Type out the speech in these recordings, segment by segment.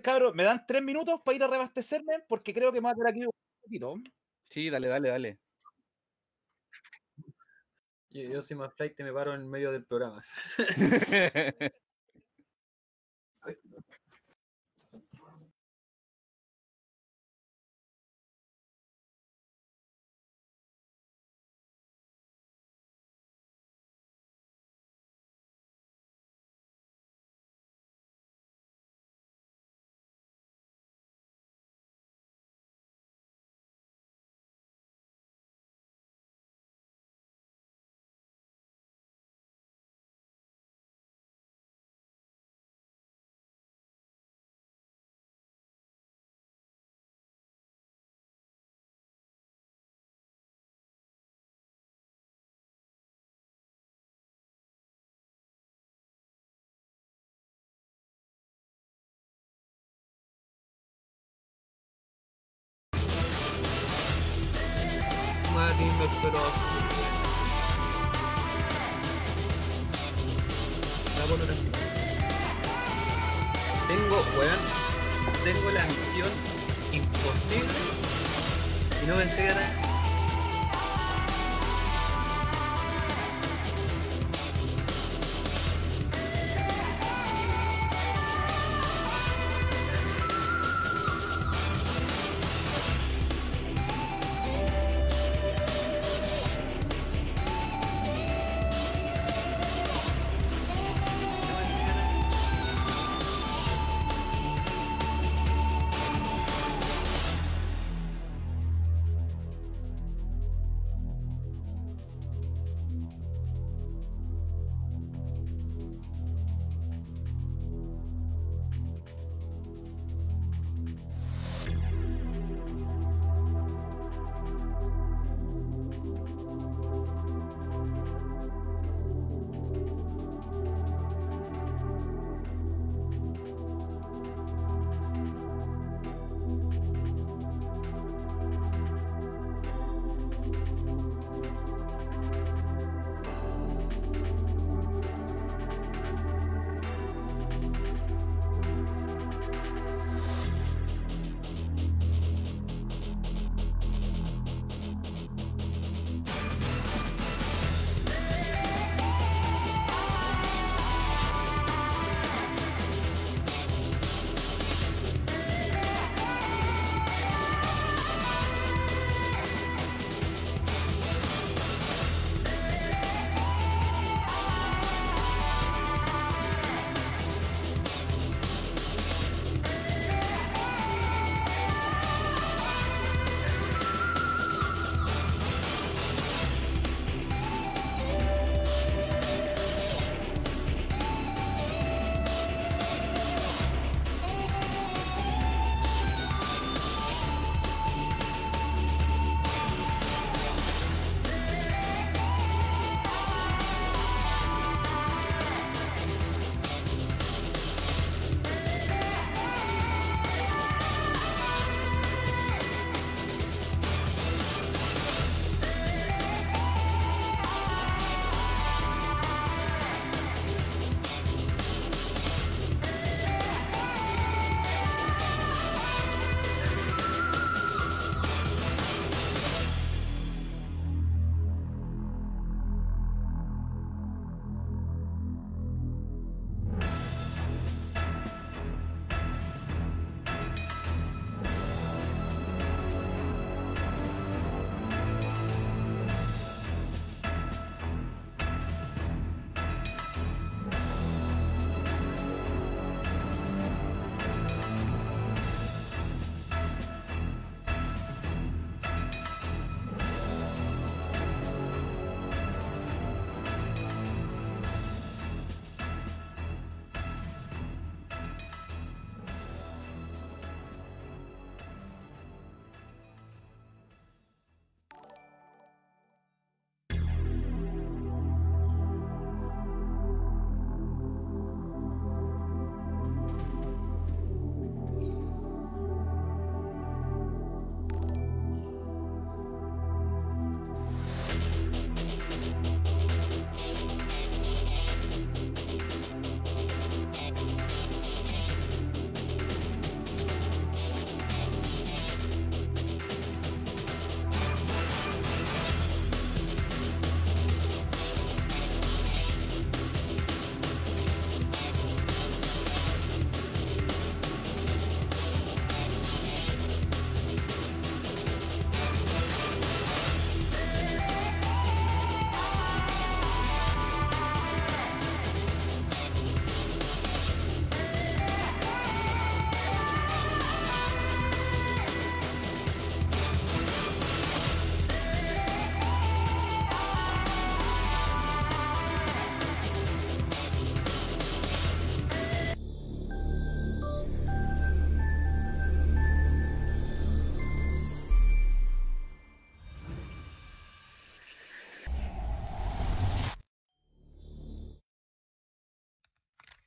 cabros, me dan 3 minutos para ir a reabastecerme porque creo que me va a quedar aquí un poquito. Sí, dale, dale, dale. Yo soy más flight y me paro en medio del programa. Martín, pero tengo la misión imposible y no me entrega nada.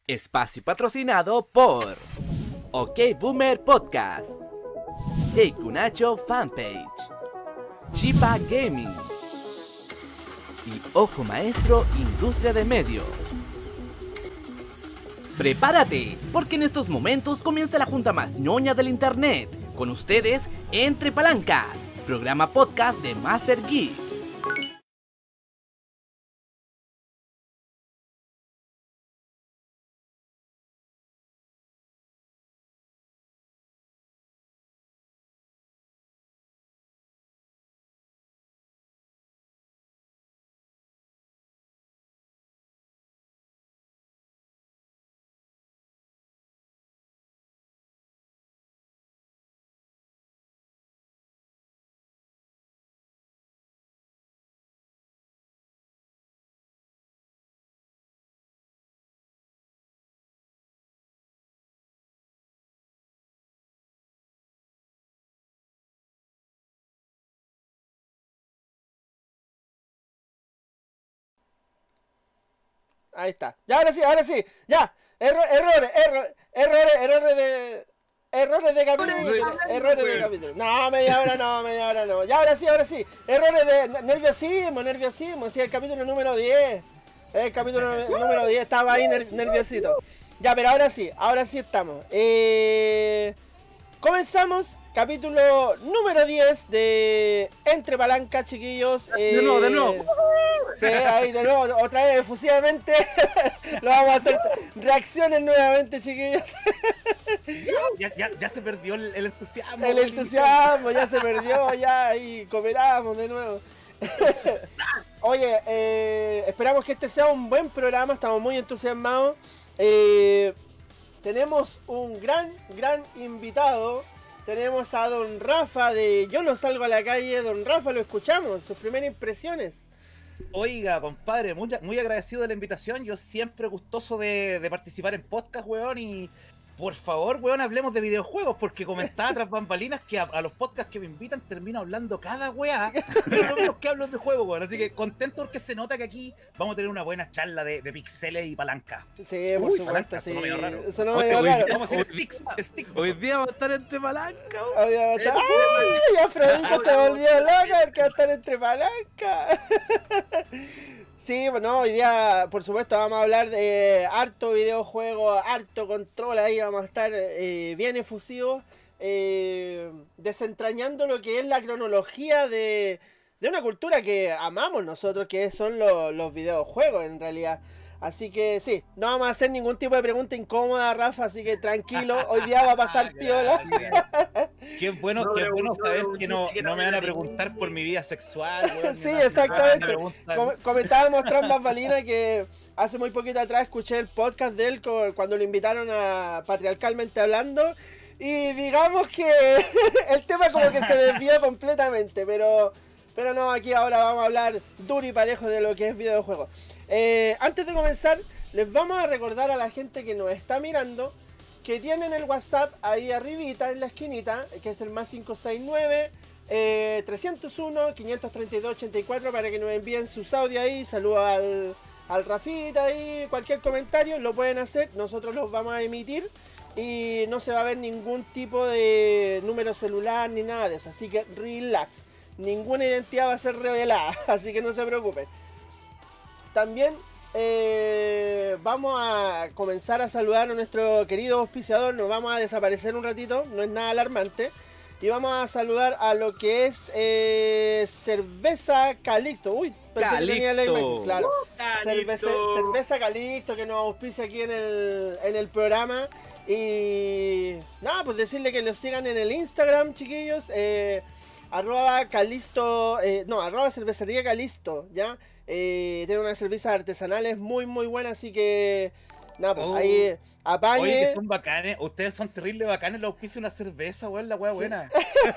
Espacio patrocinado por OK Boomer Podcast, Kunacho Fanpage, Chipa Gaming y Ojo Maestro Industria de Medios. Prepárate, porque en estos momentos comienza la junta más ñoña del internet. Con ustedes, Entre Palancas, programa podcast de Master Geek. Ahí está. Ya, ahora sí. Ya. Errores de capítulo. Errores de capítulo. No, media hora no. Ya, ahora sí. Errores de nerviosismo. Sí, el capítulo número 10. El capítulo número 10 estaba ahí nerviosito. Ya, pero ahora sí estamos. Comenzamos. Capítulo número 10 de Entre Palancas, chiquillos. De nuevo. Sí, ahí de nuevo, otra vez efusivamente. Lo vamos a hacer. Reacciones nuevamente, chiquillos. Ya se perdió el entusiasmo. El entusiasmo ya se perdió, ya ahí cooperamos de nuevo. Oye, esperamos que este sea un buen programa, estamos muy entusiasmados. Tenemos un gran invitado. Tenemos a Don Rafa de Yo No Salgo a la Calle. Don Rafa, lo escuchamos, sus primeras impresiones. Oiga, compadre, muy agradecido de la invitación. Yo siempre gustoso de participar en podcast, weón. Y por favor, weón, hablemos de videojuegos. Porque comentaba tras bambalinas que a los podcasts que me invitan termino hablando cada weá. Pero lo menos que hablo de juego, weón. Así que contento porque se nota que aquí vamos a tener una buena charla de pixeles y palancas. Sí, por supuesto, palanca, sí. sonó medio raro. Eso no medio raro. Vamos a decir sticks. Hoy día va a estar entre palancas. ¡Ay! Afrodita se volvió loca el que va a estar entre palancas. Sí, bueno, hoy día, por supuesto, vamos a hablar de harto videojuego, harto control, ahí vamos a estar bien efusivos, desentrañando lo que es la cronología de una cultura que amamos nosotros, que son los videojuegos en realidad. Así que sí, no vamos a hacer ningún tipo de pregunta incómoda, Rafa, así que tranquilo, hoy día va a pasar piola. Qué bueno saber que no me van a preguntar por mi vida sexual, weón. Sí, exactamente. Comentábamos tras bambalinas que hace muy poquito atrás escuché el podcast de él cuando lo invitaron a Patriarcalmente Hablando. Y digamos que el tema como que se desvió completamente, pero no, aquí ahora vamos a hablar duro y parejo de lo que es videojuegos. Antes de comenzar, les vamos a recordar a la gente que nos está mirando que tienen el WhatsApp ahí arribita en la esquinita, que es el más 569 301 532 84 para que nos envíen sus audios ahí. Saludos al Rafita ahí, cualquier comentario lo pueden hacer, nosotros los vamos a emitir y no se va a ver ningún tipo de número celular ni nada de eso, así que relax, ninguna identidad va a ser revelada, así que no se preocupen. También vamos a comenzar a saludar a nuestro querido auspiciador. Nos vamos a desaparecer un ratito, no es nada alarmante. Y vamos a saludar a lo que es Cerveza Calixto. Uy, pensé que tenía la imagen. Claro. Cerveza Calixto, que nos auspicia aquí en el programa. Y nada, pues decirle que los sigan en el Instagram, chiquillos. Arroba Calisto, arroba Cervecería Calisto, ¿ya? Tiene unas cervezas artesanales muy buenas, así que nada, pues ahí apañe. Oye, que son bacanes, ustedes son terribles bacanes, le auspicia una cerveza, weón, la weá buena.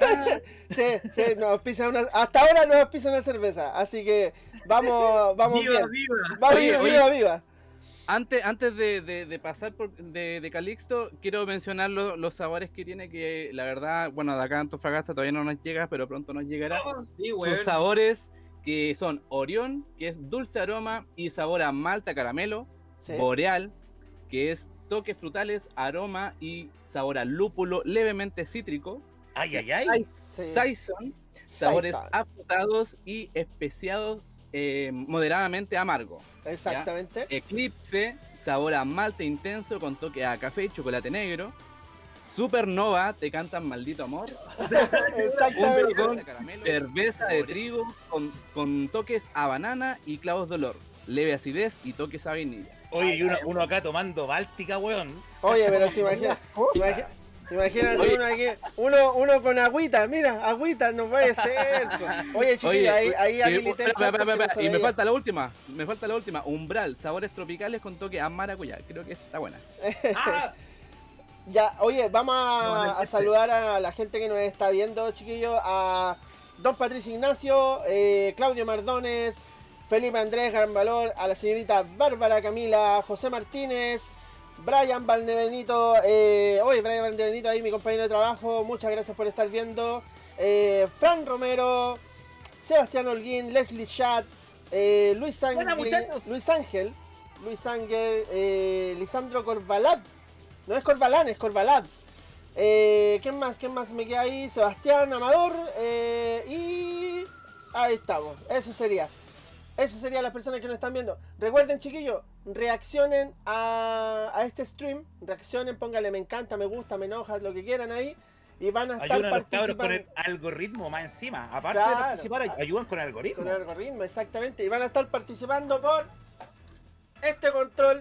Sí, nos auspicia hasta ahora nos auspicia una cerveza, así que vamos ¡Viva, bien. Viva. Antes de pasar de Calixto, quiero mencionar los sabores que tiene, que la verdad, bueno, de acá a Antofagasta todavía no nos llega, pero pronto nos llegará. Sí, Sus sabores que son Orión, que es dulce aroma y sabor a malta caramelo, Sí. Boreal, que es toques frutales, aroma y sabor a lúpulo levemente cítrico. Ay, ay, ay. Saison, sabores afrutados y especiados moderadamente amargo. Exactamente. ¿Ya? Eclipse, sabor a malte intenso con toque a café y chocolate negro. Supernova, te cantan maldito amor. Exactamente. Cerveza de trigo con toques a banana y clavos de olor. Leve acidez y toques a vainilla. Oye, y uno acá tomando Báltica, weón. Oye, pero se imagina. Imagínate uno aquí, uno con agüita, mira, agüita, no puede ser. Oye, chiquillos, ahí habilité el chat porque no se y me veía. falta la última, Umbral, sabores tropicales con toque a maracuyá, creo que está buena. ¡Ah! Ya, oye, vamos a saludar a la gente que nos está viendo, chiquillos, a Don Patricio Ignacio, Claudio Mardones, Felipe Andrés Gran Valor, a la señorita Bárbara Camila, José Martínez, Brian Valdebenito, oye, Brian Valdebenito ahí, mi compañero de trabajo, muchas gracias por estar viendo. Fran Romero, Sebastián Holguín, Leslie Chat, Luis Ángel, Lisandro Corvalab, no es Corbalán, es Corvalab. ¿Quién más me queda ahí? Sebastián Amador, y ahí estamos, eso serían las personas que nos están viendo. Recuerden, chiquillos, reaccionen a este stream. Reaccionen, pónganle me encanta, me gusta, me enoja, lo que quieran ahí. Y van a estar ayudan a los cabros participando. con el algoritmo más encima. Aparte Claro, de participar, ayudan con el algoritmo. Con el algoritmo, exactamente. Y van a estar participando por este control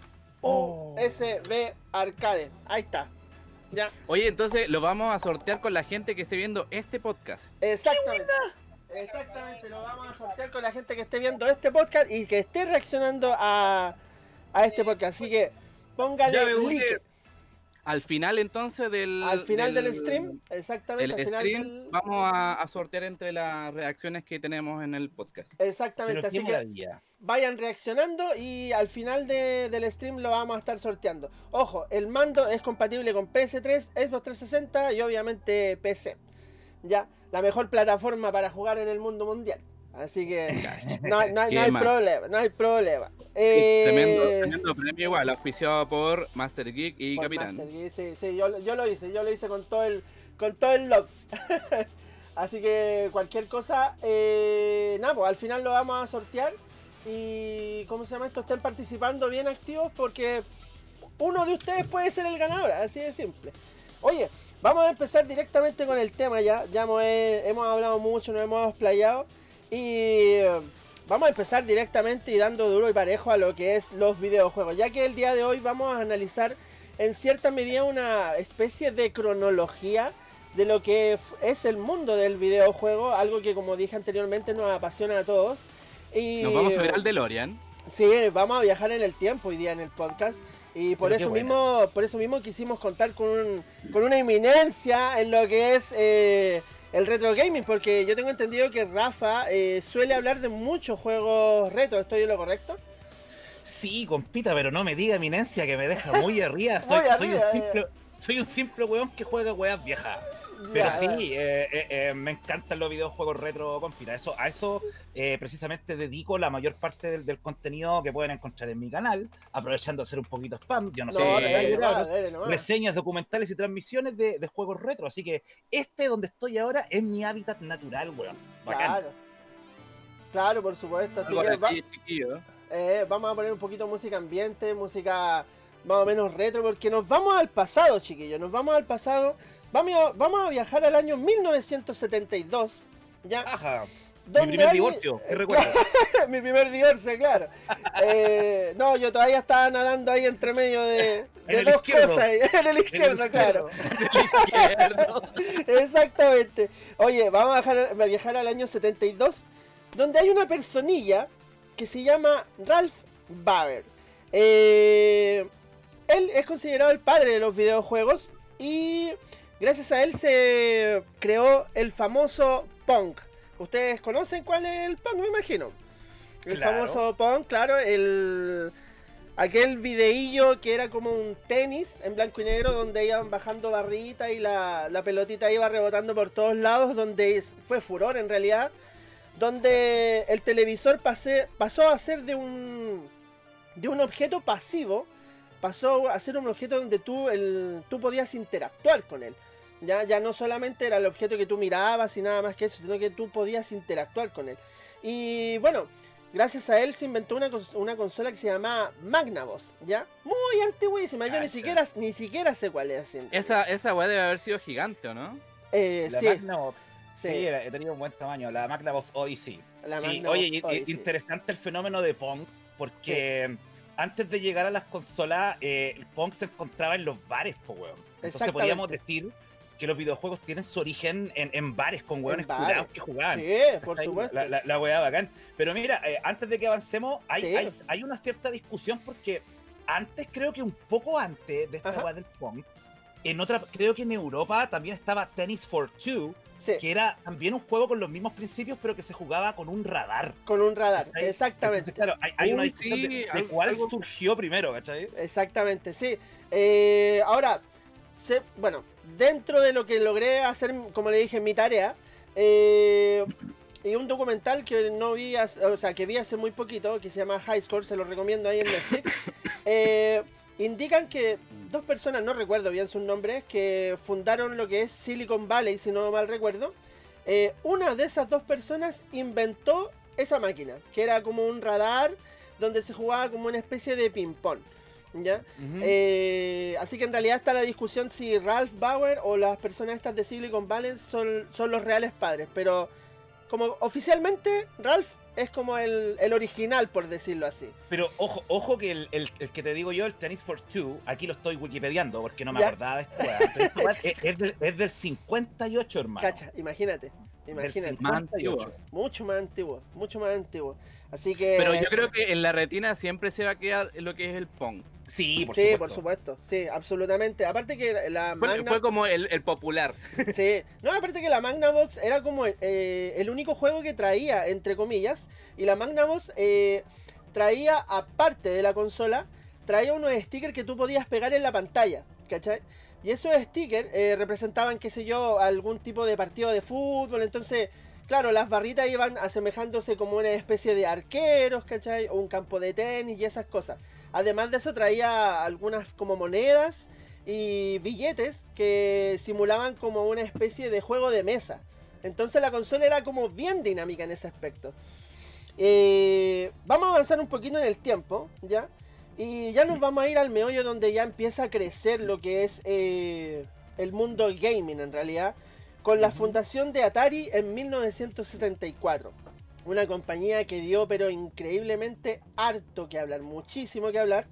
USB Arcade. Ahí está. Ya. Oye, entonces lo vamos a sortear con la gente que esté viendo este podcast. Exactamente. Exactamente, lo vamos a sortear con la gente que esté viendo este podcast y que esté reaccionando a este podcast. Así que póngale like. Al final entonces del Stream, exactamente. El stream vamos a sortear entre las reacciones que tenemos en el podcast. Exactamente, así que vayan reaccionando y al final del stream lo vamos a estar sorteando. Ojo, el mando es compatible con PS3, Xbox 360 y obviamente PC. Ya, la mejor plataforma para jugar en el mundo mundial. Así que no hay problema. Tremendo premio igual, auspiciado por Master Geek y por Capitán. Master Geek, sí, yo lo hice con todo el love. Así que cualquier cosa, nada, pues al final lo vamos a sortear. Y ¿cómo se llama esto? Estén participando bien activos porque uno de ustedes puede ser el ganador, así de simple. Oye, vamos a empezar directamente con el tema ya hemos hablado mucho, nos hemos explayado y vamos a empezar directamente y dando duro y parejo a lo que es los videojuegos, ya que el día de hoy vamos a analizar en cierta medida una especie de cronología de lo que es el mundo del videojuego, algo que como dije anteriormente nos apasiona a todos. Y nos vamos a ver al DeLorean. Sí, vamos a viajar en el tiempo hoy día en el podcast. Y por eso mismo quisimos contar con una eminencia en lo que es el retro gaming, porque yo tengo entendido que Rafa suele hablar de muchos juegos retro, ¿estoy en lo correcto? Sí, compita, pero no me diga eminencia que me deja muy arriba. Soy un simple weón que juega weas viejas. Pero sí, me encantan los videojuegos retro, compita. A eso precisamente dedico la mayor parte del contenido que pueden encontrar en mi canal, aprovechando de hacer un poquito spam. Yo no sé, reseñas, documentales y transmisiones de juegos retro. Así que donde estoy ahora es mi hábitat natural, weón. Bacán. Claro, por supuesto. Así que vamos a poner un poquito de música ambiente, música más o menos retro, porque nos vamos al pasado, chiquillos. Nos vamos al pasado. Vamos a viajar al año 1972. ¿Ya? Ajá. Mi primer divorcio, ¿qué recuerdo? Mi primer divorcio, claro. No, yo todavía estaba nadando ahí entre medio de dos cosas. En el izquierdo, claro. Exactamente. Oye, vamos a viajar al año 72, donde hay una personilla que se llama Ralph Baer. Él es considerado el padre de los videojuegos y gracias a él se creó el famoso Pong. ¿Ustedes conocen cuál es el Pong? Me imagino. El famoso Pong, claro, aquel videillo que era como un tenis en blanco y negro donde iban bajando barritas y la pelotita iba rebotando por todos lados, donde fue furor en realidad, donde el televisor pasó a ser de un objeto pasivo pasó a ser un objeto donde tú podías interactuar con él. Ya no solamente era el objeto que tú mirabas y nada más que eso, sino que tú podías interactuar con él. Y bueno, gracias a él se inventó una consola que se llama Magnavox, ¿ya? Muy antiguísima, yo ni siquiera sé cuál es. Esa weá debe haber sido gigante, ¿o no? La Sí. Magnavox, sí, he tenido un buen tamaño. La Magnavox Odyssey. Oye, interesante el fenómeno de Pong, porque antes de llegar a las consolas, el Pong se encontraba en los bares, po, weón. Entonces podríamos decir que los videojuegos tienen su origen en bares con hueones curados que jugaban. Sí, por supuesto. La hueá bacán. Pero mira, antes de que avancemos, hay una cierta discusión porque creo que un poco antes de esta hueá del Pong, creo que en Europa también estaba Tennis for Two, que era también un juego con los mismos principios, pero que se jugaba con un radar. Con un radar, exactamente. Entonces, claro, hay una discusión de cuál surgió primero, ¿cachai? Exactamente, sí. Ahora, bueno, dentro de lo que logré hacer, como le dije, en mi tarea, y un documental que no vi, que vi hace muy poquito, que se llama High Score, se lo recomiendo ahí en Netflix, indican que dos personas, no recuerdo bien sus nombres, que fundaron lo que es Silicon Valley, si no mal recuerdo. Una de esas dos personas inventó esa máquina, que era como un radar donde se jugaba como una especie de ping-pong, ¿ya? Así que en realidad está la discusión si Ralph Bauer o las personas estas de Silicon Valley son los reales padres, pero como oficialmente Ralph es como el original, por decirlo así. Pero ojo que el que te digo yo, el Tennis for Two, aquí lo estoy wikipediando porque no me acordaba de esto. Es del 58, hermano. Cacha, imagínate. Del 58. Mucho más antiguo. Así que... Pero yo creo que en la retina siempre se va a quedar lo que es el Pong. Sí, por supuesto. Sí, absolutamente. Aparte que la fue como el popular. Sí. No, aparte que la Magnavox era como el único juego que traía, entre comillas. Y la Magnavox traía, aparte de la consola, traía unos stickers que tú podías pegar en la pantalla, ¿cachai? Y esos stickers representaban, qué sé yo, algún tipo de partido de fútbol. Entonces, claro, las barritas iban asemejándose como una especie de arqueros, ¿cachai? O un campo de tenis y esas cosas. Además de eso traía algunas como monedas y billetes que simulaban como una especie de juego de mesa. Entonces la consola era como bien dinámica en ese aspecto. Vamos a avanzar un poquito en el tiempo, ¿ya? Y ya nos vamos a ir al meollo donde ya empieza a crecer lo que es el mundo gaming en realidad, con la fundación de Atari en 1974. Una compañía que dio pero increíblemente harto que hablar, muchísimo que hablar.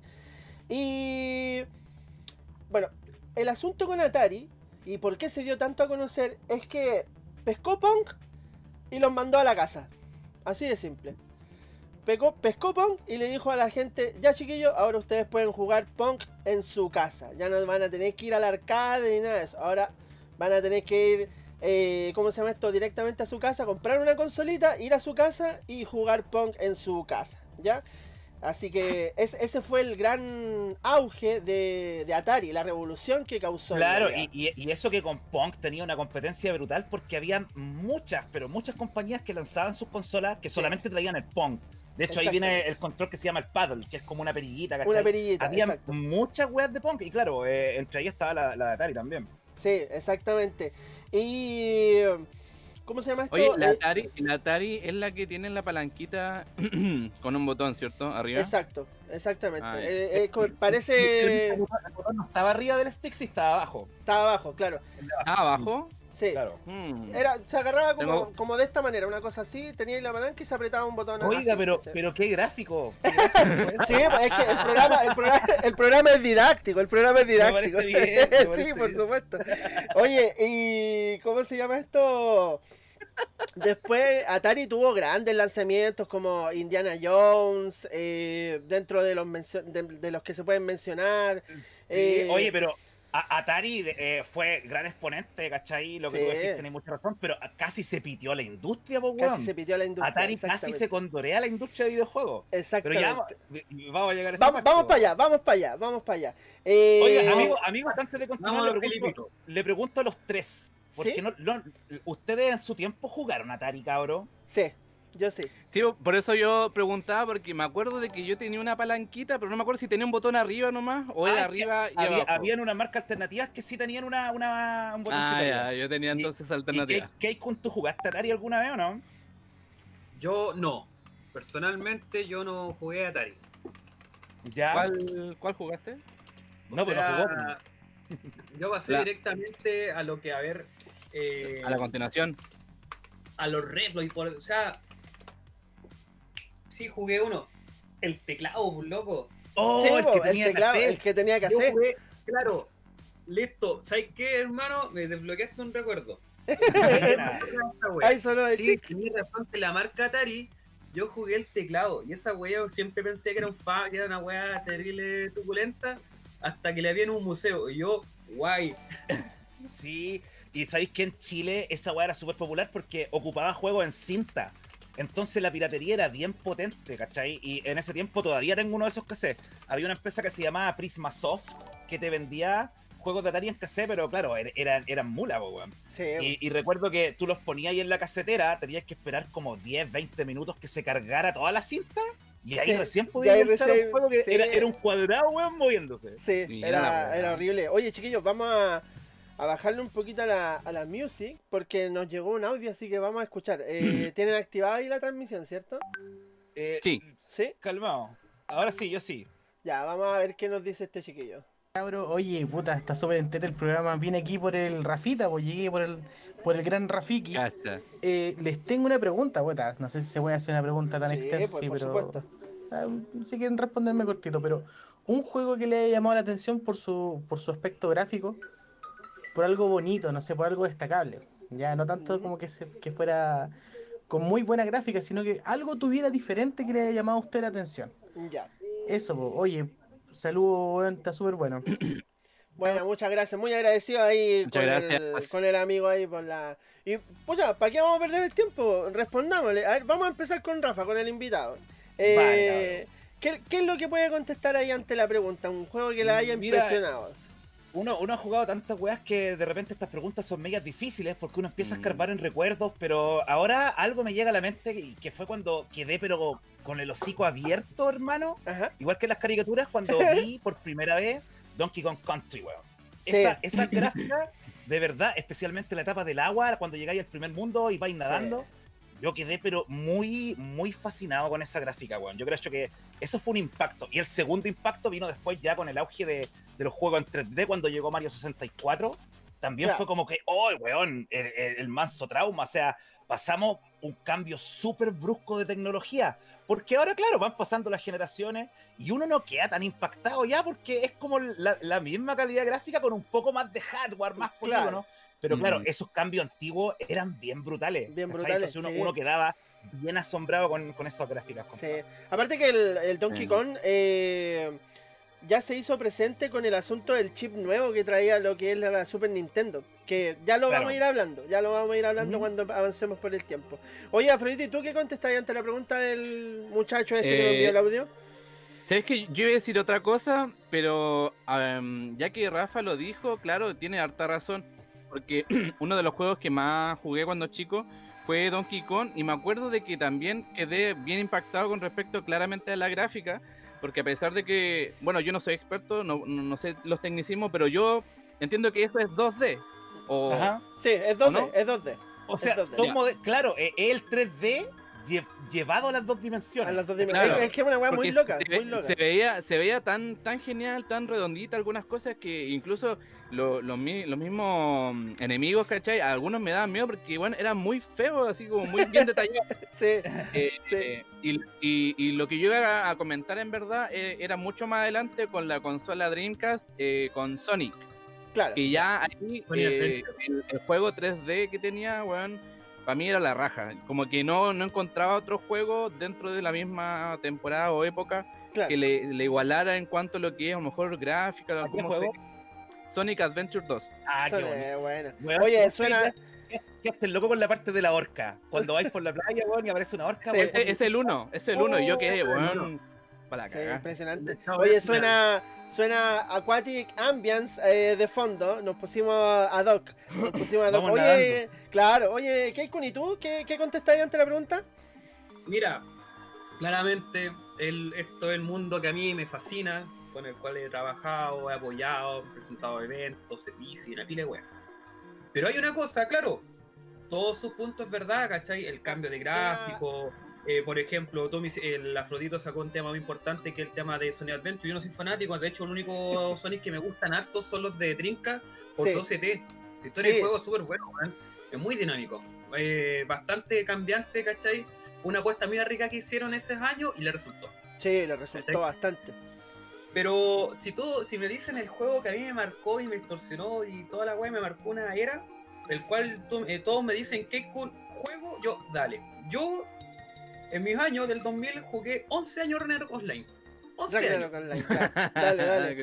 Y bueno, el asunto con Atari y por qué se dio tanto a conocer es que pescó Pong y los mandó a la casa. Así de simple. Pescó Pong y le dijo a la gente: ya chiquillos, ahora ustedes pueden jugar Pong en su casa. Ya no van a tener que ir al arcade ni nada de eso. Ahora van a tener que ir, ¿cómo se llama esto? Directamente a su casa, comprar una consolita, ir a su casa y jugar Pong en su casa, ¿ya? Así que ese fue el gran auge de Atari, la revolución que causó. Claro, y eso que con Pong tenía una competencia brutal porque había muchas compañías que lanzaban sus consolas que solamente traían el Pong. De hecho, ahí viene el control que se llama el paddle, que es como una perillita, ¿cachai? Una perillita, había exacto. muchas weas de Pong y claro, entre ellas estaba la de Atari también. Sí, exactamente. Y... ¿cómo se llama esto? Oye, la Atari es la que tiene la palanquita con un botón, ¿cierto? Arriba. Exacto, exactamente. Parece... El botón no estaba arriba del stick, sí estaba abajo. Estaba abajo, claro. ¿Abajo? Sí. Claro. Se agarraba como de esta manera, una cosa así, tenía la palanca y se apretaba un botón. Oiga, así, pero qué gráfico. Sí, es que el programa es didáctico, Me parece bien, sí, por supuesto. Oye, ¿y cómo se llama esto? Después Atari tuvo grandes lanzamientos como Indiana Jones, dentro de los que se pueden mencionar. Sí, oye, pero Atari fue gran exponente, ¿cachai? Lo que tú decís, tenés mucha razón, pero casi se pitió la industria, po, weón. Casi se pitió la industria. Atari casi se condorea la industria de videojuegos. Exactamente. Pero ya vamos a llegar a ese vamos para allá. Oye, amigos, antes de continuar, le pregunto a los tres. Porque ¿sí? ustedes en su tiempo jugaron Atari, cabro. Sí. Yo sí. Sí, por eso yo preguntaba, porque me acuerdo de que yo tenía una palanquita, pero no me acuerdo si tenía un botón arriba nomás, o era arriba y abajo. Habían unas marcas alternativas que sí tenían un botoncito. Ya, yo tenía entonces alternativa. ¿Y Keikun, tú jugaste Atari alguna vez o no? Yo no. Personalmente yo no jugué a Atari. ¿Ya? ¿Cuál jugaste? No, pero sea, jugó. Yo pasé directamente a lo que, a ver... a la continuación. A los retros, o sea... Sí jugué uno. El teclado, pues, loco. Oh, Sí, el que tenía teclado, que hacer. el que tenía que Yo hacer. jugué, claro. Listo. ¿Sabes qué, hermano? Me desbloqueaste un recuerdo. Ahí sonó el Sí, tenía razón que la marca Atari, yo jugué el teclado. Y esa wea yo siempre pensé que era que era una wea terrible turbulenta, hasta que la vi en un museo. Y yo, guay. Sí, y sabéis que en Chile esa weá era súper popular porque ocupaba juegos en cinta. Entonces la piratería era bien potente, ¿cachai? Y en ese tiempo todavía tengo uno de esos cassettes. Había una empresa que se llamaba Prisma Soft que te vendía juegos de Atari en cassette, pero claro, eran mula, weón. Sí, Y recuerdo que tú los ponías ahí en la casetera, tenías que esperar como 10, 20 minutos que se cargara toda la cinta. Y ahí Sí, recién podías escuchar un juego que sí. era un cuadrado, weón, moviéndose. Sí, Sí, era horrible. Oye, chiquillos, vamos a bajarle un poquito a la music, porque nos llegó un audio, así que vamos a escuchar. Tienen activada ahí la transmisión, ¿cierto? Sí. ¿Sí? Calmado. Ahora sí, yo sí. Ya, vamos a ver qué nos dice este chiquillo. Cabro, oye, puta, está súper entero el programa. Vine aquí por el Rafita, pues llegué por el gran Rafiki. Cacha. Les tengo una pregunta, puta. No sé si se puede hacer una pregunta tan Sí, extensa, pues, sí, por pero supuesto. si quieren responderme cortito, pero un juego que le haya llamado la atención por su aspecto gráfico, por algo bonito, no sé, por algo destacable. Ya no tanto como que fuera con muy buena gráfica, sino que algo tuviera diferente que le haya llamado a usted la atención. Ya. Eso, pues, oye, saludos, weón, está súper bueno. Bueno, muchas gracias, muy agradecido ahí Muchas gracias. con el amigo ahí por la... Y pues ya, ¿para qué vamos a perder el tiempo? Respondámosle. A ver, vamos a empezar con Rafa, con el invitado. Vale, ¿Qué es lo que puede contestar ahí ante la pregunta? Un juego que le haya Mira, impresionado. Uno ha jugado tantas weas que de repente estas preguntas son medias difíciles porque uno empieza a escarbar en recuerdos, pero ahora algo me llega a la mente y que fue cuando quedé pero con el hocico abierto, hermano. Ajá. Igual que en las caricaturas cuando vi por primera vez Donkey Kong Country, weón. Sí. Esa gráfica, de verdad, especialmente la etapa del agua, cuando llegáis al primer mundo y vais nadando, yo quedé pero muy, muy fascinado con esa gráfica, weón. Yo creo que eso fue un impacto. Y el segundo impacto vino después ya con el auge de los juegos en 3D cuando llegó Mario 64. También Claro. fue como que, oh, weón, el manso trauma. O sea, pasamos un cambio súper brusco de tecnología. Porque ahora, claro, van pasando las generaciones y uno no queda tan impactado ya porque es como la misma calidad gráfica con un poco más de hardware, más polígono, Claro. ¿no? Pero claro, esos cambios antiguos eran bien brutales. Bien ¿cachai? brutales, Entonces sí. uno quedaba bien asombrado con esas gráficas. Sí. Aparte que el Donkey Sí. Kong ya se hizo presente con el asunto del chip nuevo que traía lo que es la Super Nintendo. Que ya lo Claro. vamos a ir hablando. Ya lo vamos a ir hablando cuando avancemos por el tiempo. Oye, Afrodita, ¿y tú qué contestas ante la pregunta del muchacho este que nos envió el audio? ¿Sabes que yo iba a decir otra cosa? Pero ya que Rafa lo dijo, claro, tiene harta razón. Porque uno de los juegos que más jugué cuando chico fue Donkey Kong. Y me acuerdo de que también quedé bien impactado con respecto claramente a la gráfica. Porque a pesar de que, bueno, yo no soy experto, no sé los tecnicismos, pero yo entiendo que esto es 2D. O, Ajá. Sí, es 2D, no? es 2D. O sea, Entonces, son ya. claro, es el 3D llevado a las dos dimensiones. A las dos dimensiones. Claro. Es que es una weá muy porque loca, muy loca. se veía tan genial, tan redondita algunas cosas que incluso los mismos enemigos, ¿cachai? Algunos me daban miedo porque bueno, eran muy feos, así como muy bien detallados. Sí, Sí. Y lo que yo iba a comentar en verdad era mucho más adelante con la consola Dreamcast, con Sonic. claro. Que ya ahí Sonic Adventure. el juego 3D que tenía, weón, para mí era la raja. Como que no encontraba otro juego dentro de la misma temporada o época Claro. que le igualara en cuanto a lo que es a lo mejor gráfica, ¿A qué como juego? Sonic Adventure 2. Ah, qué Son, bonito. bueno. Weón, Oye, ¿tú suena. sabes que hasta el loco con la parte de la horca? Cuando vais por la playa, weón, y aparece una horca, Sí. weón. Es el 1, y yo quedé, weón, para la Sí, cagada. impresionante. No, Oye, mira. suena Aquatic Ambience de fondo. Nos pusimos ad hoc. Nos pusimos ad hoc. Vamos Oye, claro, oye, Keikun, ¿y tú? ¿Qué contestáis ante la pregunta? Mira, claramente esto es el mundo que a mí me fascina, con el cual he trabajado, he apoyado, he presentado eventos, servicios y una pila de weas. Pero hay una cosa, claro, todos sus puntos es verdad, ¿cachai? El cambio de gráfico, por ejemplo, el Afrodito sacó un tema muy importante que es el tema de Sonic Adventure. Yo no soy fanático, de hecho, el único Sonic que me gustan hartos son los de Trinca por su OCT. La historia del juego es súper buena, man. Es muy dinámico, bastante cambiante, ¿cachai? Una apuesta muy rica que hicieron esos años y le resultó. Sí, le resultó bastante. Pero si me dicen el juego que a mí me marcó y me extorsionó y toda la wea me marcó una era, el cual todos me dicen que juego, yo, dale. Yo, en mis años del 2000, jugué 11 años Ragnarok Online. 11 años. Online, dale.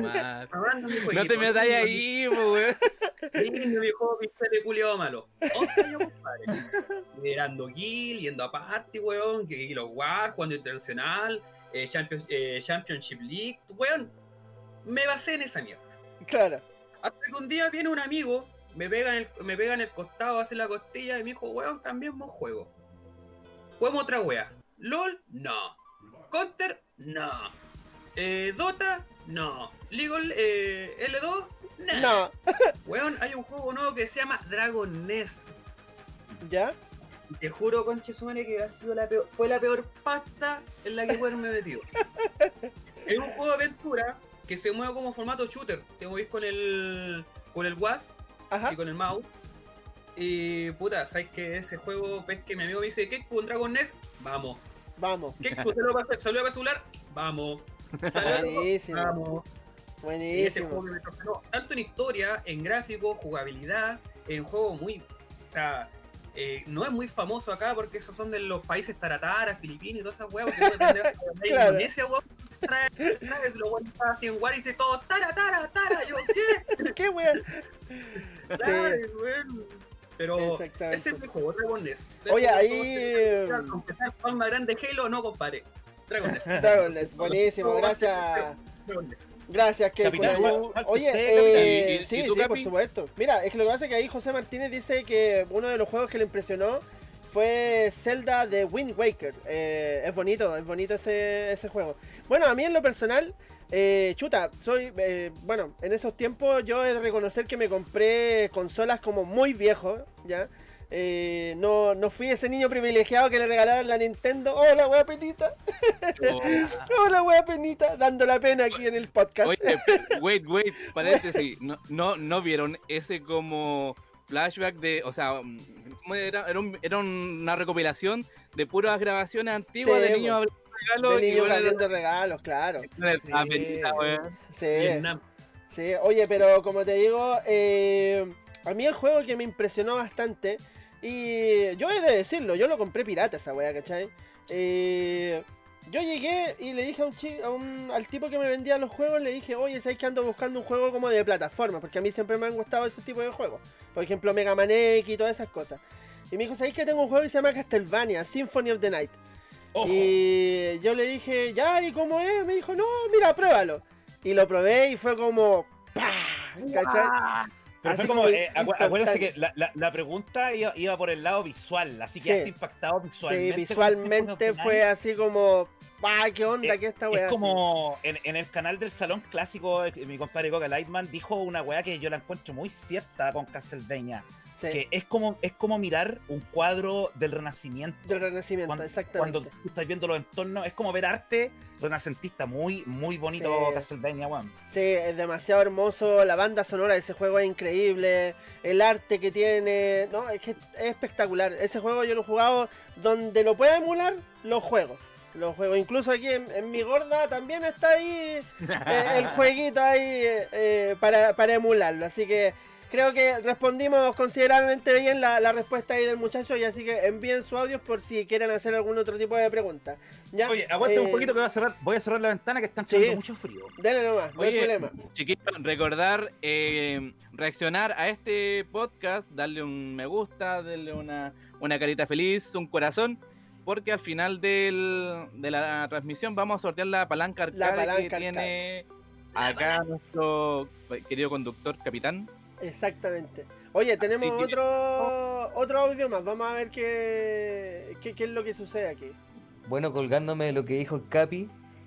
No te metas ahí, weón. Lindo mi juego de culiado malo. 11 años, compadre. Liderando guild, yendo a party, weón, que los War, jugando internacional, Championship League, weón. Me basé en esa mierda. Claro. Hasta que un día viene un amigo, me pega en el costado, hace la costilla y me dijo, weón, cambiemos juego. Juguemos otra wea. LOL, no. Counter, no. Dota, no. League, L2, no. Weón, hay un juego nuevo que se llama Dragon Nest. ¿Ya? Te juro, conche su madre, que ha sido fue la peor pasta en la que weón me he metido. Es un juego de aventura que se mueve como formato shooter. Te movís con el WAS y con el mouse. Y puta, ¿sabes que ese juego? Ves que mi amigo me dice, ¿qué con Dragon Nest? Vamos. ¿Qué se lo va a para celular? Vamos. Buenísimo. Vamos. Buenísimo. Y ese juego me sorprendió tanto en historia, en gráfico, jugabilidad, en juego muy... O sea, no es muy famoso acá porque esos son de los países Taratara, Filipinas y todas esas huevas que no depende de Indonesia, huevón. Lo bueno está así en War y dice todo Tara, yo, ¿qué? ¿Qué weón? Dale, weón. Pero ese es el juego, Dragon Nest. Oye, ahí... El fan más grande de Halo, no compadre. Dragon Nest, buenísimo, gracias. Gracias, Keiko. Oye, sí, por supuesto. Mira, es que lo que pasa es que ahí José Martínez dice que uno de los juegos que le impresionó fue Zelda de Wind Waker. Es bonito ese juego. Bueno, a mí en lo personal, bueno, en esos tiempos yo he de reconocer que me compré consolas como muy viejos, ¿ya? No fui ese niño privilegiado que le regalaron la Nintendo. ¡Oh, la wea penita! ¡Oh, la wea penita! Dando la pena aquí en el podcast. Oye, wait, paréntesis. ¿No vieron ese como flashback de... O sea, era una recopilación de puras grabaciones antiguas de niños abriendo regalos. De niños abriendo regalos, claro. Sí, oye, pero como te digo, a mí el juego que me impresionó bastante, y yo he de decirlo, yo lo compré pirata esa weá, ¿cachai? Yo llegué y le dije al tipo que me vendía los juegos, le dije, oye, ¿sabes que ando buscando un juego como de plataforma? Porque a mí siempre me han gustado ese tipo de juegos. Por ejemplo, Mega Man X y todas esas cosas. Y me dijo, ¿sabes que tengo un juego que se llama Castlevania, Symphony of the Night? Ojo. Y yo le dije, ya, ¿y cómo es? Me dijo, no, mira, pruébalo. Y lo probé y fue como, ¡pah! ¿Cachai? Pero fue como, acuérdense que la pregunta iba por el lado visual, así que ya impactado visualmente. Sí, visualmente fue así como, ¡ah, qué onda! ¿Qué esta weá? Es como en el canal del Salón Clásico, mi compadre Coca Lightman dijo una weá que yo la encuentro muy cierta con Castlevania. Sí. Que es como mirar un cuadro del Renacimiento. Exactamente. Cuando tú estás viendo los entornos, es como ver arte renacentista, muy, muy bonito Castlevania, weón. Sí, es demasiado hermoso, la banda sonora de ese juego es increíble, el arte que tiene, no, es que es espectacular. Ese juego yo lo he jugado donde lo pueda emular, lo juego. Incluso aquí en mi gorda también está ahí el jueguito ahí para emularlo, así que creo que respondimos considerablemente bien la respuesta ahí del muchacho, y así que envíen su audio por si quieren hacer algún otro tipo de pregunta. ¿Ya? Oye, aguante un poquito que voy a cerrar la ventana que están echando mucho frío. Dale nomás, no hay problema. Chiquitos, recordar reaccionar a este podcast, darle un me gusta, darle una carita feliz, un corazón, porque al final de la transmisión vamos a sortear la palanca arcade que tiene acá nuestro querido conductor, capitán. Exactamente. Oye, tenemos otro audio más. Vamos a ver qué es lo que sucede aquí. Bueno, colgándome de lo que dijo el Capi,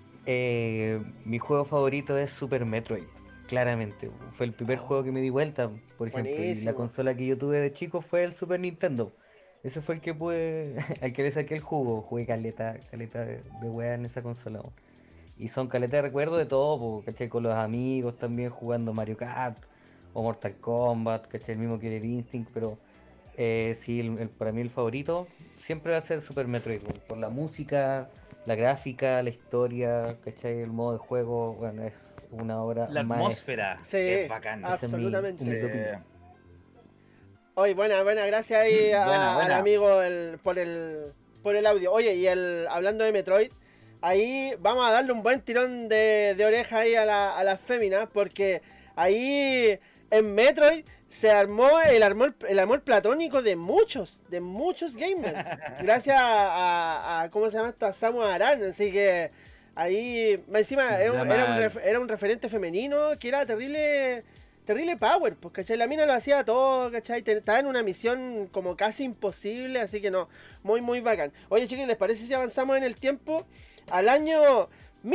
mi juego favorito es Super Metroid. Claramente, fue el primer juego que me di vuelta, por ejemplo, y la Buenísimo. consola que yo tuve de chico fue el Super Nintendo. Ese fue el que pude, al que le saqué el jugo, jugué caleta de weá en esa consola. weón. Y son caleta de recuerdo de todo, po, ¿cachai? Con los amigos también jugando Mario Kart o Mortal Kombat, ¿cachai? El mismo Killer Instinct, pero sí, para mí el favorito siempre va a ser Super Metroid, weón, por la música, la gráfica, la historia, ¿cachai? El modo de juego, bueno, es una obra La maestra. atmósfera Sí, es bacán. Ese es mi absolutamente. humilde opinión. Eh, Oye, buena, gracias ahí Buena. al amigo por el audio. Oye, y hablando de Metroid, ahí vamos a darle un buen tirón de oreja ahí a las féminas, porque ahí en Metroid se armó el amor platónico de muchos gamers. Gracias a ¿cómo se llama esto? A Samus Aran, así que ahí, encima era un referente femenino que era terrible power, pues, ¿cachai? La mina lo hacía todo, ¿cachai? Estaba en una misión como casi imposible, así que no, muy bacán. Oye, chicos, ¿les parece si avanzamos en el tiempo al año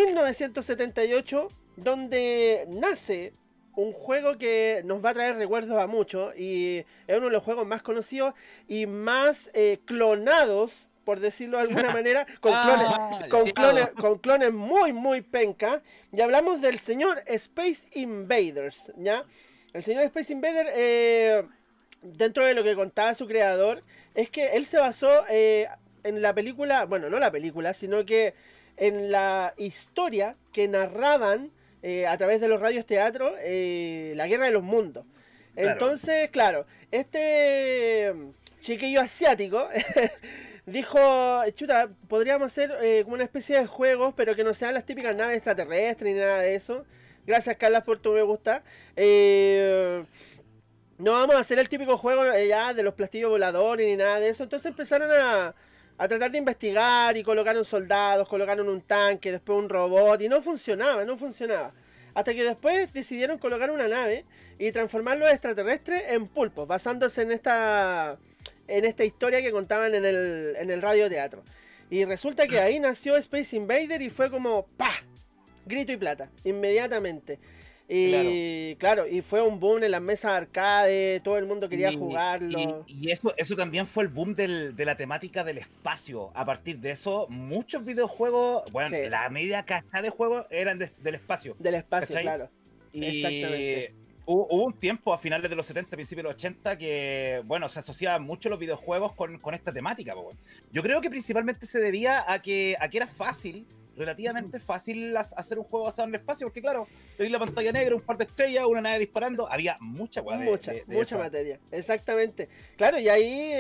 1978, donde nace un juego que nos va a traer recuerdos a muchos y es uno de los juegos más conocidos y más clonados, por decirlo de alguna manera, con clones muy penca. Y hablamos del señor Space Invaders, ¿ya? El señor Space Invader, dentro de lo que contaba su creador, es que él se basó en la película, bueno, no la película, sino que en la historia que narraban a través de los radios teatro, la Guerra de los Mundos. Claro. Entonces, claro, este chiquillo asiático dijo, chuta, podríamos hacer como una especie de juegos, pero que no sean las típicas naves extraterrestres ni nada de eso. Gracias, Carla, por tu me gusta. No vamos a hacer el típico juego ya de los platillos voladores ni nada de eso. Entonces empezaron a tratar de investigar y colocaron soldados, colocaron un tanque, después un robot y no funcionaba. Hasta que después decidieron colocar una nave y transformar los extraterrestres en pulpos, basándose en esta historia que contaban en el radioteatro. Y resulta que ahí nació Space Invader y fue como ¡pah! Grito y plata, inmediatamente. Y claro, y fue un boom en las mesas arcade, todo el mundo quería jugarlo. Y eso también fue el boom de la temática del espacio. A partir de eso, muchos videojuegos, bueno, Sí. la media caja de juegos eran del espacio. Del espacio, ¿cachai? claro. Exactamente. Hubo un tiempo a finales de los 70, principios de los 80, que, bueno, se asociaban mucho los videojuegos con esta temática. Po. Yo creo que principalmente se debía a que era fácil, relativamente fácil hacer un juego basado en el espacio, porque claro, tenéis la pantalla negra, un par de estrellas, una nave disparando, había mucha weá Mucha materia, exactamente. Claro, y ahí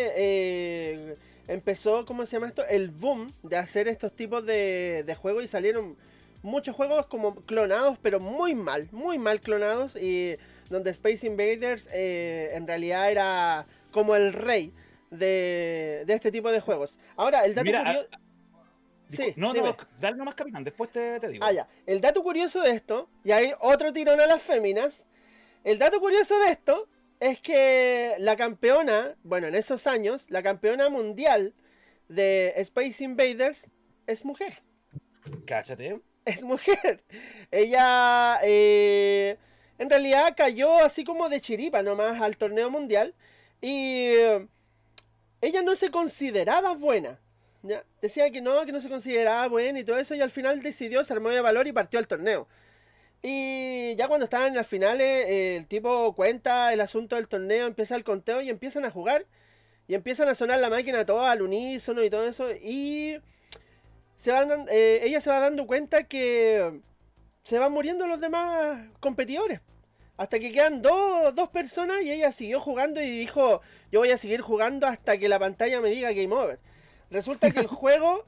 empezó, ¿cómo se llama esto? El boom de hacer estos tipos de juegos y salieron muchos juegos como clonados, pero muy mal clonados, y donde Space Invaders en realidad era como el rey de este tipo de juegos. Ahora, el dato curioso... Sí, dale nomás, capitán, después te digo. Ah, ya. El dato curioso de esto, y hay otro tirón a las féminas. El dato curioso de esto es que la campeona, bueno, en esos años, la campeona mundial de Space Invaders es mujer. Cáchate. Es mujer. Ella en realidad cayó así como de chiripa nomás al torneo mundial. Y ella no se consideraba buena. ¿Ya? Decía que no se consideraba buena y todo eso, y al final decidió, se armó de valor y partió al torneo. Y ya cuando estaban en las finales, el tipo cuenta el asunto del torneo, empieza el conteo y empiezan a jugar. Y empiezan a sonar la máquina toda al unísono y todo eso. Y ella se va dando cuenta que se van muriendo los demás competidores. Hasta que quedan dos personas y ella siguió jugando y dijo, yo voy a seguir jugando hasta que la pantalla me diga game over. Resulta que el juego,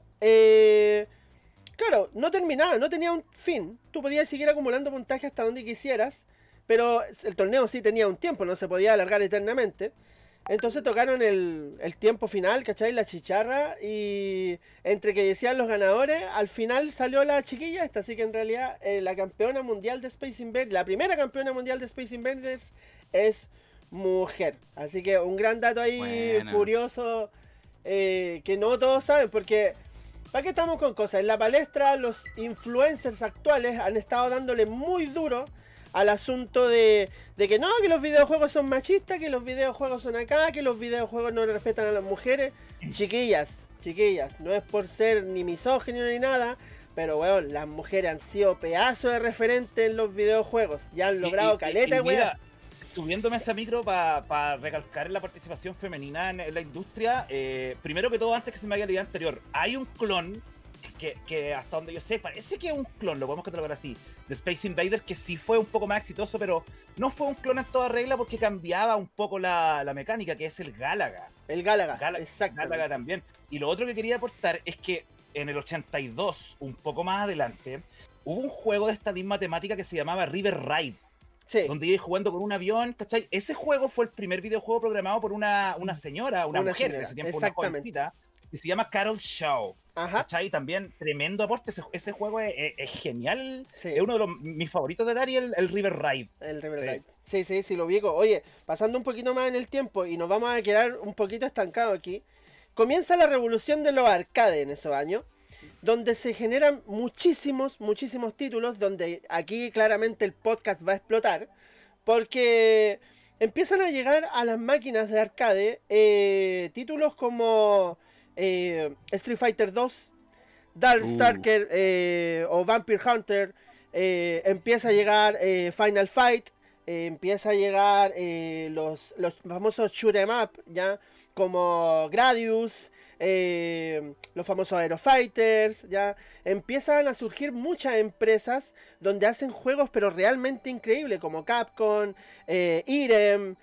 claro, no terminaba, no tenía un fin. Tú podías seguir acumulando puntaje hasta donde quisieras, pero el torneo sí tenía un tiempo, no se podía alargar eternamente. Entonces tocaron el tiempo final, ¿cachai? La chicharra, y entre que decían los ganadores, al final salió la chiquilla esta. Así que en realidad la campeona mundial de Space Invaders, la primera campeona mundial de Space Invaders es mujer. Así que un gran dato ahí Bueno. curioso que no todos saben, porque ¿para qué estamos con cosas? En la palestra los influencers actuales han estado dándole muy duro al asunto de que no, que los videojuegos son machistas, que los videojuegos son acá, que los videojuegos no respetan a las mujeres. Chiquillas, no es por ser ni misógino ni nada, pero weón, las mujeres han sido pedazos de referente en los videojuegos. Ya han logrado caleta, weón. Mira, subiéndome a esa micro para recalcar la participación femenina en la industria, primero que todo, antes que se me vaya la idea anterior, hay un clon que hasta donde yo sé, parece que es un clon, lo podemos catalogar así, de Space Invaders, que sí fue un poco más exitoso, pero no fue un clon en toda regla porque cambiaba un poco la mecánica, que es el Galaga. El Galaga, exacto. Galaga también. Y lo otro que quería aportar es que en el 82, un poco más adelante, hubo un juego de esta misma temática que se llamaba River Ride. Sí. Donde ibas jugando con un avión, ¿cachai? Ese juego fue el primer videojuego programado por una señora, una mujer, señora, en ese tiempo, una exactamente. jovencita, que se llama Carol Shaw. Ajá. ¿Cachai? También tremendo aporte. Ese juego es genial. Sí. Es uno de mis favoritos de Dari, el River Ride. El River Sí. Ride. Sí, lo ubico. Oye, pasando un poquito más en el tiempo y nos vamos a quedar un poquito estancados aquí. Comienza la revolución de los arcades en esos años, donde se generan muchísimos títulos, donde aquí claramente el podcast va a explotar, porque empiezan a llegar a las máquinas de arcade títulos como Street Fighter 2, Darkstalker o Vampire Hunter, empieza a llegar Final Fight, empieza a llegar los famosos shoot 'em up, ¿ya? Como Gradius, los famosos Aero Fighters, ¿ya? Empiezan a surgir muchas empresas donde hacen juegos pero realmente increíbles, como Capcom, Irem,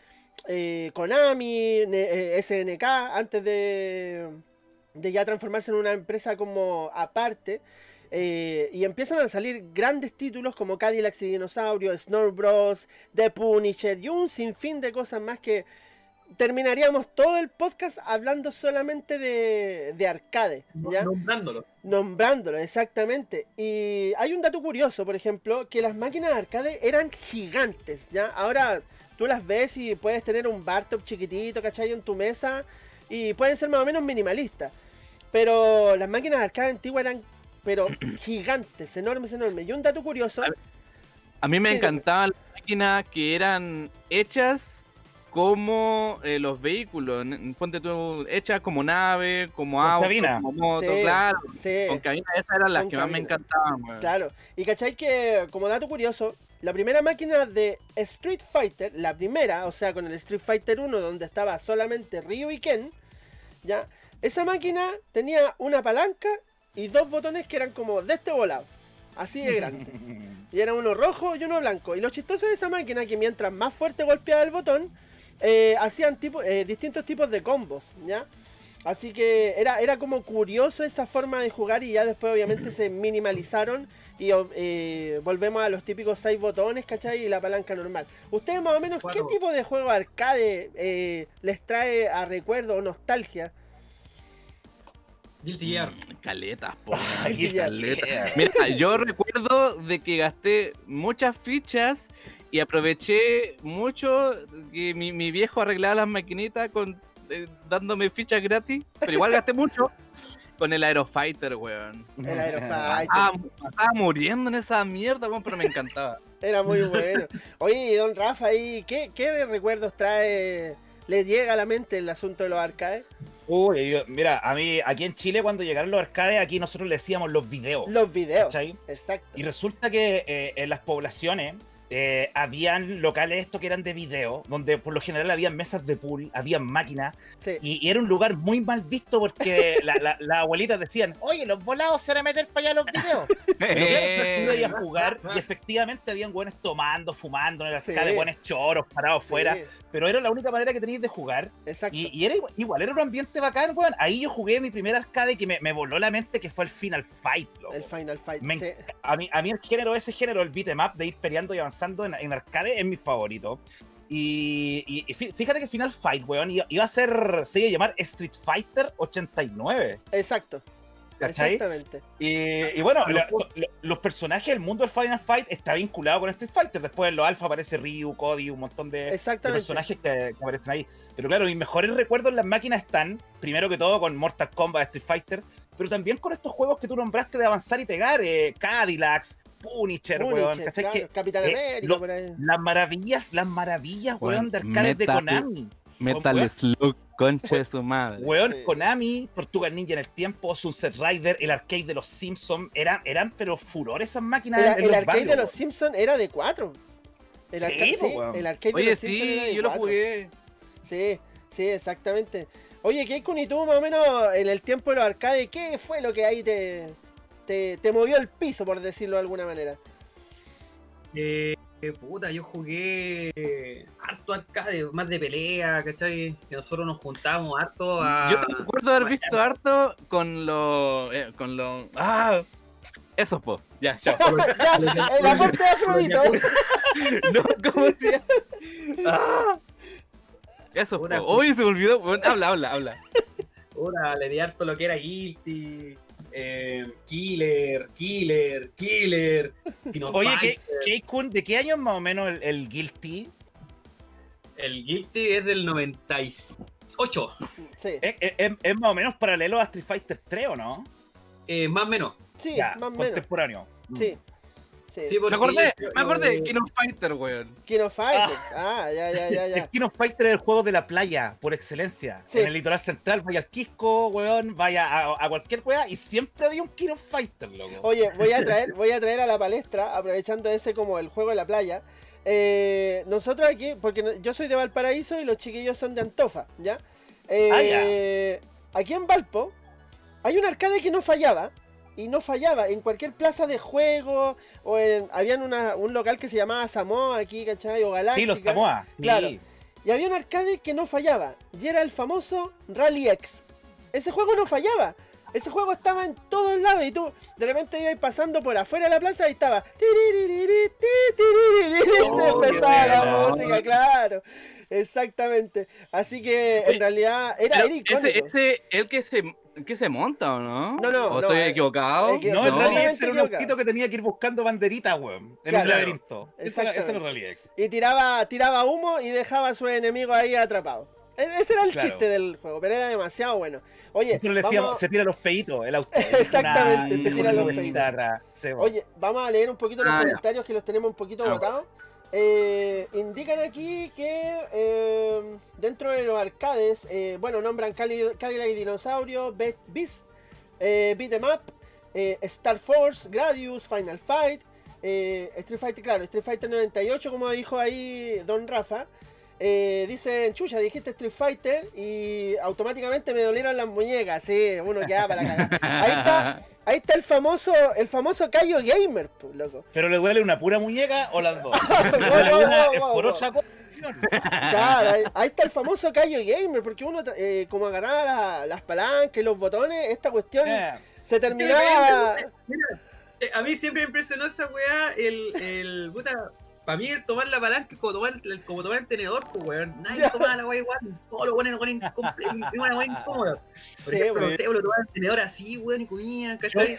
Konami, SNK, antes de ya transformarse en una empresa como aparte. Y empiezan a salir grandes títulos como Cadillacs y Dinosaurio, Snow Bros, The Punisher y un sinfín de cosas más que terminaríamos todo el podcast hablando solamente de arcade, ¿ya? Nombrándolo, exactamente. Y hay un dato curioso, por ejemplo, que las máquinas de arcade eran gigantes, ¿ya? Ahora tú las ves y puedes tener un bar top chiquitito, ¿cachai? En tu mesa y pueden ser más o menos minimalistas. Pero las máquinas de arcade antiguas eran pero gigantes, enormes. Y un dato curioso... A mí me encantaban las máquinas que eran hechas como los vehículos, ponte tú, hechas como nave, como auto, como moto, claro. Sí. Con cabina, esas eran las que más me encantaban, güey. Claro, y cachai que, como dato curioso, la primera máquina de Street Fighter, la primera, o sea, con el Street Fighter 1, donde estaba solamente Ryu y Ken, ¿ya? Esa máquina tenía una palanca y dos botones que eran como de este volado, así de grande. Y era uno rojo y uno blanco. Y lo chistoso de esa máquina que mientras más fuerte golpeaba el botón, hacían distintos tipos de combos, ¿ya? Así que era como curioso esa forma de jugar y ya después obviamente se minimalizaron y volvemos a los típicos 6 botones, ¿cachai? Y la palanca normal. ¿Ustedes más o menos qué tipo de juego arcade les trae a recuerdo o nostalgia? Guilty Gear. Caletas, po. Caletas. Mira, yo recuerdo de que gasté muchas fichas y aproveché mucho que mi viejo arreglaba las maquinitas dándome fichas gratis, pero igual gasté mucho con el Aero Fighter, weón. El Aero Fighter. Estaba muriendo en esa mierda, weón, pero me encantaba. Era muy bueno. Oye, don Rafa, ¿qué recuerdos le llega a la mente el asunto de los arcades? Uy, mira, a mí aquí en Chile cuando llegaron los arcades, aquí nosotros le decíamos los videos. Los videos, ¿cachai? Exacto. Y resulta que en las poblaciones habían locales estos que eran de video, donde por lo general habían mesas de pool, habían máquinas, sí. y era un lugar muy mal visto porque las abuelitas decían, oye, los volados se van a meter para allá los videos. Pero iba a jugar y efectivamente habían güeyes tomando, fumando en el arcade, güeyes choros parados fuera, pero era la única manera que teníais de jugar. Exacto. Y era igual, era un ambiente bacán, weón. Ahí yo jugué mi primer arcade que me voló la mente, que fue el Final Fight, loco. El Final Fight, a mí ese género, el beat'em up, de ir peleando y avanzando en arcade, es mi favorito. Y fíjate que Final Fight, weón, se iba a llamar Street Fighter 89. Exacto. ¿cachai? Exactamente. Y bueno, los personajes, el mundo del Final Fight está vinculado con Street Fighter. Después en los alfa aparece Ryu, Cody, un montón de personajes que aparecen ahí. Pero claro, mis mejores recuerdos en las máquinas están, primero que todo, con Mortal Kombat, Street Fighter, pero también con estos juegos que tú nombraste de avanzar y pegar, Cadillacs, Punisher, weón, ¿cachai? Claro, Capitán América, por ahí. Las maravillas, weón, de arcades de Konami. Metal Slug, concha de su madre. Weón, Konami, Tortugas Ninja en el tiempo, Sunset Rider, el arcade de los Simpsons, eran pero furor esas máquinas. El arcade de los Simpsons era de 4. El arcade Oye, de los Simpsons era de yo 4. lo jugué. Sí, exactamente. Oye, Keikun, ¿y tú más o menos en el tiempo de los arcades, qué fue lo que ahí te movió el piso, por decirlo de alguna manera? Puta, yo jugué harto arcade, más de pelea, ¿cachai? Que nosotros nos juntábamos harto a... Yo recuerdo haber visto harto con los... Esos, po. Ya, chao. Ya, el aporte de Afrodito. No, ¿cómo se llama? Esos, po. Uy, se me olvidó. Bueno, habla. Ahora le di harto lo que era Guilty, Killer. Oye, Keikun, ¿de qué año es más o menos el Guilty? El Guilty es del 98. Sí. Es más o menos paralelo a Street Fighter 3, ¿o no? Más o menos. Sí, ya, más o menos. Contemporáneo. Sí. Me acordé, King of Fighter, weón. King of Fighters. Ya. El King of Fighter es el juego de la playa, por excelencia. Sí. En el litoral central, vaya al Quisco, weón, vaya a cualquier weá, y siempre había un King of Fighter, loco. Oye, voy a traer a la palestra, aprovechando ese como el juego de la playa. Nosotros aquí, porque yo soy de Valparaíso y los chiquillos son de Antofa, ¿ya? Aquí en Valpo hay un arcade que no fallaba. Y no fallaba, en cualquier plaza de juego, o habían un local que se llamaba Samoa aquí, ¿cachai? O Galáctica. Sí, los Samoa. Claro. Sí. Y había un arcade que no fallaba, y era el famoso Rally X. Ese juego no fallaba. Ese juego estaba en todos lados y tú de repente ibas pasando por afuera de la plaza y estaba... empezaba la música, claro. Exactamente. Así que en realidad era icónico. Ese el que se monta, ¿o no? No. ¿O estoy equivocado? No, en realidad era un autito que tenía que ir buscando banderitas, weón. En un laberinto. Ese era el Rally X. Y tiraba humo y dejaba a sus enemigos ahí atrapados. Ese era el chiste del juego, pero era demasiado bueno. Oye, nosotros le decíamos, se tira los peitos, el auto. Exactamente, se tira los peitos. Oye, vamos a leer un poquito los comentarios que los tenemos un poquito botados. Indican aquí que dentro de los arcades, nombran Cadillac y Dinosaurio, Beast, Beat 'em Up, Star Force, Gradius, Final Fight, Street Fighter 98, como dijo ahí Don Rafa. Dicen, chucha, dijiste Street Fighter y automáticamente me dolieron las muñecas. Sí, uno queda para la cagada. Ahí está el famoso Cayo Gamer, loco. ¿Pero le duele una pura muñeca o las dos? Por otra cosa. Claro, ahí está el famoso Cayo Gamer, porque uno como agarraba las palancas y los botones, esta cuestión se terminaba... Mira, a mí siempre me impresionó esa weá, puta... Para mí el tomar la palanca es como tomar el tenedor, pues weón. Nadie tomaba la weá igual. Todos lo ponen una weá incómoda. Por ejemplo, no sé, lo tomaban el tenedor así, weón, y comían, ¿cachai?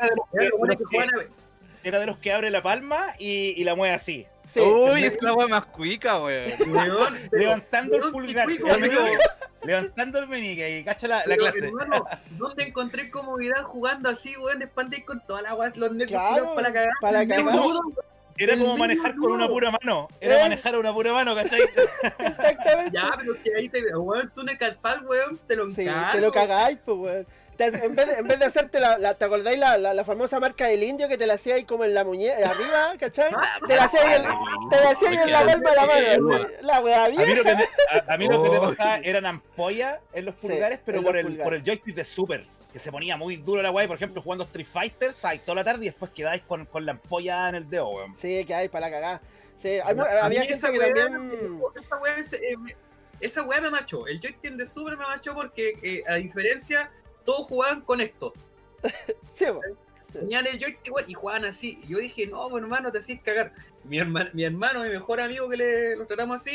Era de los que abre la palma y la mueve así. Sí. Uy, es la weá más cuica, weón. Levantando el pulgar. Levantando el meñique y cacha la clase. Hermano, ¿dónde encontré comodidad jugando así, weón? De espanté con toda la weá, los nervios para la cagada. Era como manejar con una pura mano. Era manejar a una pura mano, ¿cachai? Exactamente. Ya, pero que ahí weón, tú en el carpal, weón, te lo encargo. Sí, te lo cagáis, pues, weón. En vez de hacerte ¿te acordáis la famosa marca del indio que te la hacía ahí como en la muñeca, arriba, ¿cachai? Te la hacía ahí en la palma de la mano, así, la weá vieja. A mí lo que me pasaba eran ampollas en los pulgares, pero por el joystick de Super. Que se ponía muy duro la weá, por ejemplo, jugando Street Fighter, estáis toda la tarde y después quedáis con la ampolla en el dedo, weón. Sí, quedáis para la cagada. Sí, había gente que también... Esa weá me machó, el joystick de Super me machó porque, a diferencia, todos jugaban con esto. Sí, weón. Tenían el joystick y jugaban así. Y yo dije, no, bueno, hermano, te hacís cagar. Mi hermano, mi mejor amigo que lo tratamos así,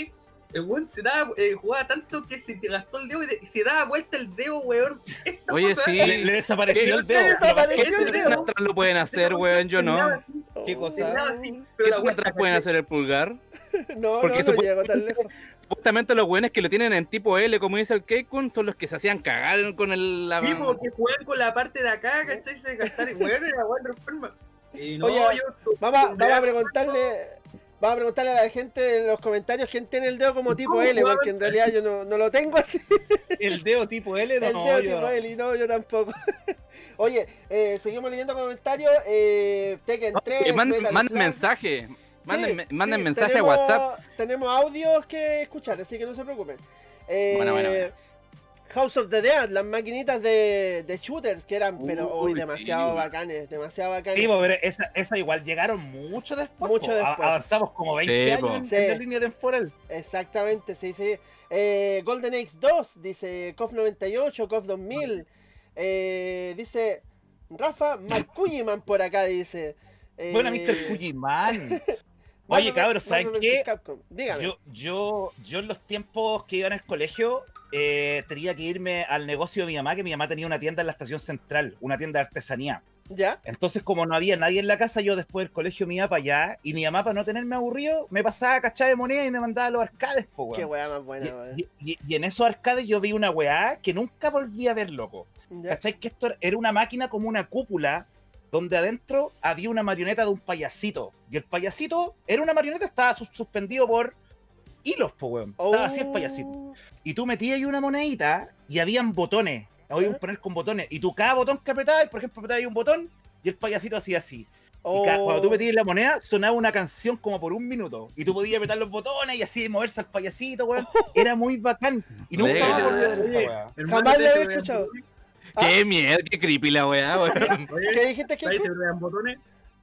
El weón se daba, jugaba tanto que se te gastó el dedo y se daba vuelta el dedo, weón. Esta Oye, cosa, sí. Le desapareció el dedo. desapareció el dedo. Atrás lo pueden hacer, weón, yo no. ¿Qué cosa? Pero ¿Qué la vuelta atrás pueden hacer el pulgar? No, Porque no llego tan lejos. Supuestamente los weones que lo tienen en tipo L, como dice el Keikun, son los que se hacían cagar con la... Sí, porque juegan con la parte de acá, ¿cachai? Se gastaron, weón, era weón enferma. Y no, Oye, yo... Vamos a preguntarle a la gente en los comentarios quién tiene el dedo como tipo ¿Cómo L, jugaban? porque en realidad yo no lo tengo así. El dedo tipo L, El no, dedo yo tipo no. L, y no, yo tampoco. Oye, seguimos leyendo comentarios. Tekken 3. Manden Metal Slug. mensaje. Manden Sí, mensaje tenemos- a WhatsApp. Tenemos audios que escuchar, así que no se preocupen. Bueno. House of the Dead, las maquinitas de shooters que eran, pero hoy Uy, demasiado sí. bacanes, demasiado bacanes. Sí, pero esa igual llegaron mucho después. Mucho po. después. Avanzamos como 20 Sí, años po. en Sí. la línea temporal. Exactamente, sí. Golden Axe 2, dice KOF 98, KOF 2000. Dice Rafa McCulliman por acá, dice. Bueno, Mr. Kujiman. Marvel Oye, cabros, ¿saben vs. qué? Capcom. Dígame. Yo en los tiempos que iba en el colegio tenía que irme al negocio de mi mamá, que mi mamá tenía una tienda en la estación central, una tienda de artesanía. ¿Ya? Entonces, como no había nadie en la casa, yo después del colegio me iba para allá, y mi mamá, para no tenerme aburrido, me pasaba cachada de moneda y me mandaba a los arcades, po, weón. Qué weá más buena, weón. Y en esos arcades yo vi una weá que nunca volví a ver, loco. Ya. ¿Cachai? Que esto era una máquina como una cúpula, donde adentro había una marioneta de un payasito. Y el payasito era una marioneta, estaba suspendido por hilos, po, weón. Estaba así el payasito. Oh. Y tú metías ahí una monedita y habían botones. Había un ¿Eh? poner con botones. Y tú cada botón que apretabas, por ejemplo, apretabas ahí un botón y el payasito hacía así. Oh. Y cuando tú metías la moneda, sonaba una canción como por 1 minuto. Y tú podías apretar los botones y así moverse al payasito, weón. Era muy bacán. Y nunca Venga. más volví a ver esta Oye, weá. hermano, Jamás ¿te lo se había vean escuchado. botones? Qué miedo, qué creepy la weá, weón. Oye, ¿Qué dijiste, ¿sabes si Kiko? se vean botones?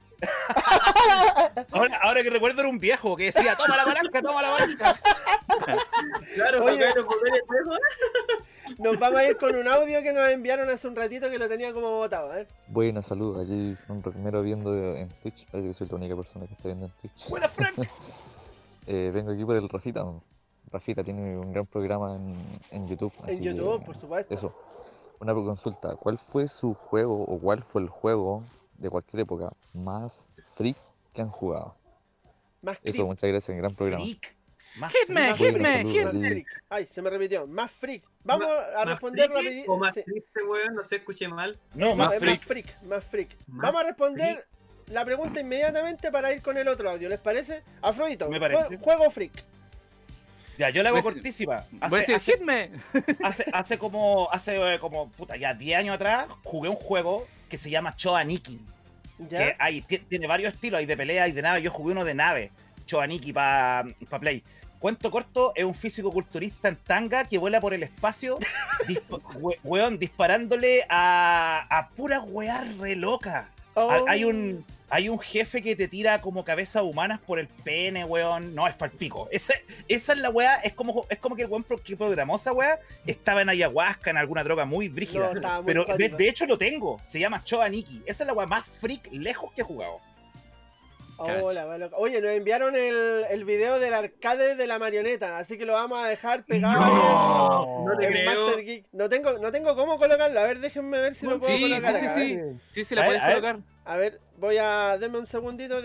Ahora que recuerdo era un viejo que decía, toma la palanca, toma la palanca. Claro, Oye. tocar los botones de Nos vamos a ir con un audio que nos enviaron hace un ratito que lo tenía como votado. A ver. Buenas, saludos. Aquí un primero viendo en Twitch. Parece que soy la única persona que está viendo en Twitch. Buena, Frank. Vengo aquí por el Rafita. Rafita tiene un gran programa en YouTube. En así que, YouTube, por supuesto. Eso. Una consulta. ¿Cuál fue su juego o cuál fue el juego de cualquier época más freak que han jugado? Más Eso, creep. muchas gracias. Gran programa. Freak. Más Hitman, freak. Bueno, Hitman, saludos, Más aquí. freak. Ay, se me repitió. Más freak. Vamos a ¿Más responder friki rapidito. o más Sí. triste, weón? No sé, escuché mal. No, No, más es freak. más freak. Más Vamos a responder la pregunta inmediatamente para ir con el otro audio, ¿les parece? Afrodito, Me parece. Juego freak. Ya, yo la hago Voy a cortísima. Voy a decir Hitman. Hace como, puta, ya 10 años atrás, jugué un juego que se llama Choaniki. ¿Ya? Que tiene varios estilos, hay de pelea, hay de nave. Yo jugué uno de nave, Choaniki para Play. Cuento corto, es un físico-culturista en tanga que vuela por el espacio, weón, disparándole a puras weas re locas. Oh. Hay un jefe que te tira como cabezas humanas por el pene, weón. No, es para el pico. Esa es la weá, es como que el weón que programó esa weá estaba en ayahuasca, en alguna droga muy brígida. No, estaba muy Pero cuático. de hecho lo tengo. Se llama Choaniki. Esa es la weá más freak lejos que he jugado. Hola, va loca. Oye, nos enviaron el video del arcade de la marioneta, así que lo vamos a dejar pegado No ahí te en creo. Master Geek. No tengo cómo colocarlo. A ver, déjenme ver si lo puedo Sí, colocar acá. sí. Sí, sí, la A ver, puedes a ver. colocar. A ver, denme un segundito.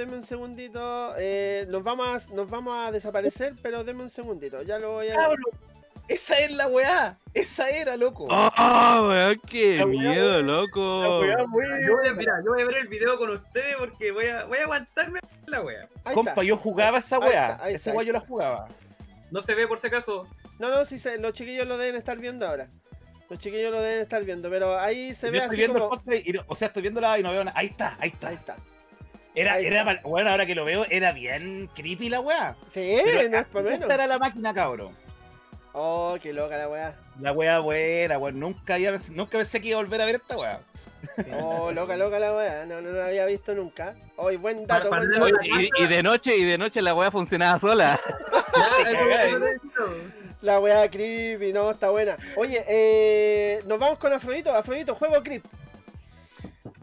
Nos vamos a desaparecer, pero denme un segundito. Ya lo voy a... Cabrón, esa es la weá. Esa era, loco. ¡Oh, weón! ¡Qué La weá, miedo, La loco! weá, muy- Yo voy a ver el video con ustedes porque voy a aguantarme la wea. Ahí Compa, está. yo jugaba esa Ahí weá. está, ahí Esa está. weá yo la jugaba. No se ve por si acaso. No, sí, los chiquillos lo deben estar viendo ahora. Los chiquillos lo deben estar viendo, pero ahí se Yo ve estoy así viendo como... el podcast estoy viéndola y no veo nada. Ahí está. Ahí está. Bueno, ahora que lo veo, era bien creepy la weá. Sí, Pero, no es para menos. esta era la máquina, cabrón. Oh, qué loca la weá. La weá buena, weón. Nunca pensé que iba a volver a ver esta weá. Oh, loca la weá. No la había visto nunca. Hoy, buen dato, Para- buen para- dato. Oye, y de noche la weá funcionaba sola. Ya, cagáis. La weá creepy, no, está buena. Oye, nos vamos con Afrodito. Afrodito, juego creep.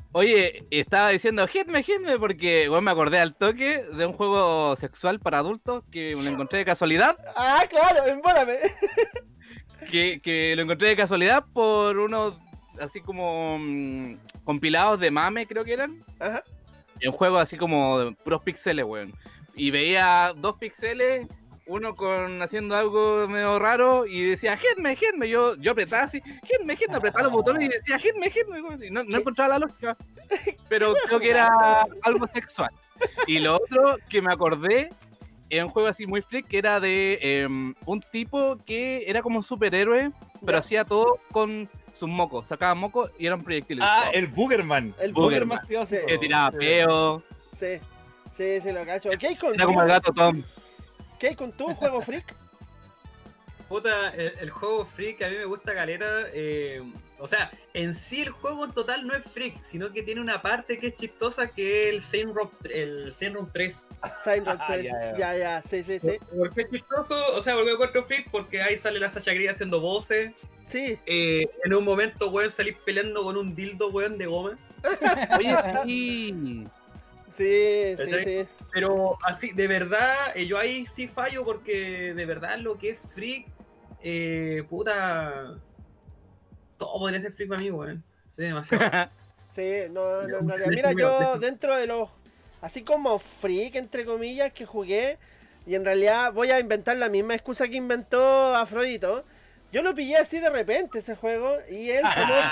Oye, estaba diciendo hitme, porque bueno, me acordé al toque de un juego sexual para adultos que lo encontré de casualidad. Ah, claro, embólame. Que lo encontré de casualidad por unos así como compilados de mame, creo que eran. Ajá. Un juego así como de puros píxeles, weón. Y veía 2 píxeles, uno haciendo algo medio raro y decía, hitme. Yo apretaba así, hitme, apretaba los botones y decía, hitme. Y no encontraba la lógica. Pero creo que era algo sexual. Y lo otro que me acordé era un juego así muy freak que era de un tipo que era como un superhéroe, pero hacía todo con sus mocos. Sacaba mocos y eran proyectiles. Ah, el Boogerman. El Boogerman. Que tiraba peo. Sí, lo cacho. ¿Qué hay con Era como el gato Tom. ¿Qué hay con tu juego freak? Puta, el juego freak a mí me gusta caleta. O sea, en sí el juego en total no es freak, sino que tiene una parte que es chistosa, que es el Saints Row 3. Saints Row 3, ya, sí. ¿Por qué es chistoso? O sea, volvió a encuentro freak porque ahí sale la Sasha Grey haciendo voces. Sí. En un momento, weón, salís peleando con un dildo, weón, de goma. Oye, sí. Sí. Pero así, de verdad, yo ahí sí fallo porque de verdad lo que es freak, puta... Todo podría ser freak para mí, weón. Sí, demasiado. Sí, no, en realidad. Mira, yo dentro de los... Así como freak, entre comillas, que jugué, y en realidad voy a inventar la misma excusa que inventó Afrodito. Yo lo pillé así de repente ese juego, y el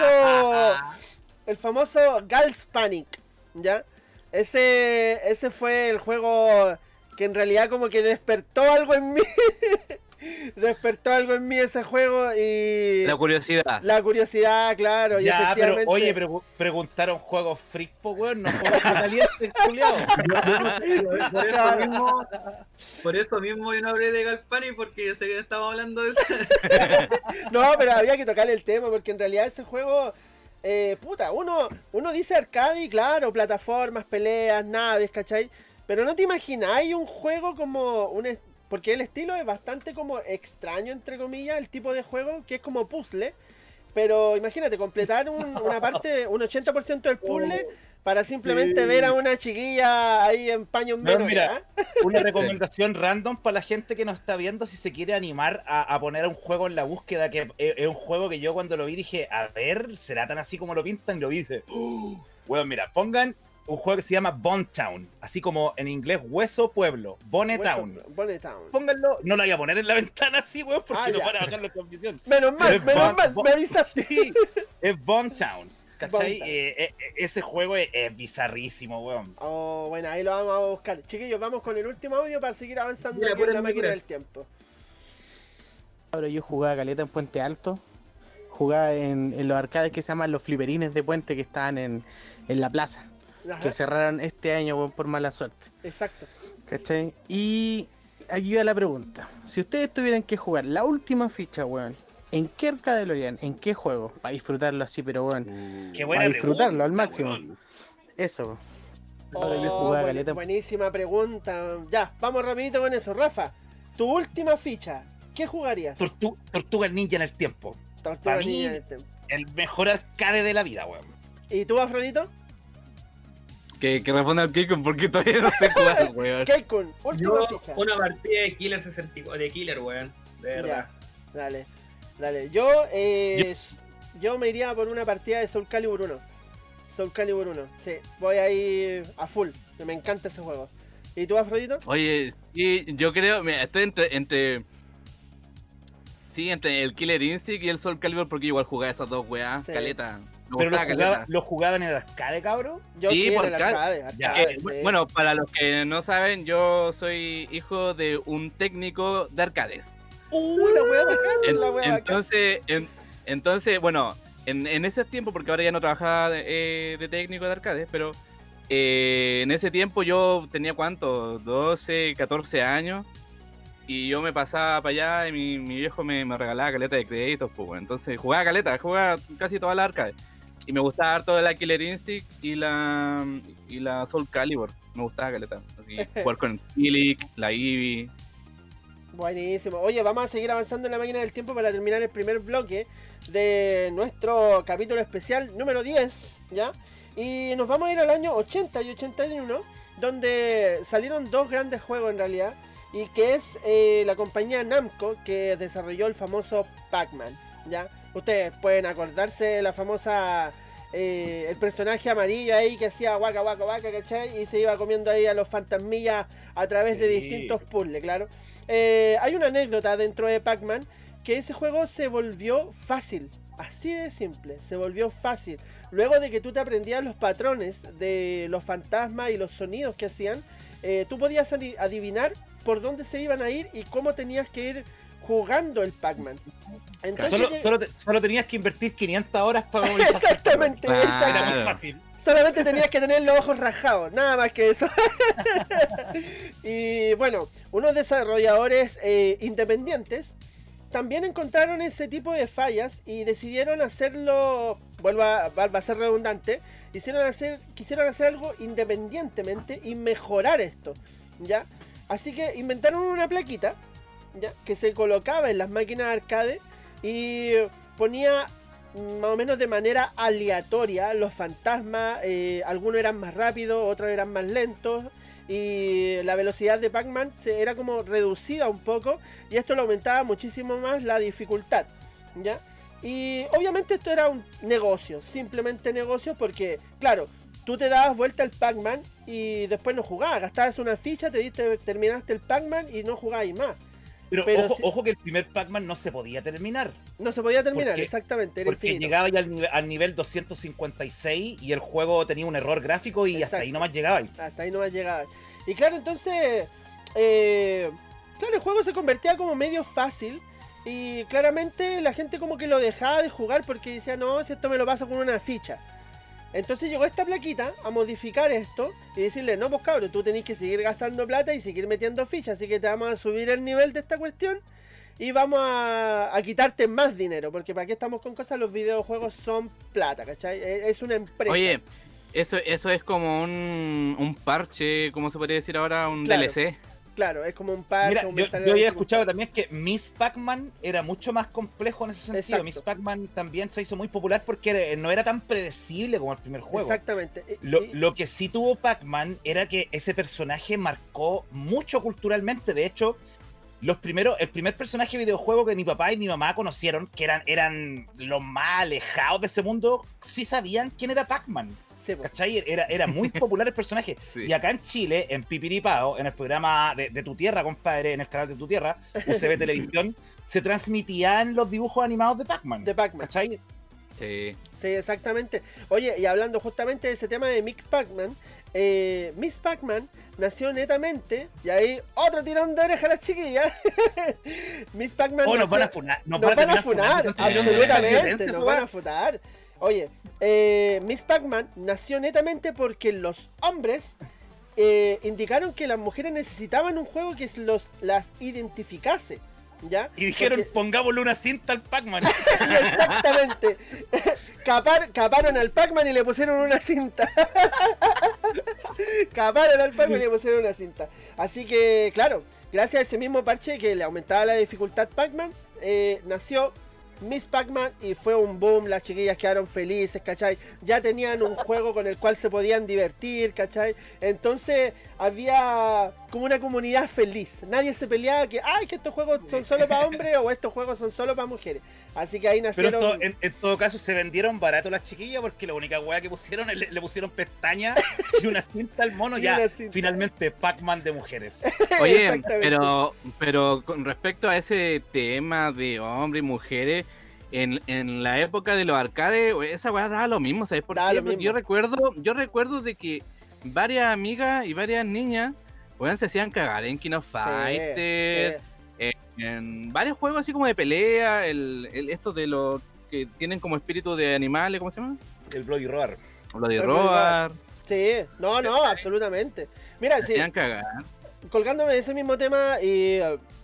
famoso Girls Panic, ¿ya? Ese fue el juego que en realidad como que despertó algo en mí. Despertó algo en mí ese juego y... La curiosidad, claro. Ya, y efectivamente... pero oye, preguntaron juegos freak, po, weón, no juegos calientes, culiao. Por eso mismo yo no hablé de Galpani, porque yo sé que estamos hablando de eso. No, pero había que tocar el tema, porque en realidad ese juego... uno dice arcade y claro, plataformas, peleas, naves, ¿cachai? Pero no te imagináis un juego como porque el estilo es bastante como extraño, entre comillas, el tipo de juego, que es como puzzle. Pero imagínate, completar una parte, un 80% del puzzle, para simplemente ver a una chiquilla ahí en paños menos. Mira, una recomendación random para la gente que nos está viendo, si se quiere animar a poner un juego en la búsqueda, que es un juego que yo cuando lo vi dije, a ver, ¿será tan así como lo pintan? Y lo vi y dije, bueno, mira, pongan un juego que se llama Bone Town, así como en inglés Hueso Pueblo, Bone Town. Pónganlo, no lo voy a poner en la ventana así, weón, porque no van a bajar la transmisión. Menos mal, me avisaste. Sí, es Bone Town, ¿cachai? Ese juego es bizarrísimo, weón. Oh, bueno, ahí lo vamos a buscar. Chiquillos, vamos con el último audio para seguir avanzando aquí en la máquina del tiempo. Ahora yo jugaba caleta en Puente Alto. Jugaba en los arcades que se llaman los fliperines de Puente, que estaban en la plaza. Ajá. Que cerraron este año, weón, por mala suerte. Exacto. ¿Cachai? Y aquí va la pregunta. Si ustedes tuvieran que jugar la última ficha, weón, ¿en qué arcade lo harían? ¿En qué juego? Para disfrutarlo así, pero weón. Para disfrutarlo al máximo. Weón. Eso. Ahora yo jugaba caleta. Buenísima pregunta. Ya, vamos rapidito con eso. Rafa, tu última ficha, ¿qué jugarías? Tortuga Ninja en el tiempo. Tortuga Ninja en el tiempo. El mejor arcade de la vida, weón. ¿Y tú, Afrodito? Que responda al Keikun porque todavía no sé jugar, weón. Keikun, última ficha. Una partida de Killer 64, de Killer, weón. De verdad. Ya, dale. Yo me iría por una partida de Soul Calibur 1. Soul Calibur 1, sí. Voy ahí a full. Me encanta ese juego. ¿Y tú, Afrodito? Oye, sí, yo creo, mira, estoy entre el Killer Instinct y el Soul Calibur, porque igual jugaba esas dos weas, sí. Caleta. ¿Pero lo jugaban en el arcade, cabrón? Yo sí, en el arcade. Sí. Bueno, para los que no saben, yo soy hijo de un técnico de arcades. La wea bacán, Entonces, bueno, en ese tiempo, porque ahora ya no trabajaba de técnico de arcades, pero en ese tiempo yo tenía, ¿cuánto? 12, 14 años. Y yo me pasaba para allá y mi viejo me regalaba caleta de créditos, pues bueno. Entonces jugaba casi todas las arcades. Y me gustaba harto la Killer Instinct y la Soul Calibur. Me gustaba caleta. Así, jugar con el Kilik, la Eevee. Buenísimo. Oye, vamos a seguir avanzando en la máquina del tiempo para terminar el primer bloque de nuestro capítulo especial número 10, ¿ya? Y nos vamos a ir al año 80 y 81, donde salieron dos grandes juegos en realidad, y que es la compañía Namco, que desarrolló el famoso Pac-Man, ¿ya? Ustedes pueden acordarse de la famosa... el personaje amarillo ahí que hacía guaca, guaca, guaca, ¿cachai? Y se iba comiendo ahí a los fantasmillas a través de distintos puzzles, claro. Hay una anécdota dentro de Pac-Man, que ese juego se volvió fácil. Así de simple, se volvió fácil. Luego de que tú te aprendías los patrones de los fantasmas y los sonidos que hacían, tú podías adivinar por dónde se iban a ir y cómo tenías que ir jugando el Pac-Man. Solo tenías que invertir 500 horas para movilizar. Exactamente, Era muy fácil. Solamente tenías que tener los ojos rajados, nada más que eso. Y bueno, unos desarrolladores independientes también encontraron ese tipo de fallas y decidieron hacerlo, va a ser redundante, quisieron hacer algo independientemente y mejorar esto, ¿ya? Así que inventaron una plaquita, ¿ya?, que se colocaba en las máquinas arcade y ponía más o menos de manera aleatoria los fantasmas. Algunos eran más rápidos, otros eran más lentos, y la velocidad de Pac-Man era como reducida un poco, y esto le aumentaba muchísimo más la dificultad, ¿ya? Y obviamente esto era un negocio, simplemente negocio, porque claro, tú te dabas vuelta al Pac-Man y después no jugabas, gastabas una ficha, terminaste el Pac-Man y no jugabas más. Pero ojo que el primer Pac-Man no se podía terminar. No se podía terminar, exactamente, era porque infinito. llegaba ya al nivel 256 y el juego tenía un error gráfico y hasta ahí nomás llegaba. Hasta ahí nomás llegaba. Y claro, entonces, claro, el juego se convertía como medio fácil, y claramente la gente como que lo dejaba de jugar porque decía, no, si esto me lo paso con una ficha. Entonces llegó esta plaquita a modificar esto y decirle, no, pues cabrón, tú tenés que seguir gastando plata y seguir metiendo fichas, así que te vamos a subir el nivel de esta cuestión y vamos a quitarte más dinero, porque para qué estamos con cosas, los videojuegos son plata, ¿cachai? Es una empresa. Oye, eso es como un parche, ¿cómo se podría decir ahora? Un Claro. DLC. Claro, es como un parche. Mira, yo había escuchado también que Miss Pac-Man era mucho más complejo en ese sentido. Exacto. Miss Pac-Man también se hizo muy popular porque no era tan predecible como el primer juego. Exactamente. Lo que sí tuvo Pac-Man era que ese personaje marcó mucho culturalmente. De hecho, el primer personaje de videojuego que mi papá y mi mamá conocieron, que eran los más alejados de ese mundo, sí sabían quién era Pac-Man. Sí, pues. ¿Cachai? Era muy popular el personaje. Sí. Y acá en Chile, en Pipiripao, en el programa de Tu Tierra, compadre, en el canal de Tu Tierra, UCB Televisión, se transmitían los dibujos animados de Pac-Man. De Pac-Man. ¿Cachai? Sí. Sí, exactamente. Oye, y hablando justamente de ese tema de Miss Pac-Man, Miss Pac-Man nació netamente, y ahí otro tirón de oreja a las chiquillas. Miss Pac-Man Oh, nació... nos van a funar. Nos van a funar, absolutamente, nos van a funar. funar. Oye, Miss Pac-Man nació netamente porque los hombres indicaron que las mujeres necesitaban un juego que las identificase, ¿ya? Y dijeron, Porque- pongámosle una cinta al Pac-Man. Exactamente. Caparon al Pac-Man y le pusieron una cinta. Caparon al Pac-Man y le pusieron una cinta. Así que, claro, gracias a ese mismo parche que le aumentaba la dificultad Pac-Man, nació Miss Pac-Man y fue un boom. Las chiquillas quedaron felices, ¿cachai? Ya tenían un juego con el cual se podían divertir, ¿cachai? Entonces había como una comunidad feliz. Nadie se peleaba que estos juegos son solo para hombres o estos juegos son solo para mujeres. Así que ahí Pero nacieron... en todo caso se vendieron barato las chiquillas porque la única weá que pusieron le pusieron pestañas y una cinta al mono. Y Ya, una cinta. finalmente Pac-Man de mujeres. Oye, Exactamente. pero con respecto a ese tema de hombres y mujeres, en la época de los arcades, esa weá daba lo mismo, ¿sabes por Daba qué? lo Porque mismo. yo recuerdo de que varias amigas y varias niñas, weón, se hacían cagar en King of Fighters, en varios juegos así como de pelea, esto de los que tienen como espíritu de animales, ¿cómo se llama? El Bloody Roar. Lo de El robar, Sí, no, absolutamente. Mira, se sí, hacían cagar. colgándome de ese mismo tema y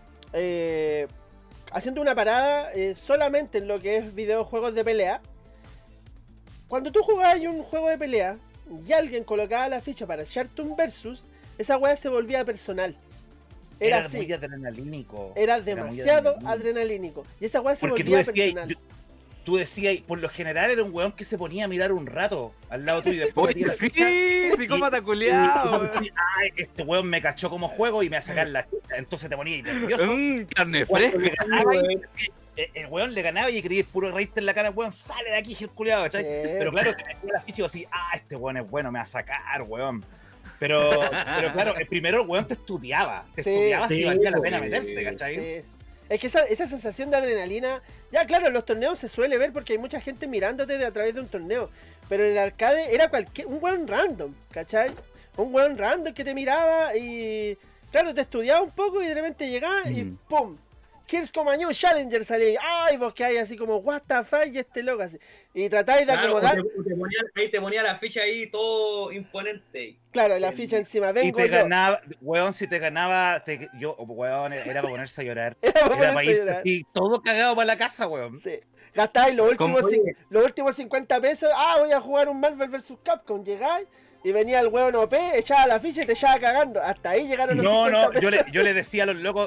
haciendo una parada solamente en lo que es videojuegos de pelea. Cuando tú jugabas un juego de pelea y alguien colocaba la ficha para echarte un versus, esa weá se volvía personal. Era así. muy adrenalínico. Era muy demasiado adrenalínico. adrenalínico. Y esa weá se Porque tú volvía decías, personal. tú decías, por lo general era un weón que se ponía a mirar un rato al lado tuyo y después Oye, metía la ficha. sí, psicópata culiao. Ay, este weón me cachó como juego y me va a sacar la chucha. Entonces te ponías nervioso. Carne Cuando le fresca. ganaba y- el weón le ganaba y querías puro reírte en la cara, weón, sale de aquí, gil culiao, ¿cachai? Sí. Pero claro, que metía la ficha y vos así, este weón es bueno, me va a sacar, weón. Pero claro, primero el weón te estudiaba Sí. si valía la pena Sí. meterse, ¿cachai? Sí. Es que esa sensación de adrenalina, ya claro, en los torneos se suele ver porque hay mucha gente mirándote a través de un torneo, pero en el arcade era un weón random, ¿cachai? Un weón random que te miraba y claro, te estudiaba un poco y de repente llegaba y ¡pum! Here's como a new challenger salí, ay, vos que hay así como what the fuck y este loco así. Y tratáis de Claro, acomodar, ahí te ponía la ficha ahí todo imponente. claro, la ficha encima, Y vengo te yo. ganaba, weón, si te ganaba, weón, era para ponerse a llorar. Era para Era para ponerse a irse llorar. así, todo cagado para la casa, weón. Sí. Gastáis los últimos, Como, oye. los últimos 50 pesos. Voy a jugar un Marvel vs Capcom. Llegáis y venía el hueón OP, echaba la ficha y te echaba cagando. Hasta ahí llegaron los No, 50 yo pesos. le decía a los locos,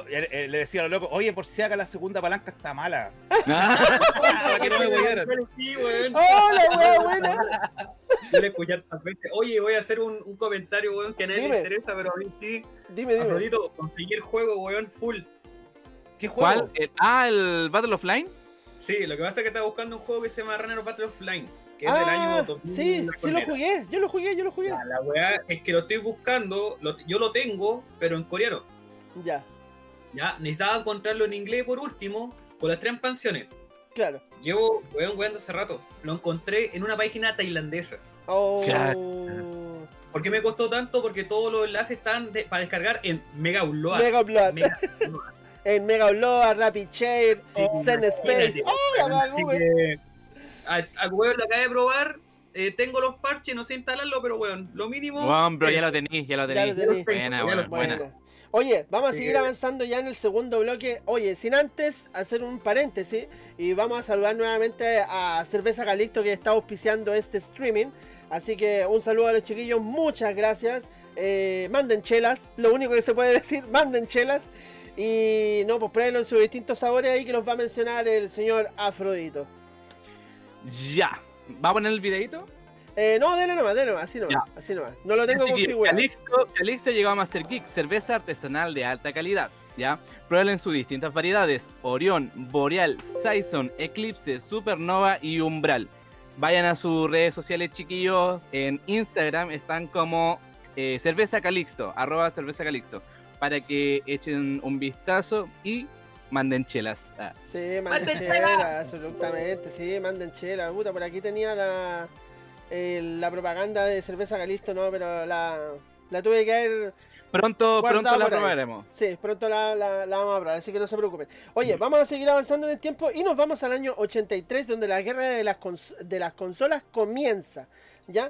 oye, por si acá la segunda palanca está mala. Ah, Para que no me huearan. Sí, weón. ¡Oh, la hueá buena! Yo le escuché tantas veces. Oye, voy a hacer un comentario, weón, que a nadie Dime. le interesa, pero a mí sí. Dime. Afrodito, conseguí el juego, weón, full. ¿Qué juego? ¿Cuál? ¿El Battle of Line? Sí, lo que pasa es que estaba buscando un juego que se llama Runner Battle of Line, que es del año 2000. Sí, sí lo jugué. Yo lo jugué. La weá es que lo estoy buscando, yo lo tengo, pero en coreano. Ya, Ya, necesitaba encontrarlo en inglés por último, con las 3 expansiones. claro. Llevo, weón, jugando hace rato. Lo encontré en una página tailandesa. Oh. Ya. ¿Por qué me costó tanto? Porque todos los enlaces están para descargar en Mega Upload. Mega Upload. Mega Upload. En Mega Upload, Rapid Share, Zen Space. ¡Oh, la Así Google! que, al weón lo acabé de probar. Tengo los parches, no sé instalarlo, pero weón, lo mínimo. Bueno, pero ya lo tenéis. Ya lo tenéis. Buena, buena. Bueno. Oye, vamos a Sí. seguir avanzando ya en el segundo bloque. Oye, sin antes hacer un paréntesis y vamos a saludar nuevamente a Cerveza Calixto que está auspiciando este streaming. Así que un saludo a los chiquillos, muchas gracias. Manden chelas, lo único que se puede decir, manden chelas. Y no, pues pruébenlo en sus distintos sabores ahí que los va a mencionar el señor Afrodito. Ya. ¿Va a poner el videito? No, dele nomás, así nomás, Ya. así nomás. No lo tengo Así que configurado. Calixto llegó a Master Geek, cerveza artesanal de alta calidad. ¿Ya? Pruébala en sus distintas variedades: Orión, Boreal, Saison, Eclipse, Supernova y Umbral. Vayan a sus redes sociales, chiquillos. En Instagram están como Cerveza Calixto, @Cerveza Calixto, para que echen un vistazo y manden chelas. Sí, manden chela, absolutamente, sí, manden chela. Puta, por aquí tenía la propaganda de Cerveza Calixto, no, pero la tuve que haber... Pronto guardado la por ahí. probaremos. Sí, pronto la vamos a probar, así que no se preocupen. Oye, vamos a seguir avanzando en el tiempo y nos vamos al año 83, donde la guerra de las consolas comienza, ¿ya?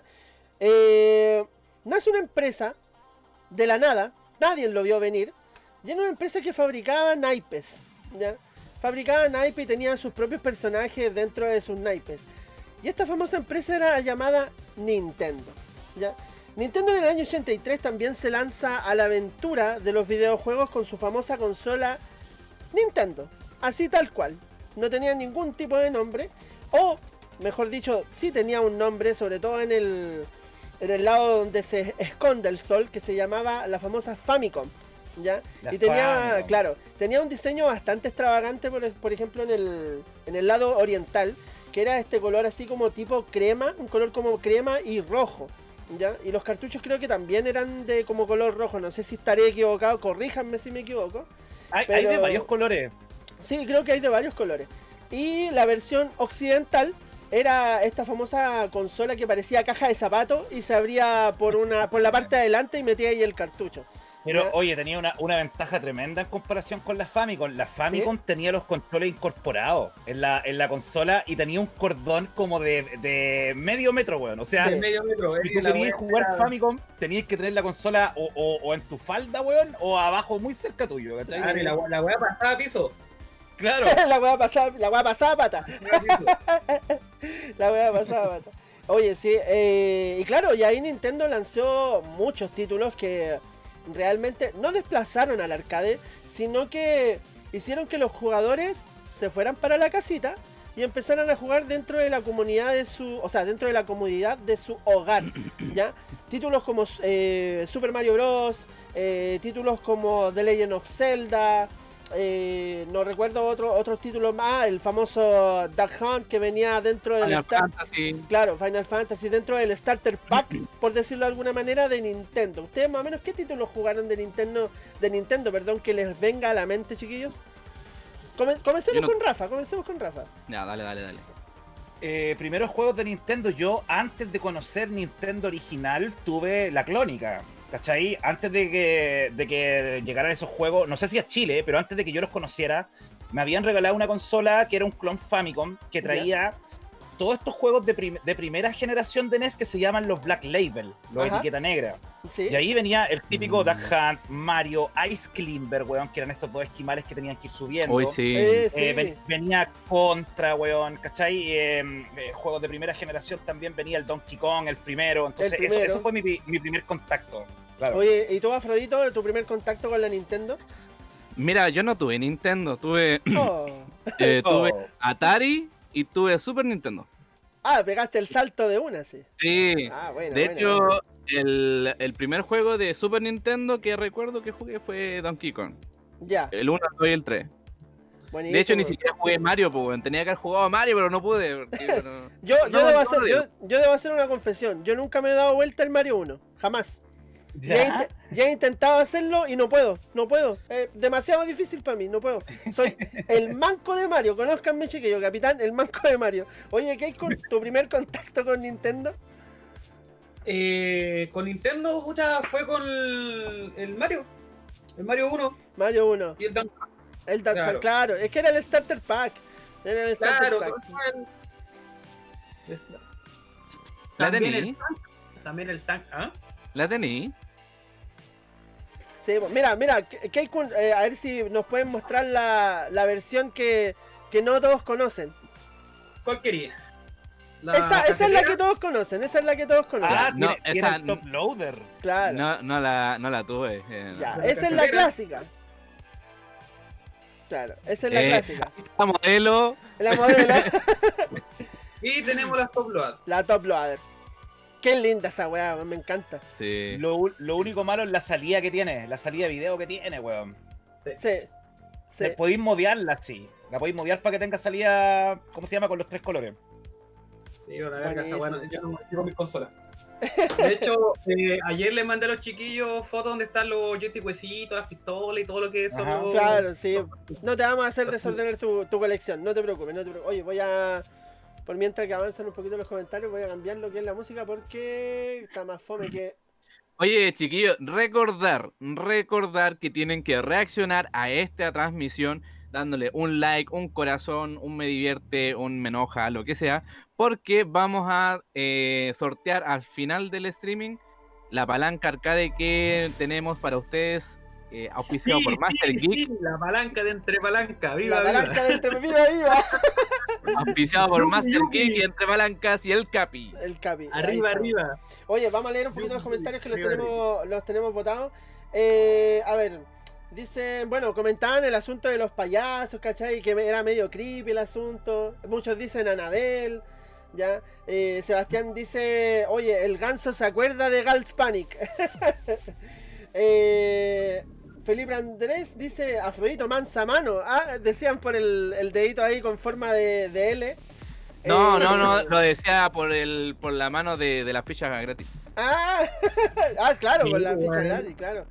Nace una empresa de la nada, nadie lo vio venir, y era una empresa que fabricaba naipes, ¿ya? Fabricaba naipes y tenía sus propios personajes dentro de sus naipes. Y esta famosa empresa era llamada Nintendo, ¿ya? Nintendo en el año 83 también se lanza a la aventura de los videojuegos con su famosa consola Nintendo, así tal cual. No tenía ningún tipo de nombre, o mejor dicho, sí tenía un nombre, sobre todo en el lado donde se esconde el sol, que se llamaba la famosa Famicom, ¿ya? Y tenía, Famicom. claro, tenía un diseño bastante extravagante, por ejemplo, en el lado oriental, que era este color así como tipo crema, un color como crema y rojo, ¿ya? Y los cartuchos creo que también eran de como color rojo, no sé si estaré equivocado, corríjanme si me equivoco. Hay Pero- de varios colores. Sí, creo que hay de varios colores. Y la versión occidental era esta famosa consola que parecía caja de zapatos y se abría por la parte de adelante y metía ahí el cartucho. Pero ¿Ya? oye, tenía una ventaja tremenda en comparación con la Famicom. La Famicom tenía los controles incorporados en la consola y tenía un cordón como de medio metro, weón. O sea, Sí. Medio metro, si tú la querías wea jugar era- Famicom, tenías que tener la consola o en tu falda, weón, o abajo muy cerca tuyo, ¿cachai? Claro, y la wea pasaba a piso. Claro. la weá pasaba pata. Pasaba a piso. La weá pasaba pata. Oye, sí, y claro, y ahí Nintendo lanzó muchos títulos que realmente no desplazaron al arcade, sino que hicieron que los jugadores se fueran para la casita y empezaran a jugar dentro de la comunidad de su, o sea, dentro de la comodidad de su hogar, ¿ya? Títulos como Super Mario Bros, títulos como The Legend of Zelda, no recuerdo otros títulos más, el famoso Duck Hunt que venía dentro del Final Fantasy dentro del Starter Pack, por decirlo de alguna manera, de Nintendo. ¿Ustedes más o menos qué títulos jugaron de Nintendo, que les venga a la mente, chiquillos? Comencemos con Rafa. Ya, dale. Primeros juegos de Nintendo, yo antes de conocer Nintendo original tuve la clónica, ¿cachai? Antes de que llegaran esos juegos, no sé si a Chile, pero antes de que yo los conociera, me habían regalado una consola que era un clon Famicom, que traía todos estos juegos de primera generación de NES que se llaman los Black Label, los etiqueta negra. ¿Sí? Y ahí venía el típico Duck Hunt, Mario, Ice Climber, weón, que eran estos dos esquimales que tenían que ir subiendo. Venía Contra, weón, ¿cachai? Juegos de primera generación también venía el Donkey Kong, el primero. Entonces, eso fue mi primer contacto. Claro. Oye, ¿y tú, Afrodito, tu primer contacto con la Nintendo? Mira, yo no tuve Nintendo, tuve Atari y tuve Super Nintendo. Ah, pegaste el salto de una, sí. Sí. De hecho, el primer juego de Super Nintendo que recuerdo que jugué fue Donkey Kong. Ya. El 1, el 2 y el 3. Buenísimo. De hecho, ni siquiera jugué Mario, pues, tenía que haber jugado Mario, pero no pude. Yo debo hacer una confesión. Yo nunca me he dado vuelta el Mario 1. Jamás. Ya he intentado hacerlo y no puedo. Demasiado difícil para mí, no puedo. Soy el manco de Mario. Conózcanme, chiquillo, capitán, el manco de Mario. Oye, ¿qué hay con tu primer contacto con Nintendo? Con Nintendo, puta, fue con el Mario. El Mario 1. Mario 1. Y el Duck Hunt. El Duck Hunt, claro. Es que era el Starter Pack. También el tank. ¿Ah? ¿La tení? Sí, mira, Keikun, a ver si nos pueden mostrar la versión que no todos conocen. ¿Cuál quería? Esa es la que todos conocen, Ah, no, esa el Top Loader. Claro. No la tuve. Ya, esa es la clásica. Claro, esa es la clásica. La modelo. Y tenemos la Top Loader. La Top Loader. Qué linda esa weá, me encanta. Sí. Lo único malo es la salida que tiene, la salida de video que tiene, weón. Sí. Podéis modearla, sí. La podéis modear para que tenga salida, ¿cómo se llama? Con los 3 colores. Sí, una verga esa weá, yo no tengo mis consolas. De hecho, ayer le mandé a los chiquillos fotos donde están los joystick-huesitos, las pistolas y todo lo que es. Claro, sí. No te vamos a hacer desordenar tu colección, no te preocupes. Oye, voy a... Por mientras que avanzan un poquito los comentarios, voy a cambiar lo que es la música porque está más fome que... Oye, chiquillos, recordar que tienen que reaccionar a esta transmisión dándole un like, un corazón, un me divierte, un me enoja, lo que sea, porque vamos a sortear al final del streaming la palanca arcade que tenemos para ustedes, auspiciado por Master Geek. Sí, la palanca de entre palanca, viva. La palanca de entre viva. Auspiciado por Master Geek y entre palancas y el Capi. Arriba. Oye, vamos a leer un poquito los comentarios que los tenemos votados. A ver, dicen, bueno, comentaban el asunto de los payasos, ¿cachai? Que era medio creepy el asunto. Muchos dicen Anabel, ¿ya? Sebastián dice, oye, el ganso se acuerda de Gals Panic. Felipe Andrés dice Afrodito mansa mano. Ah, decían por el dedito ahí con forma de L. No, lo decía por la mano de la ficha gratis. Claro, por la ficha gratis, claro.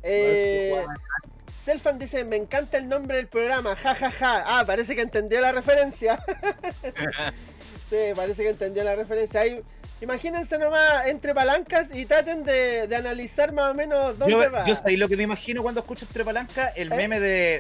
Selfan dice, me encanta el nombre del programa, jajaja. Parece que entendió la referencia. Sí, parece que entendió la referencia. Ahí, imagínense nomás entre palancas y traten de analizar más o menos dónde va. Yo sabéis lo que me imagino cuando escucho entre palancas, el meme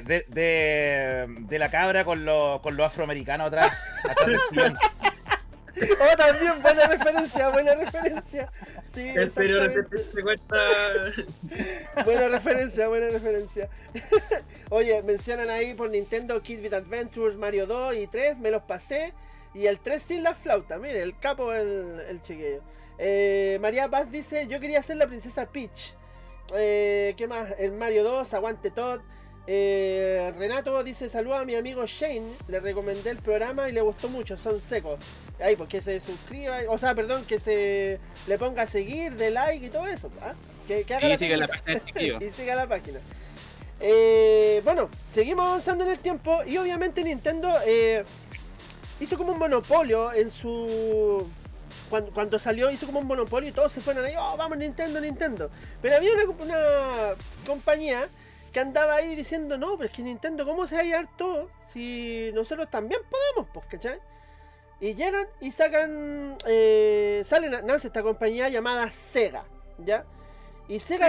de la cabra con los afroamericanos atrás del sillón. También buena referencia. Sí, exactamente. Buena referencia. Oye, mencionan ahí por Nintendo Kid Beat Adventures, Mario 2 y 3, me los pasé. Y el 3 sin la flauta, mire, el capo el chiquillo. María Paz dice, yo quería ser la princesa Peach. ¿Qué más? El Mario 2, Aguante Todd. Renato dice, saluda a mi amigo Shane, le recomendé el programa y le gustó mucho, son secos. Ahí, pues que se suscriba, o sea, perdón, que se le ponga a seguir, de like y todo eso, ¿ah? Que haga Y la siga la peguita. página de Chiquillo. Y siga la página. Bueno, seguimos avanzando en el tiempo y obviamente Nintendo hizo como un monopolio en su... Cuando salió hizo como un monopolio y todos se fueron ahí, oh, vamos Nintendo. Pero había una compañía que andaba ahí diciendo, no, pero es que Nintendo, ¿cómo se va a llevar todo? Si nosotros también podemos, pues, ¿cachai? Y llegan y sacan, nace esta compañía llamada Sega, ¿ya? Y Sega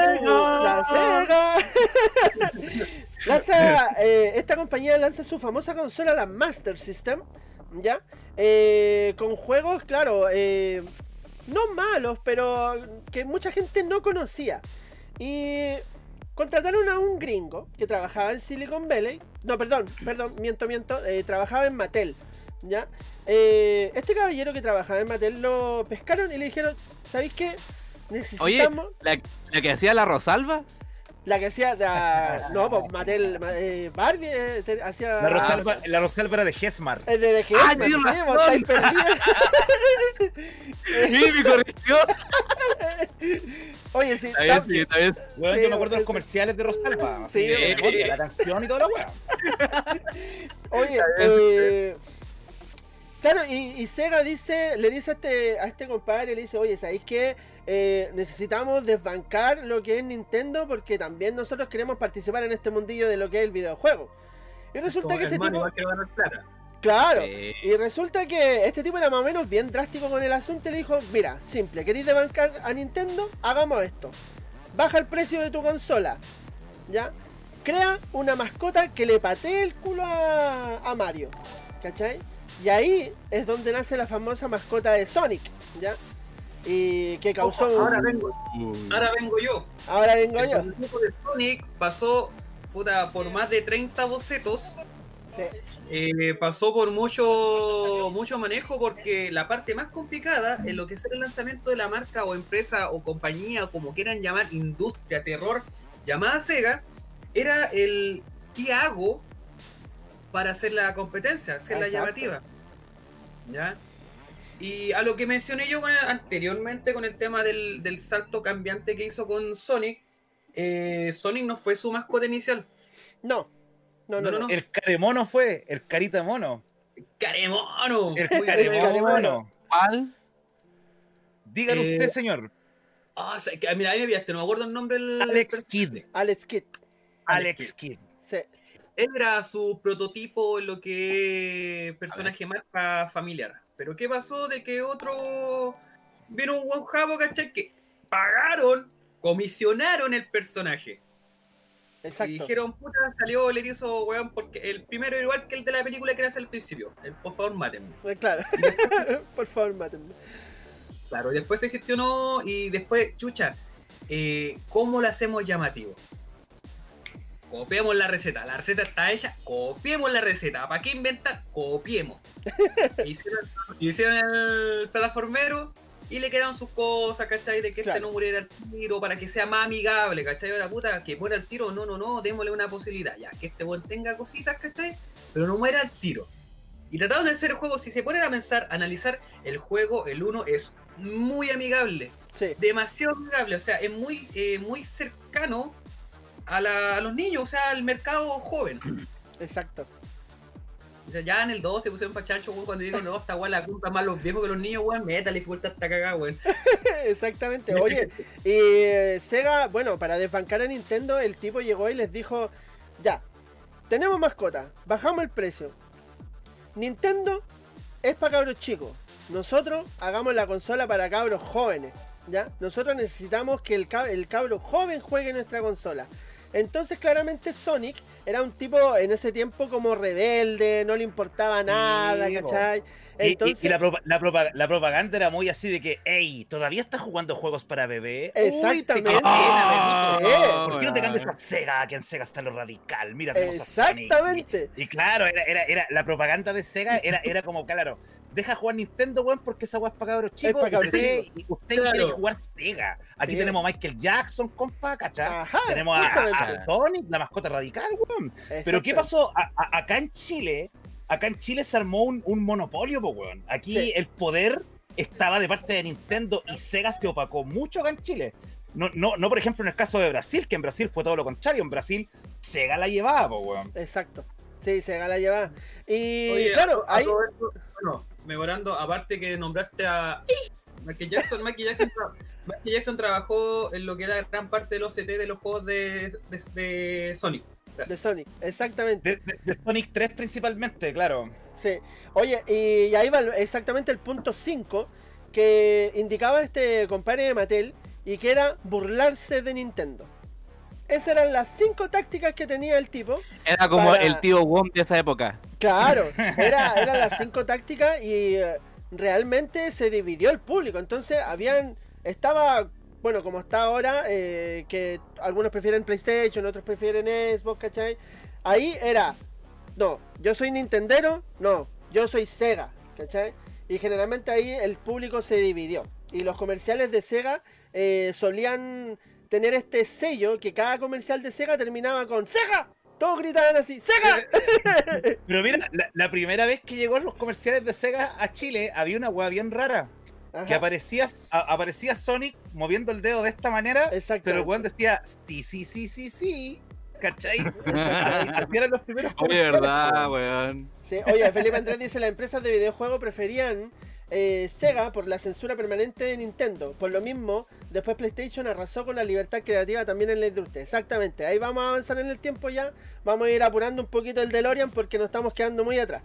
lanza esta compañía lanza su famosa consola, la Master System, ¿ya? Con juegos, claro, no malos, pero que mucha gente no conocía. Y contrataron a un gringo que trabajaba en Silicon Valley. No, perdón, miento. Trabajaba en Mattel, ¿ya? Este caballero que trabajaba en Mattel lo pescaron y le dijeron, ¿sabéis qué? Necesitamos... Oye, ¿la que hacía la Rosalba? La que hacía... no, pues Mattel... Barbie hacía... La Rosalba era de Hesmar. De Hesmar, sí, vos estáis perdidos. Sí, me corrigió. Oye, sí. Está bien. Bueno, Sí, yo me acuerdo de los sí. comerciales de Rosalba. Sí, de memoria, la canción y toda la wea. Oye, claro, y Sega le dice a este compadre, le dice, oye, ¿sabéis qué? Necesitamos desbancar lo que es Nintendo porque también nosotros queremos participar en este mundillo de lo que es el videojuego. Y resulta que este tipo... Claro, Sí. y resulta que este tipo era más o menos bien drástico con el asunto y le dijo, mira, simple, ¿queréis desbancar a Nintendo? Hagamos esto. Baja el precio de tu consola, ¿ya? Crea una mascota que le patee el culo a Mario, ¿cachai? Y ahí es donde nace la famosa mascota de Sonic, ¿ya? Y que causó... Ahora vengo yo. Ahora vengo El yo. prototipo de Sonic pasó por más de 30 bocetos. Sí. Pasó por mucho manejo porque la parte más complicada en lo que es el lanzamiento de la marca o empresa o compañía o como quieran llamar, industria, terror, llamada Sega, era el ¿qué hago para hacer la competencia, hacerla llamativa? ¿Ya? Y a lo que mencioné yo anteriormente con el tema del salto cambiante que hizo con Sonic, Sonic no fue su mascota inicial. No. El caremono fue, el carita mono. ¡Caremono! El Caremono. caremono. ¿Cuál? Dígalo usted, señor. Mira, ahí me pillaste, no me acuerdo el nombre del... Alex Kidd. Alex Kidd. Alex Kidd. Sí. Era su prototipo en lo que es personaje más familiar. Pero ¿qué pasó? De que vino un buen jabo, ¿cachai? Que comisionaron el personaje. Exacto. Y dijeron, puta, salió el erizo, weón, porque el primero igual que el de la película que era al principio. Por favor, mátenme. Claro. Por favor, mátenme. Claro, después se gestionó y después, chucha, ¿cómo lo hacemos llamativo? Copiamos la receta está hecha, copiemos la receta. ¿Para qué inventar? Copiemos. Hicieron el plataformero y le quedaron sus cosas, ¿cachai? De que Claro. no muriera al tiro, para que sea más amigable, ¿cachai? Ahora, puta, que muera al tiro, no, démosle una posibilidad. Ya, que este buen tenga cositas, ¿cachai? Pero no muera al tiro. Y trataron de hacer el juego, si se ponen a pensar, analizar el juego, el 1 es muy amigable. Sí. Demasiado amigable, o sea, es muy cercano a los niños, o sea, al mercado joven. Exacto. O sea, ya en el 2 se pusieron pa' chancho, weón, cuando digo, no, esta weón la culpa más los viejos que los niños, weón, métale vuelta hasta cagada, weón. Exactamente. Oye, y Sega, bueno, para desbancar a Nintendo, el tipo llegó y les dijo, ya, tenemos mascota, bajamos el precio. Nintendo es para cabros chicos. Nosotros hagamos la consola para cabros jóvenes, ¿ya? Nosotros necesitamos que el cabro joven juegue nuestra consola. Entonces, claramente, Sonic era un tipo en ese tiempo como rebelde, no le importaba nada, ¿cachai? Entonces, Y la propaganda era muy así de que, hey, ¿todavía estás jugando juegos para bebé? Exactamente. Uy, te conviene, Sí. Benito. ¿Por qué no te cambias a Sega? Que en Sega está lo radical. Mira, tenemos a Sonic. Exactamente. Y claro, era la propaganda de Sega era como, claro, deja jugar Nintendo, weón, porque esa weá es para cabros chicos. pa' cabros Usted Claro. quiere jugar Sega. Aquí Sí. tenemos a Michael Jackson, compa, ¿cachai? Ajá, Tenemos a justamente. Sonic, la mascota radical, weón. Pero ¿qué Exacto. pasó? Acá en Chile se armó un monopolio, po, weón. Aquí Sí. el poder estaba de parte de Nintendo y Sega se opacó mucho acá en Chile. No, por ejemplo, en el caso de Brasil, que en Brasil fue todo lo contrario. En Brasil, Sega la llevaba, po, weón. Exacto. Sí, Sega la lleva. Y Oye, claro, a ahí. todo esto, bueno, mejorando, aparte que nombraste a Michael Jackson, Michael Jackson trabajó en lo que era gran parte del OCT de los juegos de Sonic. De Gracias. Sonic, exactamente. De Sonic 3 principalmente, claro. Sí. Oye, y ahí va exactamente el punto 5 que indicaba este compadre de Mattel y que era burlarse de Nintendo. Esas eran las 5 tácticas que tenía el tipo. Era como Para- el tío Wom de esa época. Claro, eran las 5 tácticas y realmente se dividió el público. Entonces estaba, bueno, como está ahora, que algunos prefieren PlayStation, otros prefieren Xbox, ¿cachai? Ahí era, no, yo soy Nintendero, no, yo soy Sega, ¿cachai? Y generalmente ahí el público se dividió. Y los comerciales de Sega solían tener este sello que cada comercial de Sega terminaba con ¡Sega! Todos gritaban así, ¡Sega! Pero mira, la primera vez que llegó los comerciales de Sega a Chile, había una weá bien rara. Ajá, Que aparecía Sonic moviendo el dedo de esta manera, exactamente. pero el weón decía, sí, ¿cachai? Exactamente. Así eran los primeros Oye, comerciales. verdad, weón. weón. Sí, oye, Felipe Andrés dice, las empresas de videojuegos preferían Sega por la censura permanente de Nintendo. Por lo mismo, después PlayStation arrasó con la libertad creativa también en la industria. Exactamente, ahí vamos a avanzar en el tiempo ya. Vamos a ir apurando un poquito el DeLorean porque nos estamos quedando muy atrás.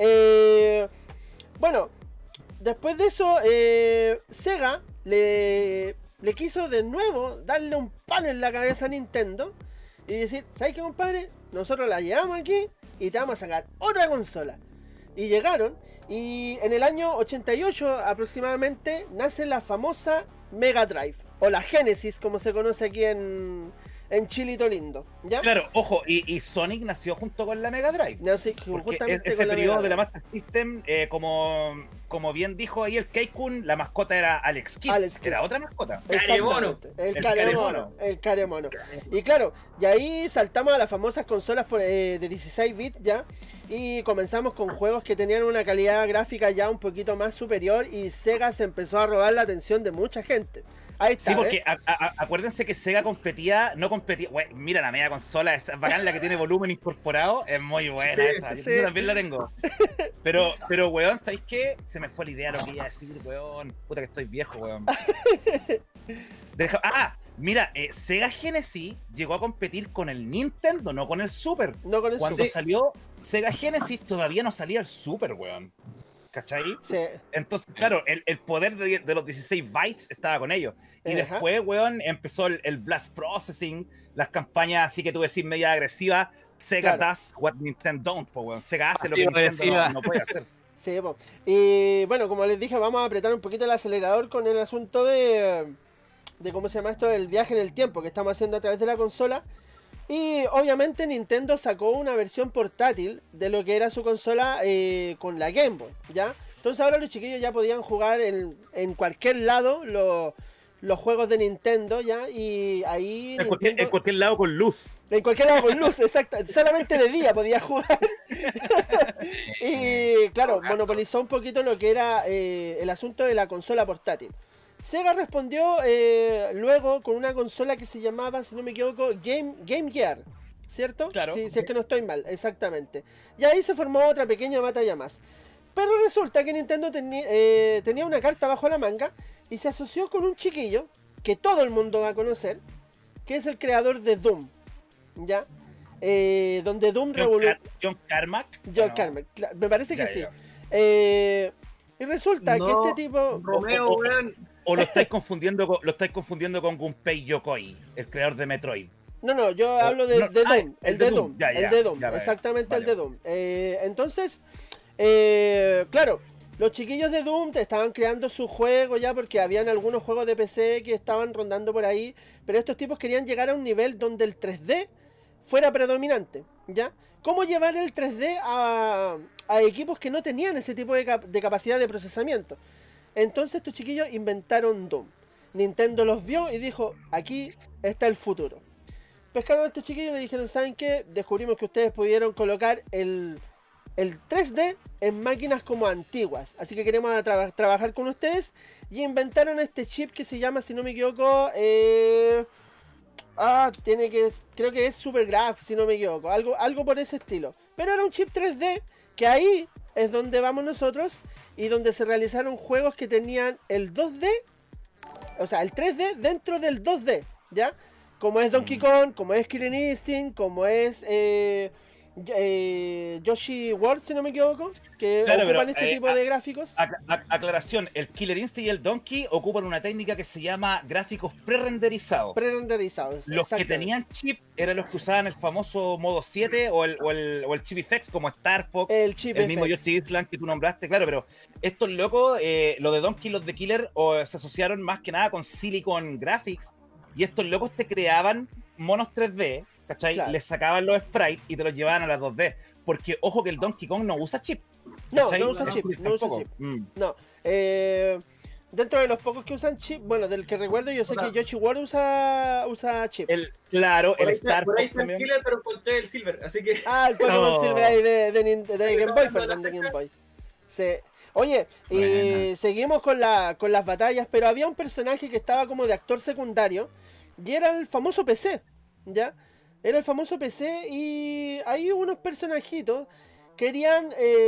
Bueno, después de eso, Sega le quiso de nuevo darle un palo en la cabeza a Nintendo y decir, ¿sabes qué, compadre? Nosotros la llevamos aquí y te vamos a sacar otra consola. Y llegaron, y en el año 88 aproximadamente nace la famosa Mega Drive, o la Genesis como se conoce aquí en Chilito Lindo, ¿ya? Claro, ojo, y Sonic nació junto con la Mega Drive. No, sí, Porque justamente ese con la periodo Mega de la Drive. Master System, como bien dijo ahí el Keikun, la mascota era Alex Kidd. Alex Kidd. Era otra mascota. Caremono. Exactamente, el El caremono, caremono. el caremono. Y claro, y ahí saltamos a las famosas consolas de 16 bits ya, y comenzamos con juegos que tenían una calidad gráfica ya un poquito más superior, y Sega se empezó a robar la atención de mucha gente. Ahí está, Sí, porque ¿eh? acuérdense que Sega no competía. Güey, mira la media consola, es bacán, la que tiene volumen incorporado, es muy buena Sí, esa. Yo sí. también la tengo. Pero, weón, ¿sabéis qué? Se me fue la idea lo que iba a decir, weón. Puta que estoy viejo, weón. Mira, Sega Genesis llegó a competir con el Nintendo, no con el Super. No con el Cuando Super. salió Sega Genesis todavía no salía el Super, weón. ¿Cachai? Sí, Entonces, claro, el poder de los 16 bytes estaba con ellos. Y Ajá. después, weón, empezó el blast processing, las campañas así que tú decís media agresivas. Sega Claro. does what Nintendo don't, po, weón. Sega hace lo que Pasivo Nintendo agresiva. no puede hacer. sí, po. Y bueno, como les dije, vamos a apretar un poquito el acelerador con el asunto de cómo se llama esto, el viaje en el tiempo que estamos haciendo a través de la consola. Y obviamente Nintendo sacó una versión portátil de lo que era su consola con la Game Boy, ¿ya? Entonces ahora los chiquillos ya podían jugar en cualquier lado los juegos de Nintendo, ¿ya? Y ahí En cualquier lado con luz. en cualquier lado con luz, exacto. Solamente de día podía jugar. Y claro, monopolizó un poquito lo que era el asunto de la consola portátil. Sega respondió luego con una consola que se llamaba, si no me equivoco, Game Gear, ¿cierto? Claro. Sí, si es que no estoy mal, exactamente. Y ahí se formó otra pequeña batalla más. Pero resulta que Nintendo tenía una carta bajo la manga y se asoció con un chiquillo que todo el mundo va a conocer, que es el creador de Doom, ¿ya? Donde Doom revolucionó... John Carmack. John ¿no? Carmack, me parece que Ya, sí. ya. Y resulta que No, este tipo... Romeo, weón. O lo estáis confundiendo con Gunpei Yokoi, el creador de Metroid. No, yo O- hablo de no, Doom, el de Doom, ya, el de Doom, ya, vale, exactamente el vale. de Doom. Entonces, claro, los chiquillos de Doom estaban creando su juego ya porque habían algunos juegos de PC que estaban rondando por ahí, pero estos tipos querían llegar a un nivel donde el 3D fuera predominante, ¿ya? cómo llevar el 3D a equipos que no tenían ese tipo de capacidad de procesamiento. Entonces estos chiquillos inventaron Doom. Nintendo los vio y dijo, aquí está el futuro. Pescaron a estos chiquillos y le dijeron, ¿saben qué? Descubrimos que ustedes pudieron colocar el 3D en máquinas como antiguas. Así que queremos trabajar con ustedes. Y inventaron este chip que se llama, si no me equivoco, creo que es Supergraph, si no me equivoco. Algo por ese estilo. Pero era un chip 3D que ahí es donde vamos nosotros y donde se realizaron juegos que tenían el 2D, o sea, el 3D dentro del 2D, ¿ya? Como es Donkey Kong, como es Killer Instinct, como es Yoshi World, si no me equivoco, que Claro, ocupan pero, este tipo de gráficos. Aclaración, el Killer Instinct y el Donkey ocupan una técnica que se llama gráficos pre-renderizados. Pre-renderizados. Los que tenían chip eran los que usaban el famoso modo 7 o el chip effects como Star Fox, el mismo Yoshi Island que tú nombraste, claro, pero estos locos, los de Donkey y los de Killer se asociaron más que nada con Silicon Graphics y estos locos te creaban monos 3D, ¿cachai? Claro. Les sacaban los sprites y te los llevaban a las 2D, porque ojo que el Donkey Kong no usa chip. No, ¿cachai? no usa chip, no usa chip. No. Dentro de los pocos que usan chip, bueno, del que recuerdo, yo sé que Yoshi World usa chip. Claro, el Star Por ahí Fox está el también. Killer, pero encontré el Silver, así que... El Pokémon Silver ahí de Game Boy, perdón, de Game Boy. Sí. Oye, y seguimos con las batallas, pero había un personaje que estaba como de actor secundario, y era el famoso PC, ¿ya? Era el famoso PC y ahí unos personajitos querían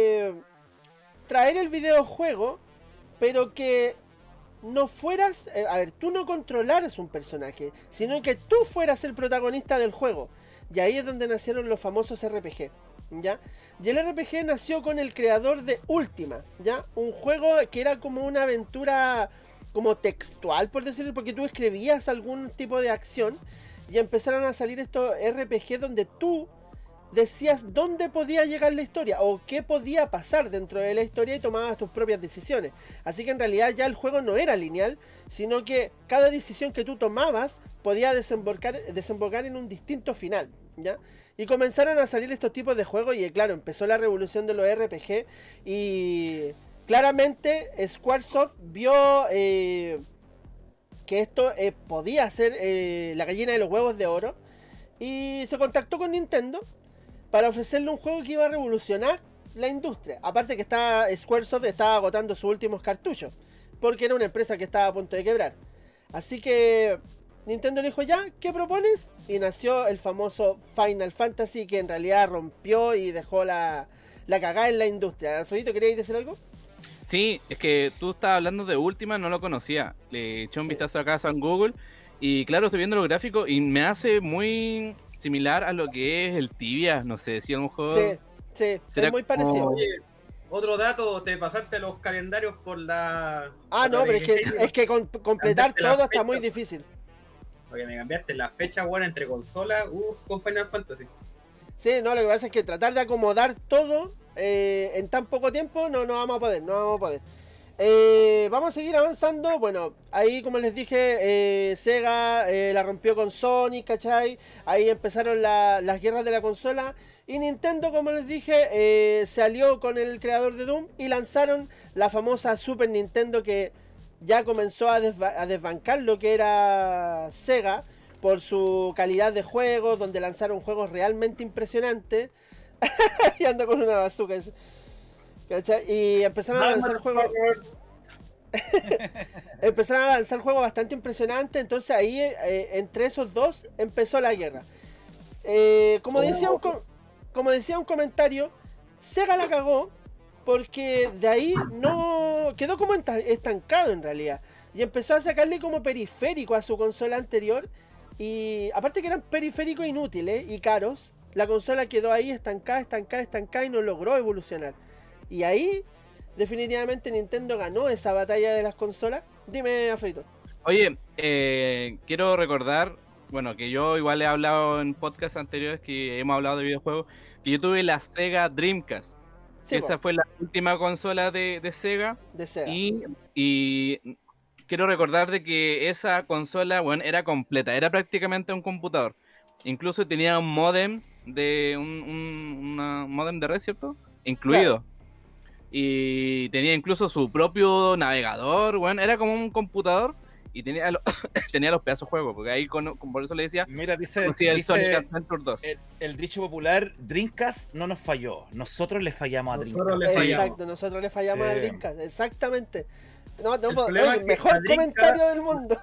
traer el videojuego, pero que no fueras, tú no controlaras un personaje, sino que tú fueras el protagonista del juego. Y ahí es donde nacieron los famosos RPG, ¿ya? Y el RPG nació con el creador de Ultima, ¿ya? Un juego que era como una aventura como textual, por decirlo, porque tú escribías algún tipo de acción y empezaron a salir estos RPG donde tú decías dónde podía llegar la historia o qué podía pasar dentro de la historia y tomabas tus propias decisiones. Así que en realidad ya el juego no era lineal, sino que cada decisión que tú tomabas podía desembocar en un distinto final, ¿ya? Y comenzaron a salir estos tipos de juegos y claro, empezó la revolución de los RPG y claramente Squaresoft vio que esto podía ser la gallina de los huevos de oro y se contactó con Nintendo para ofrecerle un juego que iba a revolucionar la industria. Aparte que Squaresoft estaba agotando sus últimos cartuchos, porque era una empresa que estaba a punto de quebrar. Así que Nintendo le dijo, ya, ¿qué propones? Y nació el famoso Final Fantasy, que en realidad rompió y dejó la cagada en la industria. Alfredito, ¿queríais decir algo? Sí, es que tú estabas hablando de Ultima, no lo conocía. Le eché un vistazo acá en Google y claro, estoy viendo los gráficos y me hace muy similar a lo que es el Tibia, no sé si a lo mejor... Sí, es muy parecido. Oye, otro dato, te pasaste los calendarios por la... No, pero es que completar todo está muy difícil. Porque me cambiaste la fecha, buena entre consolas, con Final Fantasy. Sí, no, lo que pasa es que tratar de acomodar todo en tan poco tiempo no vamos a poder, vamos a seguir avanzando. Bueno, ahí como les dije, Sega la rompió con Sony, ¿cachai? Ahí empezaron las guerras de la consola. Y Nintendo, como les dije, se alió con el creador de Doom y lanzaron la famosa Super Nintendo, que ya comenzó a desbancar lo que era Sega por su calidad de juegos, donde lanzaron juegos realmente impresionantes. Y ando con una bazooka. ¿Cachai? Y empezaron a lanzar juegos. Empezaron a lanzar juegos bastante impresionantes. Entonces ahí, entre esos dos, empezó la guerra. Como decía un comentario, Sega la cagó porque de ahí no quedó como estancado en realidad. Y empezó a sacarle como periférico a su consola anterior. Y aparte que eran periféricos inútiles y caros, la consola quedó ahí estancada y no logró evolucionar. Y ahí, definitivamente, Nintendo ganó esa batalla de las consolas. Dime, Alfredito. Oye, quiero recordar, bueno, que yo igual he hablado en podcasts anteriores que hemos hablado de videojuegos, que yo tuve la Sega Dreamcast. Sí, esa fue la última consola de Sega. De Sega. Y quiero recordar de que esa consola, bueno, era completa, era prácticamente un computador. Incluso tenía un módem de una modem de red, ¿cierto? Incluido. Claro. Y tenía incluso su propio navegador, bueno, era como un computador y tenía, tenía los pedazos de juego, porque ahí por eso le decía, mira, dice el Sonic Adventure 2. El dicho popular, Dreamcast no nos falló, nosotros le fallamos a Dreamcast. Exacto, nosotros le fallamos a Dreamcast, exactamente. No, el mejor comentario del mundo.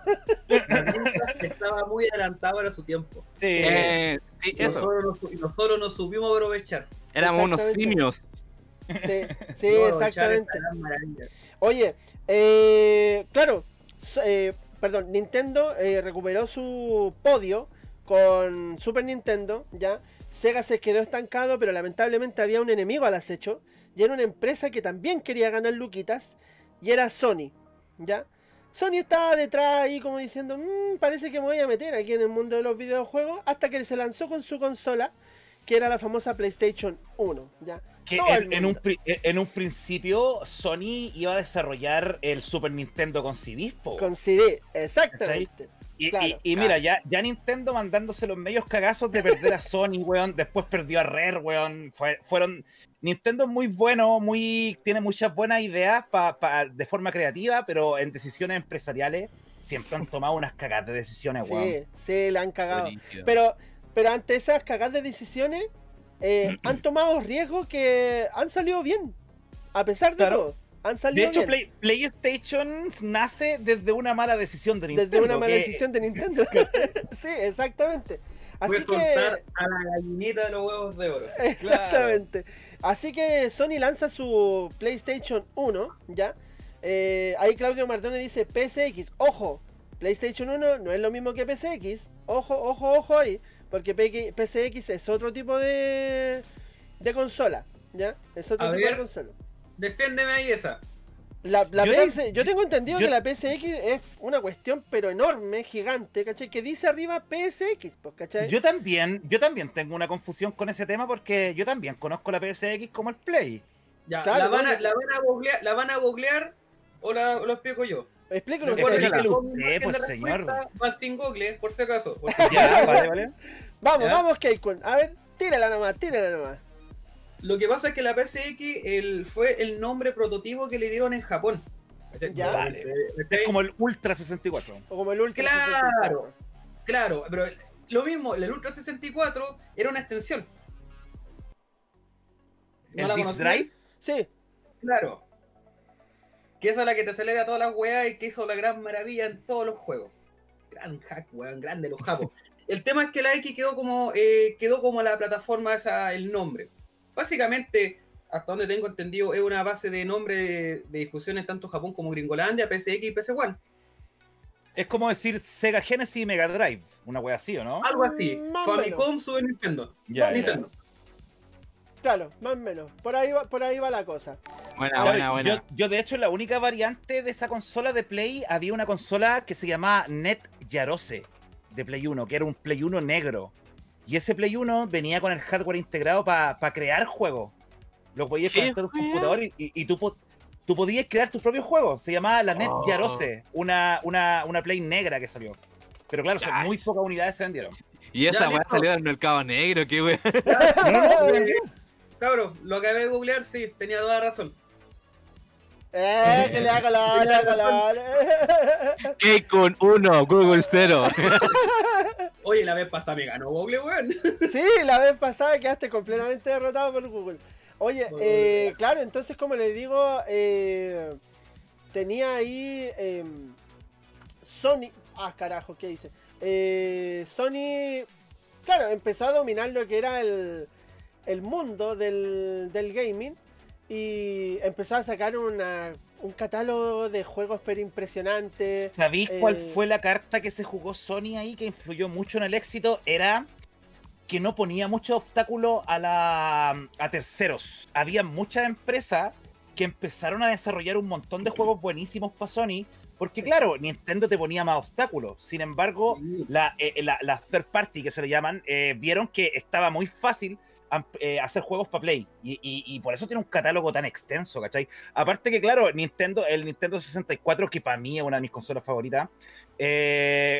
Estaba muy adelantado a su tiempo. Sí, sí, eso. Nosotros nos supimos aprovechar. Éramos unos simios. Sí, exactamente. Oye, claro, perdón, Nintendo recuperó su podio con Super Nintendo, ¿ya? Sega se quedó estancado, pero lamentablemente había un enemigo al acecho, y era una empresa que también quería ganar luquitas, y era Sony, ¿ya? Sony estaba detrás ahí como diciendo, parece que me voy a meter aquí en el mundo de los videojuegos, hasta que se lanzó con su consola, que era la famosa PlayStation 1, ¿ya? Que en un principio Sony iba a desarrollar el Super Nintendo con CD, po. Con CD, exactamente. Y mira, ya Nintendo mandándose los medios cagazos de perder a Sony, weón. Después perdió a Rare, weón. Nintendo es muy bueno, tiene muchas buenas ideas de forma creativa, pero en decisiones empresariales siempre han tomado unas cagadas de decisiones, weón. Sí, la han cagado. Pero ante esas cagadas de decisiones, han tomado riesgos que han salido bien. A pesar de todo. Han salido de hecho, bien. PlayStation nace desde una mala decisión de Nintendo. Desde una mala decisión de Nintendo. Sí, exactamente. Así que soltar a la gallinita de los huevos de oro. Exactamente. Claro. Así que Sony lanza su PlayStation 1, ¿ya? Ahí Claudio Mardone dice PSX. Ojo, PlayStation 1 no es lo mismo que PSX. Ojo ahí. Porque PSX es otro tipo de consola, ¿ya? Es otro tipo de consola. Defiéndeme ahí esa. Yo tengo entendido que la PSX es una cuestión pero enorme, gigante, ¿cachai? Que dice arriba PSX, pues, ¿cachai? Yo también tengo una confusión con ese tema porque yo también conozco la PSX como el Play. Ya, claro, ¿la van a googlear o lo explico yo? Explíquelo usted, pues, señor. Va sin Google, por si acaso. Ya, vale. Vamos, Keikun. A ver, tírala nomás. Lo que pasa es que la PSX fue el nombre prototipo que le dieron en Japón. Ya. Vale. Es como el Ultra 64. O como el Ultra 64. Claro, pero lo mismo, el Ultra 64 era una extensión. ¿No la conocías? ¿Drive? Sí. Claro. Que esa es la que te acelera todas las weas y que hizo la gran maravilla en todos los juegos. Gran hack, weón, grande los japos. El tema es que la X quedó como la plataforma esa, el nombre. Básicamente, hasta donde tengo entendido, es una base de nombre de difusión en tanto Japón como Gringolandia, PSX y PS1. Es como decir Sega Genesis y Mega Drive, una wea así, ¿o no? Algo así. Famicom, Super Nintendo. Nintendo. Claro, más o menos. Por ahí va la cosa. Buena. Yo, de hecho, la única variante de esa consola de Play, había una consola que se llamaba Net Yarose de Play 1, que era un Play 1 negro. Y ese Play 1 venía con el hardware integrado para crear juegos. Lo podías conectar a tu computador y tú podías crear tus propios juegos. Se llamaba la Net Yarose, una Play negra que salió. Pero claro, muy pocas unidades se vendieron. Y esa weá salió del mercado negro, qué weá. Cabro, lo acabé de googlear, sí, tenía toda razón. Que le haga la. Keikun 1, Google 0. Oye, la vez pasada me ganó Google, weón. Sí, la vez pasada quedaste completamente derrotado por Google. Oye, claro, entonces como les digo, tenía ahí Sony. Carajo, ¿qué dice? Sony, claro, empezó a dominar lo que era el mundo del gaming y empezó a sacar un catálogo de juegos pero impresionante. ¿Sabéis cuál fue la carta que se jugó Sony ahí que influyó mucho en el éxito? Era que no ponía mucho obstáculo a terceros. Había muchas empresas que empezaron a desarrollar un montón de juegos buenísimos para Sony. Porque claro, Nintendo te ponía más obstáculos. Sin embargo, la third party que se le llaman, vieron que estaba muy fácil hacer juegos para Play. Y por eso tiene un catálogo tan extenso, ¿cachai? Aparte que claro, el Nintendo 64, que para mí es una de mis consolas favoritas,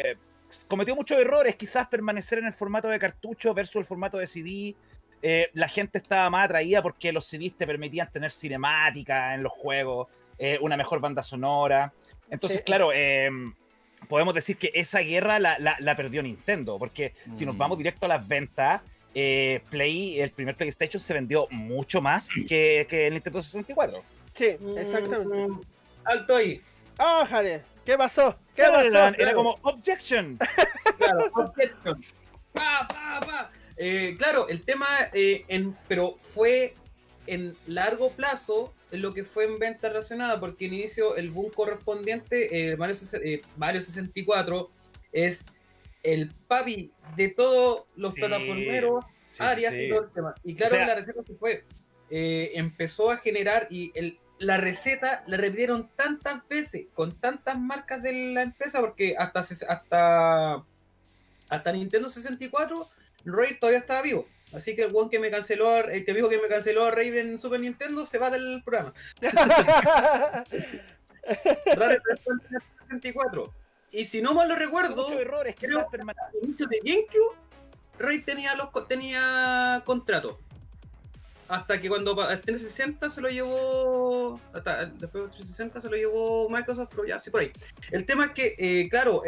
cometió muchos errores, quizás permanecer en el formato de cartucho versus el formato de CD. La gente estaba más atraída porque los CDs te permitían tener cinemática en los juegos, una mejor banda sonora. Entonces, Sí. claro, podemos decir que esa guerra la perdió Nintendo, porque si nos vamos directo a las ventas, el primer PlayStation se vendió mucho más que el Nintendo 64. Sí, exactamente. Alto ahí. ¡Ah, Jare! ¿Qué pasó? ¿Qué Claro, pasó? era como objection. Claro, objection. Pa, pa, pa. Claro, el tema, pero fue en largo plazo lo que fue en venta relacionada, porque en inicio el boom correspondiente, Mario 64, es el papi de todos los Sí, plataformeros, sí, áreas sí. y todo el tema. Y claro, O sea, la receta que fue, empezó a generar y la receta la repitieron tantas veces con tantas marcas de la empresa, porque hasta Nintendo 64 Rey todavía estaba vivo. Así que el que me canceló, el que dijo que me canceló a Rey en Super Nintendo se va del programa. Rare persona en el 64. Y si no mal lo recuerdo, muchos errores, creo quizás que al inicio de GameCube, Rey tenía contrato. Hasta que cuando el 360 se lo llevó. Después del 360 se lo llevó Microsoft, pero ya, sí, por ahí. El tema es que, claro,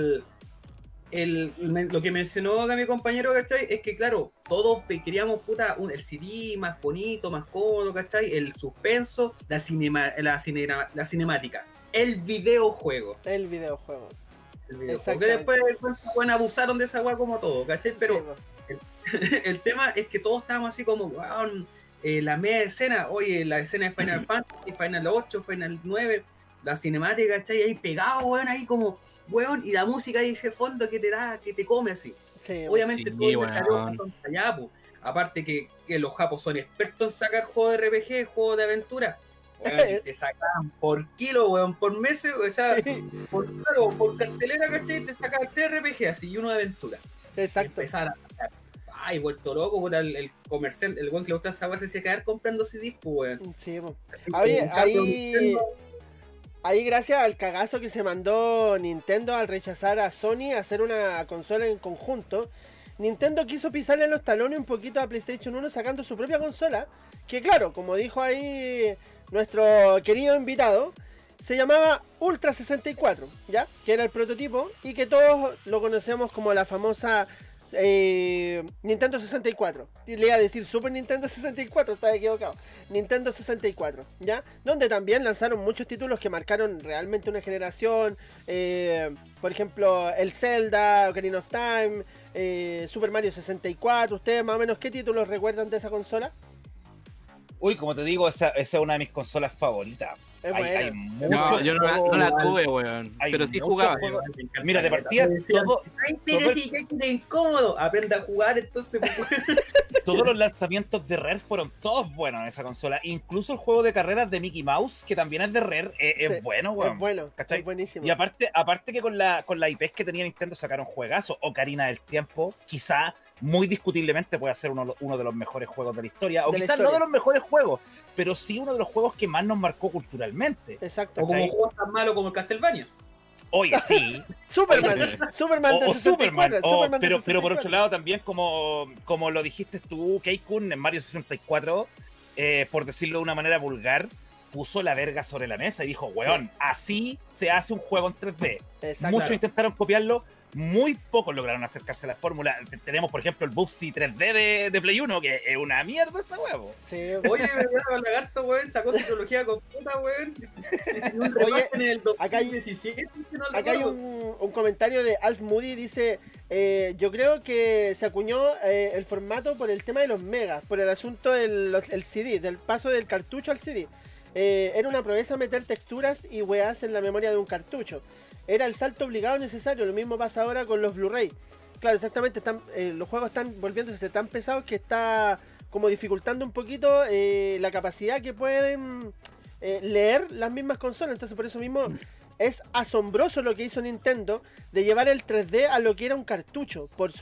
lo que mencionó acá mi compañero, ¿cachai? Es que, claro, todos queríamos, el CD más bonito, más cómodo, ¿cachai? El suspenso, la cinemática, el videojuego. El videojuego. Porque Exactamente. después, bueno, abusaron de esa weá como todo, ¿cachai? Pero Sí, po. el tema es que todos estábamos así como, weón, la media escena, oye, la escena de Final Fantasy, Final 8, Final 9, la cinemática, ¿cachai? Ahí pegado, weón, ahí como, weón, y la música ahí ese fondo que te come así. Sí, po. Obviamente Sí, todo el weón. mercadeo pasó allá, po. Aparte que los japos son expertos en sacar juegos de RPG, juegos de aventura. Weón, y te sacaban por kilo, weón, por meses, o sea, Sí. por cartelera, ¿cachai? Te sacaban 3 RPG así y uno de aventura. Exacto. Empezaron a sacar. Ay, vuelto loco, puta, el comerciante, el weón que le gusta esa weá se hacía quedar comprando CDs, pues, weón. Sí, po. Oye, ahí gracias al cagazo que se mandó Nintendo al rechazar a Sony a hacer una consola en conjunto, Nintendo quiso pisarle los talones un poquito a PlayStation 1 sacando su propia consola, que claro, como dijo ahí nuestro querido invitado, se llamaba Ultra 64, ¿ya? Que era el prototipo y que todos lo conocemos como la famosa Nintendo 64. Y le iba a decir Super Nintendo 64, estaba equivocado. Nintendo 64, ¿ya? Donde también lanzaron muchos títulos que marcaron realmente una generación. Por ejemplo, el Zelda, Ocarina of Time, Super Mario 64. ¿Ustedes más o menos qué títulos recuerdan de esa consola? Uy, como te digo, esa es una de mis consolas favoritas. Es Hay buena. No, muchos yo no juegos, la tuve, weón. hay Pero sí muchos jugaba. juegos. Mira, de partida, Ay, pero si que es incómodo, aprenda a jugar, entonces, pues, weón. todos los lanzamientos de Rare fueron todos buenos en esa consola. Incluso el juego de carreras de Mickey Mouse, que también es de Rare, Sí, es bueno, weón. Es bueno, ¿Cachai? es buenísimo. Y aparte que con la IPs que tenía Nintendo sacaron juegazos. Ocarina del Tiempo, quizá, muy discutiblemente puede ser uno de los mejores juegos de la historia. O De la quizás no historia. de los mejores juegos, pero sí uno de los juegos que más nos marcó culturalmente. Exacto. O como ¿Cachai? juegos tan malos como el Castlevania. Oye, sí. Superman, Oye, Superman de o 64, Superman, Superman de pero por 64. otro lado también como lo dijiste tú, Keikun en Mario 64, por decirlo de una manera vulgar, puso la verga sobre la mesa y dijo, weón, así se hace un juego en 3D. Exacto. Muchos intentaron copiarlo, muy pocos lograron acercarse a la fórmula. Tenemos, por ejemplo, el Bubsy 3D de Play 1, que es una mierda ese huevo. Sí. Oye, el lagarto, weón, sacó psicología completa, weón. Oye, En el acá hay- 2017, si no Acá hay recuerdo. un comentario de Alf Moody, dice, yo creo que se acuñó el formato por el tema de los megas, por el asunto del CD, del paso del cartucho al CD. Era una proeza meter texturas y weas en la memoria de un cartucho. Era el salto obligado necesario, lo mismo pasa ahora con los Blu-ray. Claro, exactamente, los juegos están volviéndose tan pesados que está como dificultando un poquito la capacidad que pueden leer las mismas consolas. Entonces por eso mismo es asombroso lo que hizo Nintendo de llevar el 3D a lo que era un cartucho por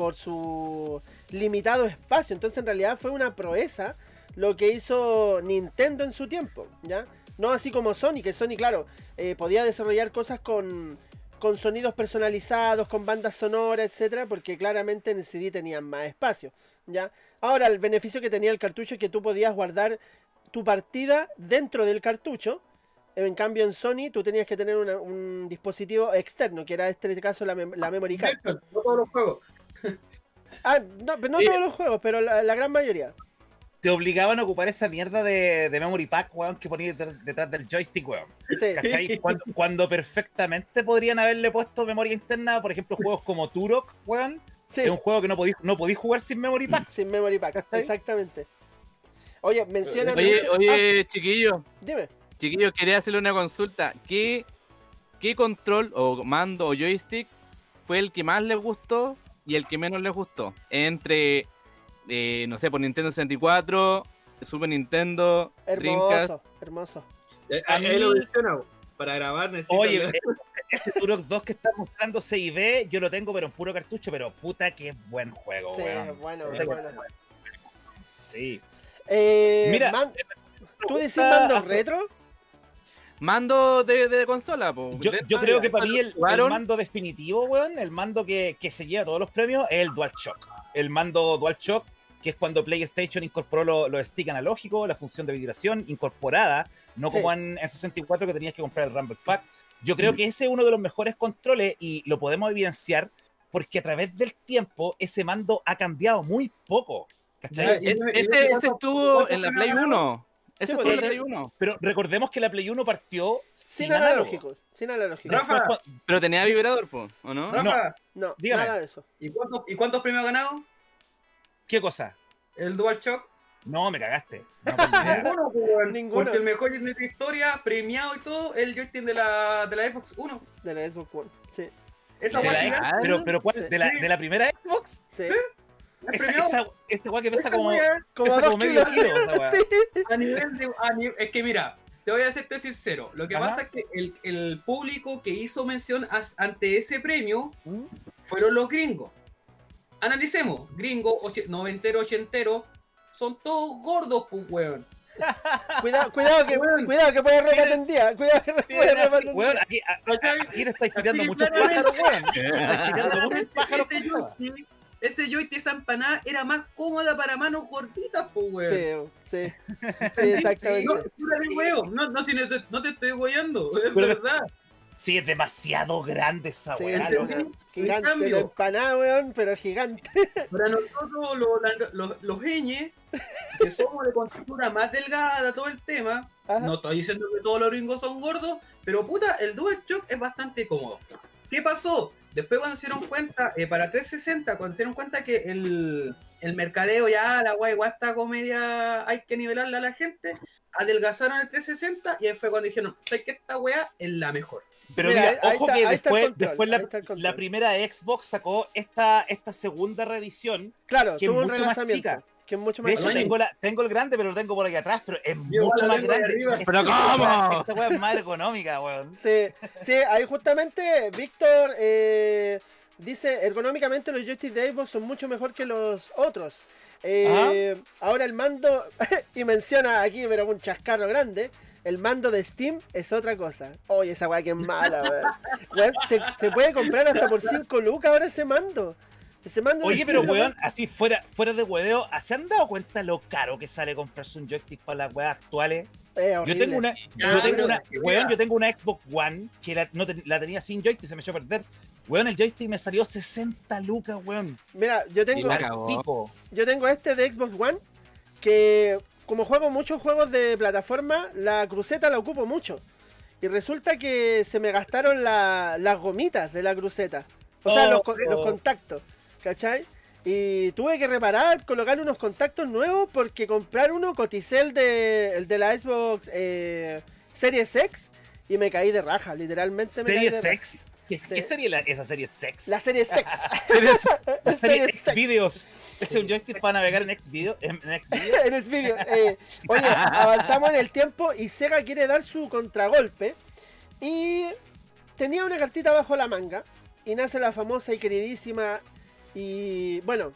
su limitado espacio. Entonces en realidad fue una proeza lo que hizo Nintendo en su tiempo, ¿ya? No así como Sony, que Sony, claro, podía desarrollar cosas con con sonidos personalizados, con bandas sonoras, etcétera, porque claramente en el CD tenían más espacio, ¿ya? Ahora, el beneficio que tenía el cartucho es que tú podías guardar tu partida dentro del cartucho. En cambio, en Sony tú tenías que tener un dispositivo externo, que era en este caso la memory card. No todos los juegos. No, pero no todos los juegos, pero la gran mayoría. Te obligaban a ocupar esa mierda de memory pack, weón, que ponías detrás del joystick, weón. Sí. ¿Cachai? Cuando perfectamente podrían haberle puesto memoria interna, por ejemplo, juegos como Turok, weón. Sí. Es un juego que no podís jugar sin memory pack. Sin memory pack, ¿Cachai? exactamente. Oye, mencionan mucho... Oye, chiquillo. Dime. Chiquillo, quería hacerle una consulta. ¿Qué control o mando o joystick fue el que más les gustó y el que menos les gustó? Entre, no sé, por Nintendo 64, Super Nintendo, Dreamcast. Hermoso. A mí- Ahí lo menciono. Para grabar necesito... Oye, ese Turok 2 que está mostrando CIB, yo lo tengo, pero en puro cartucho, pero puta que es buen juego, Sí, weón. bueno, Puta que bueno. es bueno. Sí. Mira, Mira, ¿tú decís pregunta mandos a- retro? Mando de consola, po. Yo creo que para mí el ¿Jugaron? mando definitivo, weón, el mando que se lleva todos los premios es el DualShock. El mando DualShock, que es cuando PlayStation incorporó los sticks analógicos, la función de vibración incorporada, no Sí. como en 64 que tenías que comprar el Rumble Pack. Yo creo que ese es uno de los mejores controles y lo podemos evidenciar porque a través del tiempo ese mando ha cambiado muy poco. ¿Cachai? Ya, Ese estuvo en la Play 1. Ese Sí, estuvo en la pues, Play 1. Pero recordemos que la Play 1 partió Sin sin análogo. analógico. Sin analógico. Rafa, Después, Pero tenía vibrador, po, ¿o no? Rafa, No, Dígame. nada de eso. ¿y cuántos premios ha ganado ¿qué cosa? el DualShock? No, me cagaste. No, tengo idea. Ninguno, pues, weón. Ninguno. Porque el mejor joystick de la historia, premiado y todo, el joystick de la Xbox 1. De la Xbox One. Sí, Esa ¿De la weá ex- gigante, pero ¿cuál? Sí. ¿De la primera Xbox? sí. es premiado. Esa weá que pesa Esa como, weá, Como pesa a 2 como medio kilos. kilo. Esa weá. Sí. a nivel de... es que mira, te voy a serte sincero. Lo que Ajá. pasa es que el público que hizo mención ante ese premio ¿Mm? fueron los gringos. Analicemos. Gringos, noventero, ochentero, son todos gordos, pues, weón. Cuidado que Weón. puede repatentía. Cuidado que puede repatentía. Weón, aquí le estáis tirando Así, muchos claramente. pájaros, weón. Estáis tirando muchos pájaros. Ese joystick, esa empanada era más cómoda para manos gorditas, pues, weón. Sí, sí. Sí, exactamente. No, tú la ves, weón. No, si no te estoy weyando, es Pero- verdad. Sí, es demasiado grande esa Sí, weá, es loco. una gigante, cambio- la empanada, weón, pero gigante. Para nosotros, los ñes, que somos de contextura más delgada, todo el tema, Ajá. no estoy diciendo que todos los gringos son gordos, pero puta, el DualShock es bastante cómodo. ¿Qué pasó? Después cuando se dieron cuenta, para 360, cuando se dieron cuenta que el mercadeo ya, la guay, esta comedia hay que nivelarla a la gente, adelgazaron el 360 y ahí fue cuando dijeron, ¿sabes que esta weá es la mejor? Pero Mira, mira, ahí ojo está- que ahí está el después, control, después ahí está el control. la primera Xbox sacó esta segunda reedición. Claro, Que es tuvo un mucho más relanzamiento. chica. Que es mucho más De hecho, chica. tengo el grande, pero lo tengo por aquí atrás, pero es Yo mucho la más tengo ahí grande. arriba. ¿Pero cómo? Esta weá es más ergonómica, weón. Sí, sí, ahí justamente Víctor dice, ergonómicamente los joysticks de Xbox son mucho mejor que los otros. Ahora el mando, y menciona aquí, pero un chascarro grande, el mando de Steam es otra cosa. Oye, esa weá que es mala, weón. Weón, se puede comprar hasta por 5 lucas ahora ese mando. Ese mando de Oye, pero Steam, weón, así fuera de hueveo, ¿se han dado cuenta lo caro que sale comprarse un joystick para las weas actuales? Yo horrible. tengo una, yo tengo una Xbox One que la tenía sin joystick, se me echó a perder. Weón, el joystick me salió 60 lucas, weón. Mira, yo tengo, Y la cagó. Pico. yo tengo este de Xbox One que como juego muchos juegos de plataforma, la cruceta la ocupo mucho. Y resulta que se me gastaron las gomitas de la cruceta. O sea, los contactos. ¿Cachai? Y tuve que reparar, colocar unos contactos nuevos porque comprar uno coticé el de la Xbox Series X y me caí de raja, literalmente me caí de ¿Serie raja. Sex? ¿Qué sería esa serie Sex? La Series X. La serie Series X. Xvideos. Es un joystick para navegar en Xvideos. En Xvideo. Oye, avanzamos en el tiempo y Sega quiere dar su contragolpe. Y tenía una cartita bajo la manga. Y nace la famosa y queridísima y, bueno,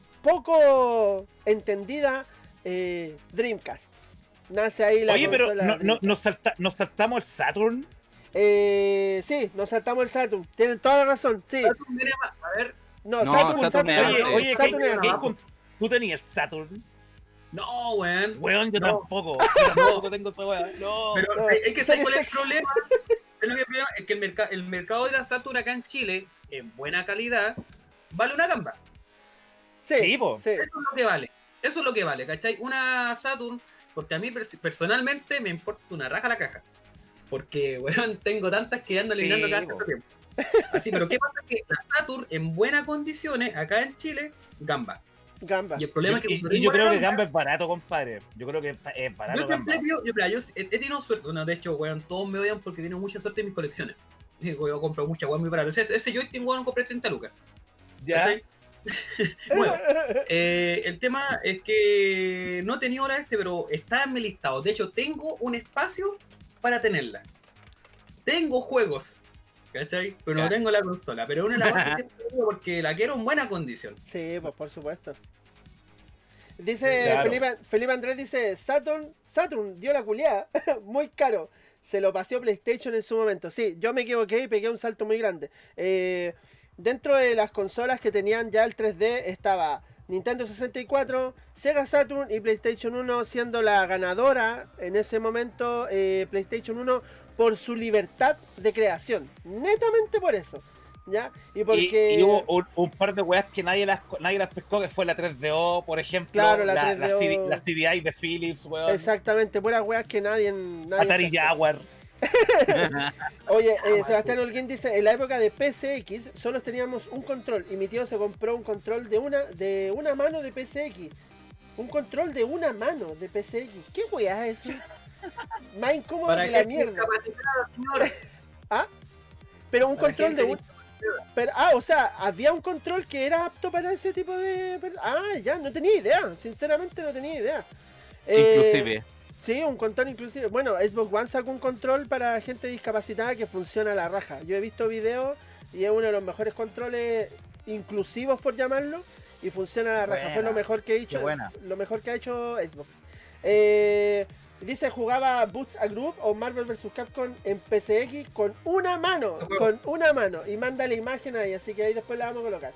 poco entendida Dreamcast. Nace ahí la Oye, pero consola nos Dreamcast. saltamos el Saturn. Sí, nos saltamos el Saturn. Tienen toda la razón, sí. Saturn viene más. A ver. No, No, Saturn, Saturn es Oye, antes. oye, Saturn era ¿qué- ¿tú tenías el Saturn? No, weón. Weón, yo No. tampoco. Yo tampoco tengo esa weá. No. Pero no, es que ¿sabes cuál es el sex. problema? ¿Sabes lo que es el problema? Es que el mercado de la Saturn acá en Chile, en buena calidad, vale una gamba. Sí, Sí, po. sí. Eso es lo que vale. Eso es lo que vale, ¿cachai? Una Saturn, porque a mí personalmente me importa una raja la caja. Porque, weón, tengo tantas que ando eliminando Sí, cada po. cierto tiempo. Así, pero ¿qué pasa? Que la Saturn, en buenas condiciones, acá en Chile, gamba. Gamba. Y el problema es que... Y yo creo que Gamba es barato, compadre. Yo creo que es barato Yo Gamba. siempre yo he tenido suerte. Bueno, de hecho, weón, todos me odian porque tengo mucha suerte en mis colecciones. Yo he comprado mucha weón muy barato. Ese joystick, weón, lo compré 30 lucas. Ya. ¿Cachai? Bueno, el tema es que no he tenido la pero está en mi listado. De hecho, tengo un espacio para tenerla. Tengo juegos, ¿cachai? Pero no Ya. tengo la consola. Pero es una labor que siempre tengo porque la quiero en buena condición. Sí, pues por supuesto. Dice Claro. Felipe Andrés dice, Saturn dio la culiada, muy caro. Se lo paseó PlayStation en su momento. Sí, yo me equivoqué y pegué un salto muy grande. Dentro de las consolas que tenían ya el 3D estaba Nintendo 64, Sega Saturn y PlayStation 1, siendo la ganadora en ese momento PlayStation 1 por su libertad de creación. Netamente por eso. ¿Ya? Y porque... Y hubo un par de weas que nadie las pescó, que fue la 3DO, por ejemplo. Claro, la 3DO. La CDI de Philips, weón. Exactamente, puras weas que nadie Atari pescó. Jaguar. Oye, Sebastián Holguín dice, en la época de PSX solo teníamos un control y mi tío se compró un control de una mano de PSX. Un control de una mano de PSX. ¿Qué weá es eso? Más incómodo Para que la gente mierda. discapacitada, señor. ¿Ah? Pero un Para control de gente un... Pero, o sea, había un control que era apto para ese tipo de... ya, no tenía idea. Sinceramente no tenía idea. Inclusive. Sí, un control inclusive. Bueno, Xbox One sacó un control para gente discapacitada que funciona a la raja. Yo he visto videos y es uno de los mejores controles inclusivos, por llamarlo, y funciona a la raja. Buena, Fue lo mejor que he hecho, qué buena. lo mejor que ha hecho Xbox. Dice, jugaba Boots a Group o Marvel vs. Capcom en PSX con una mano, y manda la imagen ahí, así que ahí después la vamos a colocar.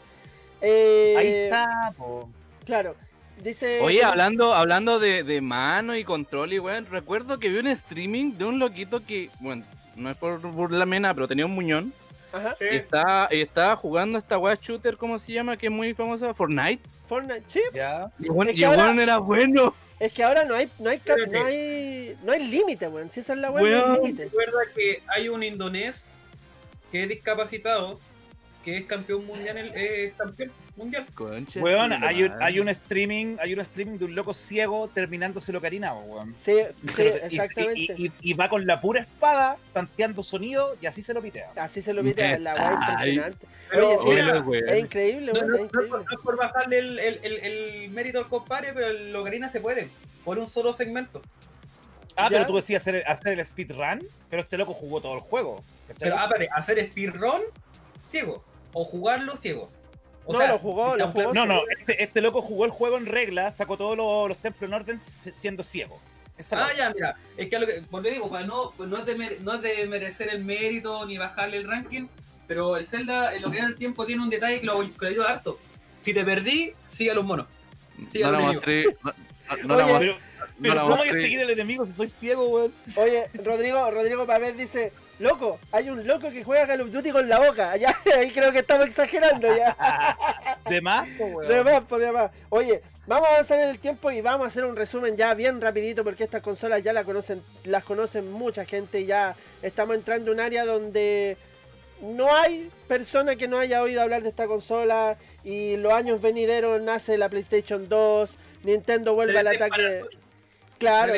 Ahí está, po. Claro. Dice... Oye, hablando de mano y control y weón, recuerdo que vi un streaming de un loquito que, bueno, no es por burlarme nada, pero tenía un muñón. Ajá. Sí. Y estaba jugando esta weá shooter, ¿cómo se llama? Que es muy famosa, Fortnite. Fortnite, sí. Ya. Y bueno, Es que ahora- era bueno. Es que ahora no hay Espérate. no hay límite, weón. Si esa es la weón, no hay Weón. límite. Recuerda que hay un indonés que es discapacitado, que es campeón mundial, campeón mundial. Concha Weón, su hay madre. un streaming de un loco ciego terminándose lo carinado, weón. Sí, Y sí, se lo- exactamente. y va con la pura espada, tanteando sonido, y así se lo pitea. Así se lo pide, es la weá Ay. impresionante. Pero, Oye, sí, mira, weón. es increíble, No, weón, no, es no, increíble. no es por bajarle el mérito al compadre, pero el Locarina se puede, por un solo segmento. Ah, ¿Ya? pero tú decías hacer el speedrun, pero este loco jugó todo el juego. ¿cachai? Pero, pero hacer speedrun ciego, o jugarlo ciego. O No, sea, lo jugó, si lo está- jugó. No, este loco jugó el juego en regla, sacó todos los templos en orden siendo ciego. Esa Ah, es la- ya, mira, es que a lo que, por te digo, para no es de merecer el mérito ni bajarle el ranking, pero el Zelda, en lo que era el tiempo, tiene un detalle que lo ayuda harto. Si te perdí, sigue a los monos. Sí, no al la enemigo. mostré. No Oye, la mostré. Pero, pero la ¿cómo voy a mostré. seguir el enemigo si soy ciego, weón? Oye, Rodrigo Pavés dice, loco, hay un loco que juega Call of Duty con la boca. Ya, ahí creo que estamos exagerando ya. De más, po, weón. De más. Oye, vamos a avanzar en el tiempo y vamos a hacer un resumen ya bien rapidito porque estas consolas ya las conocen mucha gente y ya estamos entrando en un área donde no hay persona que no haya oído hablar de esta consola y los años venideros nace la PlayStation 2, Nintendo vuelve al ataque. Claro,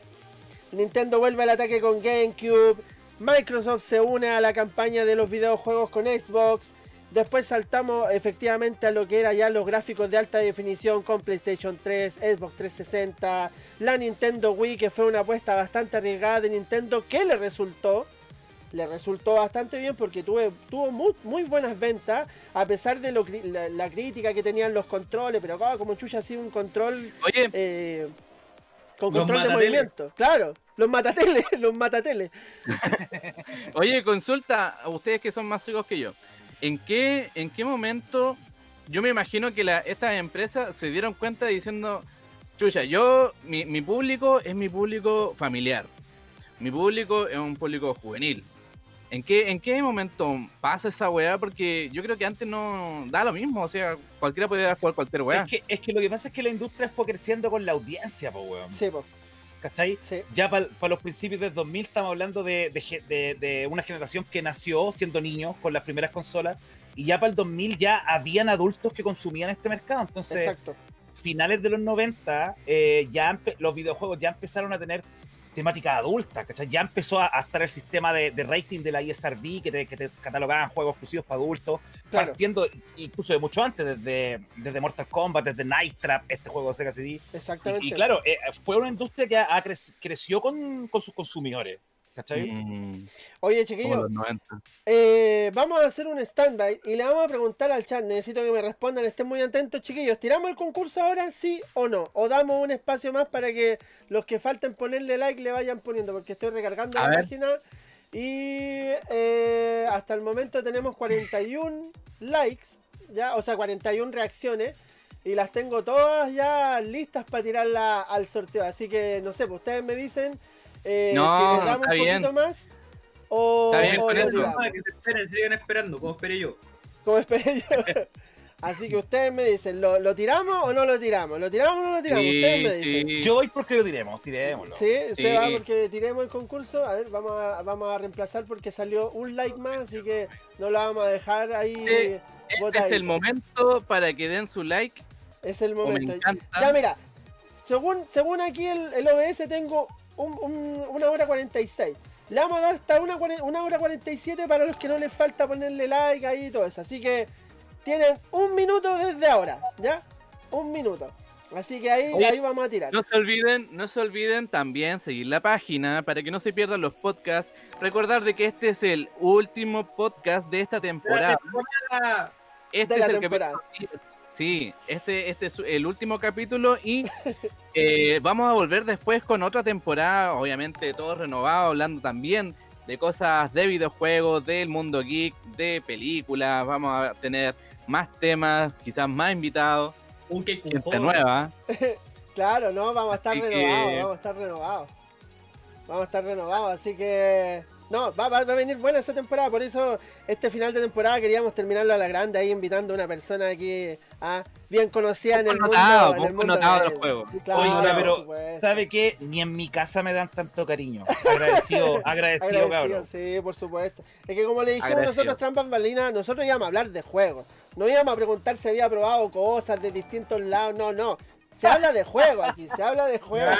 Nintendo vuelve al ataque con GameCube, Microsoft se une a la campaña de los videojuegos con Xbox, después saltamos efectivamente a lo que era ya los gráficos de alta definición con PlayStation 3, Xbox 360, la Nintendo Wii, que fue una apuesta bastante arriesgada de Nintendo, que le resultó bastante bien porque tuvo muy buenas ventas, a pesar de la crítica que tenían los controles, pero como chucha así un control Oye, con Los control de matateles. movimiento, claro. Los matateles, los matateles. Oye, consulta, a ustedes que son más chicos que yo. ¿En qué momento yo me imagino que estas empresas se dieron cuenta diciendo, chucha, mi público es mi público familiar, mi público es un público juvenil? ¿En qué momento pasa esa weá? Porque yo creo que antes no da lo mismo, o sea, cualquiera podía jugar cualquier weá. Es que lo que pasa es que la industria fue creciendo con la audiencia, po, weón. Sí, po. ¿Cachai? Sí. Ya para los principios del 2000 estamos hablando de una generación que nació siendo niños con las primeras consolas, y ya para el 2000 ya habían adultos que consumían este mercado. Entonces, Exacto. finales de los 90, los videojuegos ya empezaron a tener temática adulta, ¿cachai? Ya empezó a estar el sistema de rating de la ESRB que te catalogaban juegos exclusivos para adultos, Claro. partiendo incluso de mucho antes, desde Mortal Kombat, desde Night Trap, este juego de Sega CD. Exactamente. Y claro, fue una industria que creció con sus consumidores, ¿cachai? Oye, Como chiquillos, los 90. vamos a hacer un standby y le vamos a preguntar al chat. Necesito que me respondan, estén muy atentos, chiquillos. ¿Tiramos el concurso ahora, sí o no? ¿O damos un espacio más para que los que falten ponerle like le vayan poniendo? Porque estoy recargando la página y hasta el momento tenemos 41 likes, ya, o sea, 41 reacciones. Y las tengo todas ya listas para tirarla al sorteo. Así que, no sé, pues ustedes me dicen si les damos un poquito más o Está bien, o con lo eso. tiramos. No, que se esperen, sigan esperando, como esperé yo. Como esperé yo. Así que ustedes me dicen, ¿lo tiramos o no lo tiramos? ¿Lo tiramos o no lo tiramos? Ustedes me dicen. Sí. Yo voy porque lo tirémoslo. ¿Sí? ¿Usted Sí. va porque tiremos el concurso? A ver, vamos a reemplazar porque salió un like más, así que no lo vamos a dejar ahí Este es botadito. el momento para que den su like. Es el Me momento. encanta. Ya mira, según aquí el OBS tengo 1 hora 46. Le vamos a dar hasta 1 hora 47 para los que no les falta ponerle like ahí y todo eso. Así que tienen 1 minuto desde ahora, ¿ya? 1 minuto. Así que ahí, Oye, ahí vamos a tirar. No se olviden también seguir la página para que no se pierdan los podcasts. Recordar de que este es el último podcast de esta temporada. Este De la es el temporada. capítulo 10. Sí, este es el último capítulo y vamos a volver después con otra temporada, obviamente todo renovado, hablando también de cosas de videojuegos, del mundo geek, de películas. Vamos a tener más temas, quizás más invitados, Un cake, un gente juego. nueva. Claro, no, vamos a estar Así renovados, que- vamos a estar renovados. Vamos a estar renovados, así que... No, va a venir buena esta temporada, por eso este final de temporada queríamos terminarlo a la grande, ahí invitando a una persona aquí bien conocida en el mundo. Poco en el mundo notado del gamer. juego. Claro, Oiga, por pero supuesto. ¿sabe qué? Ni en mi casa me dan tanto cariño. Agradecido, Agradecido, cabrón. sí, por supuesto. Es que como le dijimos Agradecido. nosotros, Trampas Bambalinas, nosotros íbamos a hablar de juegos. No íbamos a preguntar si había probado cosas de distintos lados, no. Se habla de juegos aquí, se habla de juegos.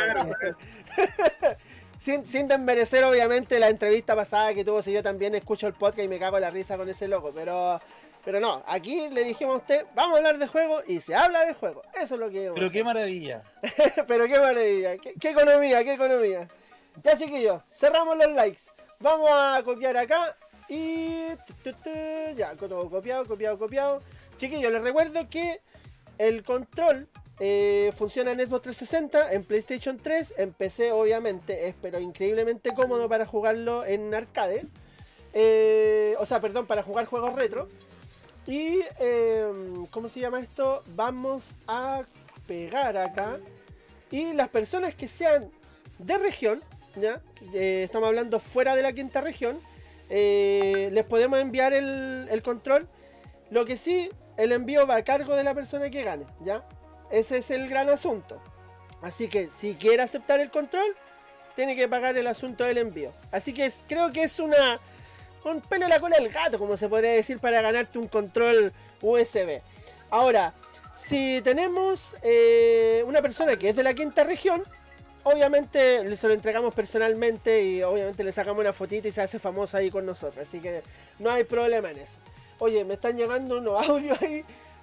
Sin desmerecer, obviamente, la entrevista pasada que tuvo, si yo también escucho el podcast y me cago en la risa con ese loco, pero no, aquí le dijimos a usted, vamos a hablar de juegos y se habla de juegos. Eso es lo que íbamos a Pero hacer. qué maravilla. Pero qué maravilla, qué economía, qué economía. Ya, chiquillos, cerramos los likes. Vamos a copiar acá y... Ya, todo copiado. Chiquillos, les recuerdo que el control funciona en Xbox 360, en PlayStation 3, en PC obviamente es pero increíblemente cómodo para jugarlo en arcade. O sea, perdón, para jugar juegos retro. Y, ¿cómo se llama esto? Vamos a pegar acá. Y las personas que sean de región, ¿ya? Estamos hablando fuera de la quinta región, les podemos enviar el control. Lo que sí, el envío va a cargo de la persona que gane, ¿ya? Ese es el gran asunto. Así que si quiere aceptar el control, tiene que pagar el asunto del envío. Así que creo que es un pelo en la cola del gato, como se podría decir, para ganarte un control USB. Ahora, si tenemos una persona que es de la quinta región, obviamente se lo entregamos personalmente y obviamente le sacamos una fotito y se hace famoso ahí con nosotros. Así que no hay problema en eso. Oye, me están llegando unos audios ahí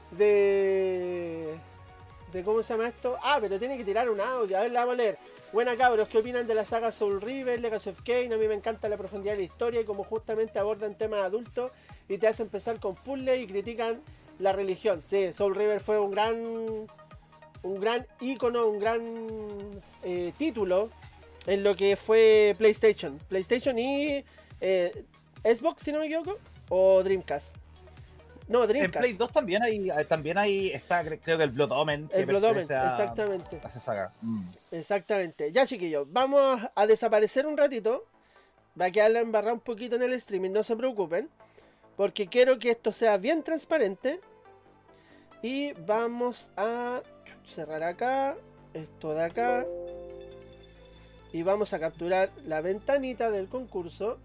de ¿cómo se llama esto? Ah, pero tiene que tirar un audio. A ver, la vamos a leer. Buena cabros, ¿qué opinan de la saga Soul River, Legacy of Kain? A mí me encanta la profundidad de la historia y cómo justamente abordan temas adultos y te hacen empezar con puzzles y critican la religión. Sí, Soul River fue un gran ícono, un gran título en lo que fue PlayStation y Xbox, si no me equivoco, o Dreamcast. No, Dreamcast. En Play 2 también hay está, creo que el Blood Omen. El Blood Omen, exactamente. A esa saga. Exactamente. Ya, chiquillos, vamos a desaparecer un ratito. Va a quedar la embarrada un poquito en el streaming, no se preocupen. Porque quiero que esto sea bien transparente. Y vamos a cerrar acá, esto de acá. Y vamos a capturar la ventanita del concurso.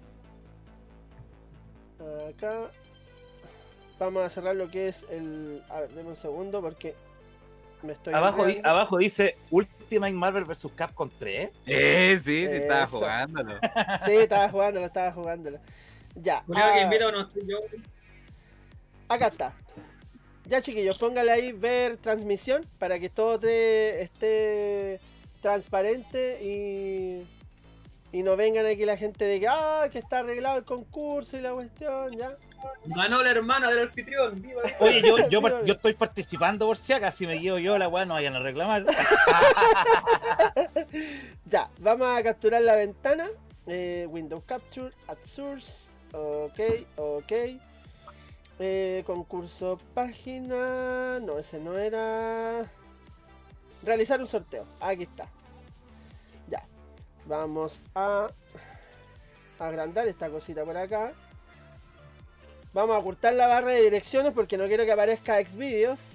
Acá. Vamos a cerrar lo que es el... A ver, denme un segundo porque me estoy... Abajo dice Ultimate Marvel vs. Capcom 3. Sí, estaba jugándolo. Sí, estaba jugándolo. Ya. Que invito o no estoy yo. Acá está. Ya, chiquillos, póngale ahí ver transmisión para que todo esté transparente y no vengan aquí la gente de que está arreglado el concurso y la cuestión, ya. Ganó la hermana del anfitrión. ¡Viva! Oye, yo estoy participando por si acaso, si me llevo yo la weá no vayan a reclamar. Ya, vamos a capturar la ventana. Window Capture, at Source. Ok. Concurso página. No, ese no era. Realizar un sorteo. Aquí está. Ya. Vamos a agrandar esta cosita por acá. Vamos a ocultar la barra de direcciones porque no quiero que aparezca Xvideos.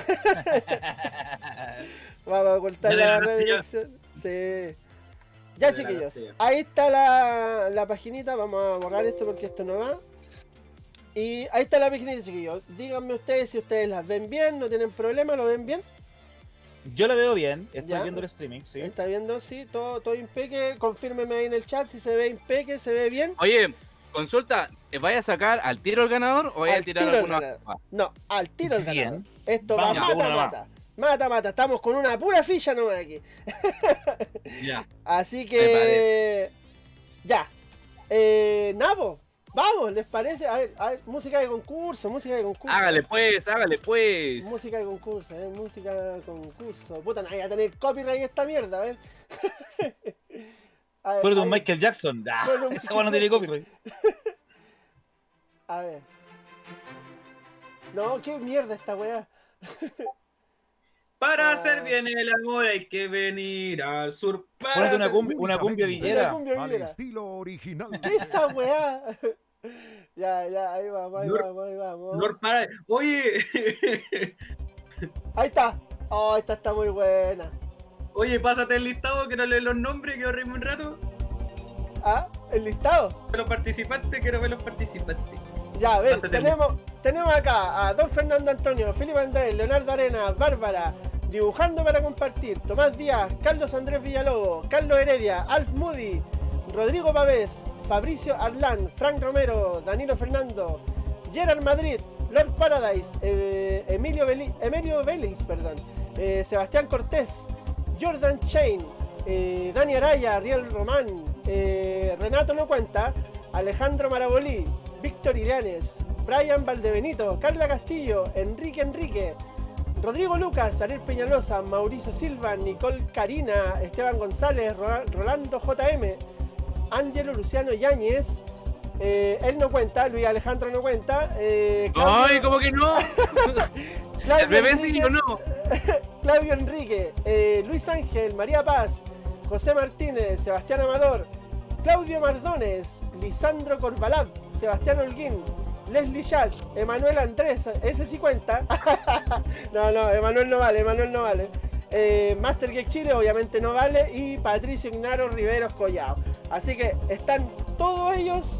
Vamos a ocultar la barra de direcciones. Sí. Ya, chiquillos. Ahí está la paginita. Vamos a borrar esto porque esto no va. Y ahí está la paginita, chiquillos. Díganme ustedes si ustedes las ven bien, no tienen problema, ¿lo ven bien? Yo la veo bien, estoy ¿Ya? viendo el streaming, sí. ¿Está viendo? Sí, todo impeque. Confírmeme ahí en el chat si se ve impeque, se ve bien. Oye, consulta, ¿vaya a sacar al tiro el ganador o vaya a tirar alguna? No, al tiro el ganador. Bien. Esto va mata. Estamos con una pura ficha nomás aquí. Ya. Así que... Ya. Nabo, vamos, ¿les parece? A ver, música de concurso. Hágale pues. Música de concurso, música de concurso. Puta, no voy a tener copyright esta mierda, a ver. Fue de un Michael Jackson. Esa weá no tiene copyright. A ver. No, qué mierda esta weá. Para hacer bien el amor hay que venir al sur. Ponete una cumbia villera. Al estilo original. ¿Qué es esa weá? Ya, ahí vamos. Oye. Ahí está. Oh, esta está muy buena. Oye, pásate el listado, quiero leer los nombres, que ahorremos un rato. Ah, ¿el listado? Los participantes, quiero ver los participantes. Ya, a ver, tenemos acá a Don Fernando Antonio, Felipe Andrés, Leonardo Arenas, Bárbara, Dibujando para Compartir, Tomás Díaz, Carlos Andrés Villalobos, Carlos Heredia, Alf Moody, Rodrigo Pavés, Fabricio Arlán, Frank Romero, Danilo Fernando, Gerard Madrid, Lord Paradise, Emilio Vélez, Sebastián Cortés, Jordan Chain, Dani Araya, Ariel Román, Renato No Cuenta, Alejandro Marabolí, Víctor Iranes, Brian Valdebenito, Carla Castillo, Enrique, Rodrigo Lucas, Ariel Peñalosa, Mauricio Silva, Nicole Karina, Esteban González, Rolando JM, Ángelo Luciano Yáñez, él no cuenta, Luis Alejandro no cuenta. ¡Ay, cómo que no! El bebé sí o no. Claudio Enrique, Luis Ángel, María Paz, José Martínez, Sebastián Amador, Claudio Mardones, Lisandro Corvalab, Sebastián Holguín, Leslie Chat, Emanuel Andrés, ese sí cuenta. No, Emanuel no vale. Master Geek Chile obviamente no vale. Y Patricio Ignaro Riveros Collado. Así que están todos ellos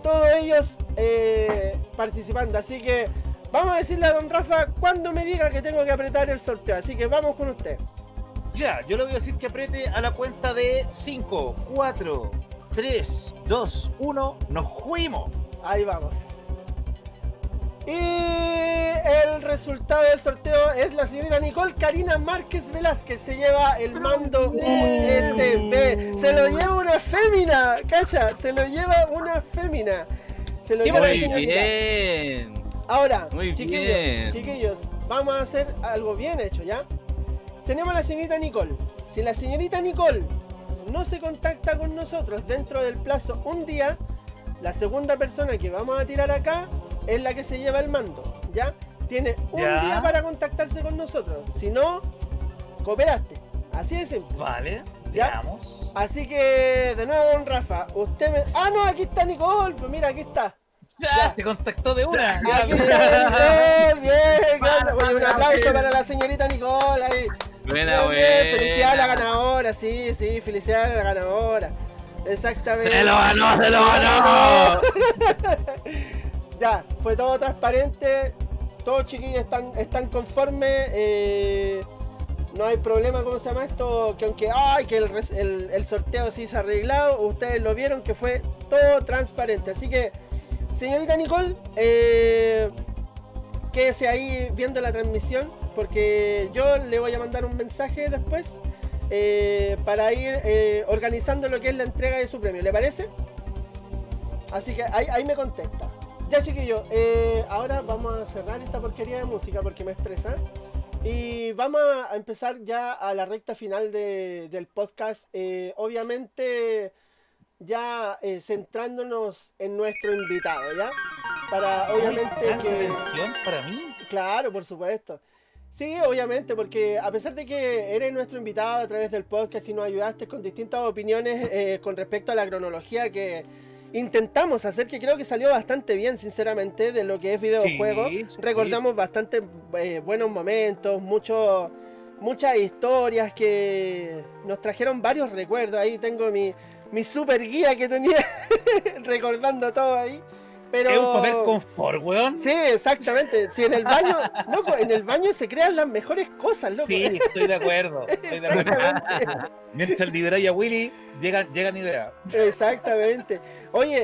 participando. Así que vamos a decirle a don Rafa cuando me diga que tengo que apretar el sorteo. Así que vamos con usted. Ya, yo le voy a decir que apriete a la cuenta de 5, 4, 3, 2, 1. ¡Nos fuimos! Ahí vamos. Y el resultado del sorteo es la señorita Nicole Karina Márquez Velázquez. Se lleva el mando USB. Se lo lleva una fémina. Calla, se lo lleva una fémina. Se lo lleva la señorita. Bien. Ahora, Muy chiquillos, vamos a hacer algo bien hecho, ¿ya? Tenemos a la señorita Nicole. Si la señorita Nicole no se contacta con nosotros dentro del plazo un día, la segunda persona que vamos a tirar acá es la que se lleva el mando, ¿ya? Tiene un día para contactarse con nosotros, si no, cooperaste, así de simple. Vale, ¿Ya? veamos. Así que, de nuevo, don Rafa, usted me... Ah, no, aquí está Nicole, pues mira, aquí está. Ya, se contactó de una. Aquí está, bien, oye, un aplauso para la señorita Nicole ahí. Buena, Bien, felicidades a la ganadora, sí, felicidades a la ganadora. Exactamente. ¡Se lo ganó! Ya, fue todo transparente. Todos chiquillos están conformes. No hay problema, ¿cómo se llama esto? Que aunque el sorteo se hizo arreglado, ustedes lo vieron que fue todo transparente. Así que, señorita Nicole, quédese ahí viendo la transmisión, porque yo le voy a mandar un mensaje después para ir organizando lo que es la entrega de su premio. ¿Le parece? Así que ahí me contesta. Ya, chiquillos, ahora vamos a cerrar esta porquería de música porque me estresa. Y vamos a empezar ya a la recta final del podcast. Obviamente ya centrándonos en nuestro invitado, ¿ya? Para obviamente que... ¿Atención para mí? Claro, por supuesto. Sí, obviamente, porque a pesar de que eres nuestro invitado a través del podcast y nos ayudaste con distintas opiniones con respecto a la cronología que intentamos hacer, que creo que salió bastante bien, sinceramente, de lo que es videojuegos. Sí. Recordamos bastante buenos momentos, muchas historias que nos trajeron varios recuerdos. Ahí tengo mi super guía que tenía recordando todo ahí. Pero... Es un papel confort, weón. Sí, exactamente. Si en el baño, loco, en el baño se crean las mejores cosas, loco. Sí, estoy de acuerdo. Mientras liberáis a Willy, llegan ideas. Exactamente. Oye,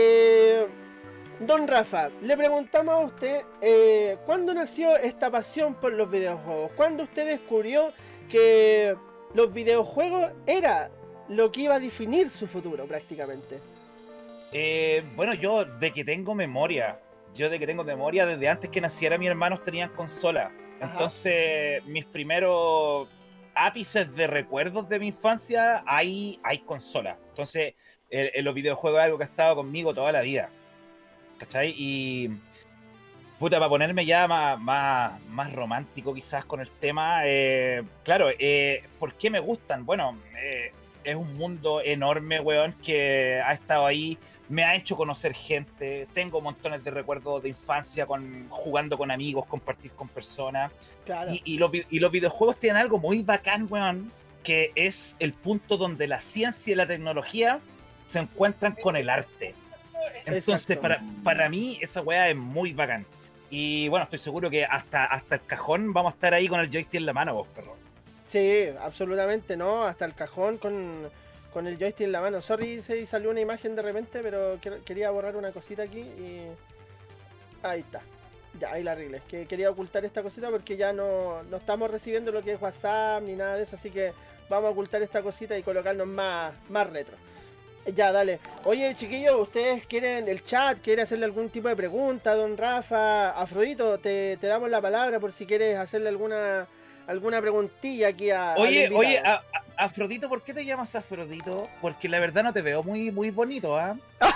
don Rafa, le preguntamos a usted, ¿cuándo nació esta pasión por los videojuegos? ¿Cuándo usted descubrió que los videojuegos era lo que iba a definir su futuro, prácticamente? Bueno, yo de que tengo memoria, desde antes que naciera mis hermanos tenían consola. Ajá. Entonces mis primeros ápices de recuerdos de mi infancia hay consola. Entonces los videojuegos es algo que ha estado conmigo toda la vida, ¿cachai? Y puta, para ponerme ya más romántico quizás con el tema, claro, ¿por qué me gustan? Bueno, es un mundo enorme, weón, que ha estado ahí, me ha hecho conocer gente, tengo montones de recuerdos de infancia jugando con amigos, compartir con personas. Claro. Y los videojuegos tienen algo muy bacán, weón, que es el punto donde la ciencia y la tecnología se encuentran con el arte. Entonces, para mí, esa weá es muy bacán. Y bueno, estoy seguro que hasta el cajón vamos a estar ahí con el joystick en la mano, vos, perro. Sí, absolutamente, ¿no? Hasta el cajón con el joystick en la mano. Sorry, se salió una imagen de repente, pero quería borrar una cosita aquí y... Ahí está. Ya, ahí la arreglé. Que quería ocultar esta cosita porque ya no estamos recibiendo lo que es WhatsApp ni nada de eso, así que vamos a ocultar esta cosita y colocarnos más retro. Ya, dale. Oye, chiquillos, ¿ustedes quieren el chat? ¿Quieren hacerle algún tipo de pregunta, don Rafa? Afrodito, te damos la palabra por si quieres hacerle alguna preguntilla aquí a... Oye, Afrodito, ¿por qué te llamas Afrodito? Porque la verdad no te veo muy bonito, ¿ah?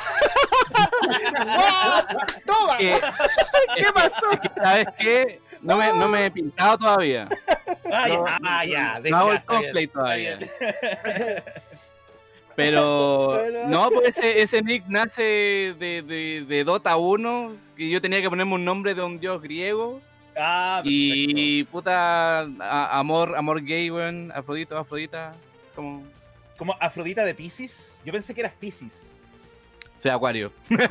¡Toma! ¿Qué pasó? Es que, ¿sabes qué? No me he pintado todavía. Ya. No hago el cosplay todavía. Pero no, pues ese nick nace de Dota 1, que yo tenía que ponerme un nombre de un dios griego. Y puta, amor gay, weón, Afrodita, como Afrodita de Piscis. Yo pensé que eras Piscis. Soy Acuario.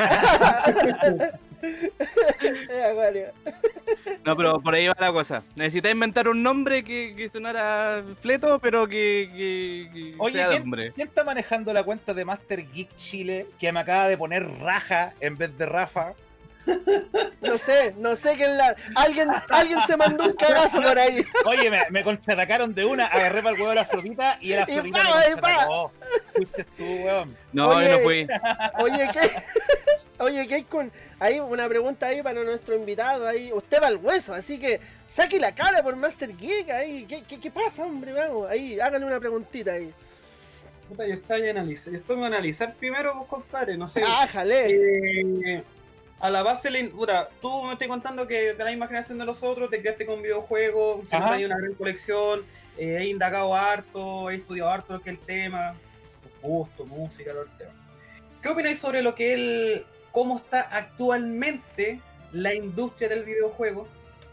No, pero por ahí va la cosa. Necesité inventar un nombre que sonara fleto, pero que oye, sea de hombre. ¿Quién está manejando la cuenta de Master Geek Chile que me acaba de poner Raja en vez de Rafa? No sé quién alguien se mandó un cagazo por ahí. Oye, me contraatacaron de una, agarré para el huevo de la Afrodita y el Afrodita me contraatacó. Fuiste tú, weón. No, oye, yo no fui. Oye, ¿qué hay con...? Hay una pregunta ahí para nuestro invitado ahí. Usted va al hueso, así que saque la cara por Master Geek ahí. ¿Qué pasa, hombre? Vamos, ahí, háganle una preguntita ahí. Puta, yo estoy a analizar primero, pues, compadre, no sé. ¡Ájale! A la base, puta, tú me estás contando que de la misma generación de los otros, te criaste con videojuegos, se nota hay una gran colección, he indagado harto, he estudiado harto lo que es el tema, gusto, música, los temas. ¿Qué opináis sobre cómo está actualmente la industria del videojuego?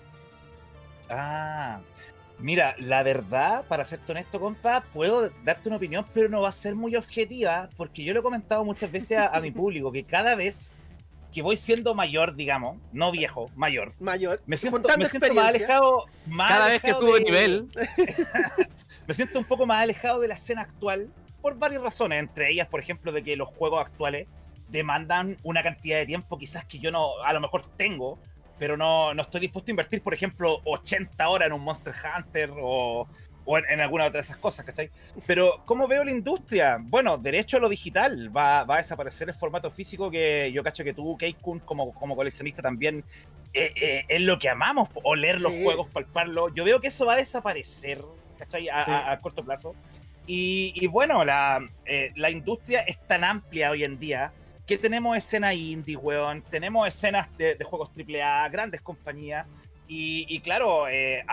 Mira, la verdad, para serte honesto, compa, puedo darte una opinión, pero no va a ser muy objetiva, porque yo lo he comentado muchas veces a mi público, que cada vez que voy siendo mayor, digamos, no viejo, mayor, me siento más alejado. Cada vez que subo de nivel. Me siento un poco más alejado de la escena actual, por varias razones, entre ellas, por ejemplo, de que los juegos actuales demandan una cantidad de tiempo quizás que yo no, a lo mejor tengo, pero no estoy dispuesto a invertir, por ejemplo, 80 horas en un Monster Hunter o en alguna otra de esas cosas, ¿cachai? Pero, ¿cómo veo la industria? Bueno, derecho a lo digital, va a desaparecer el formato físico, que yo cacho que tú, Keikun, como coleccionista también, es lo que amamos, oler los juegos, palparlos. Yo veo que eso va a desaparecer, ¿cachai? A corto plazo. Y bueno, la industria es tan amplia hoy en día que tenemos escenas indie, weón, tenemos escenas de juegos AAA, grandes compañías, y claro,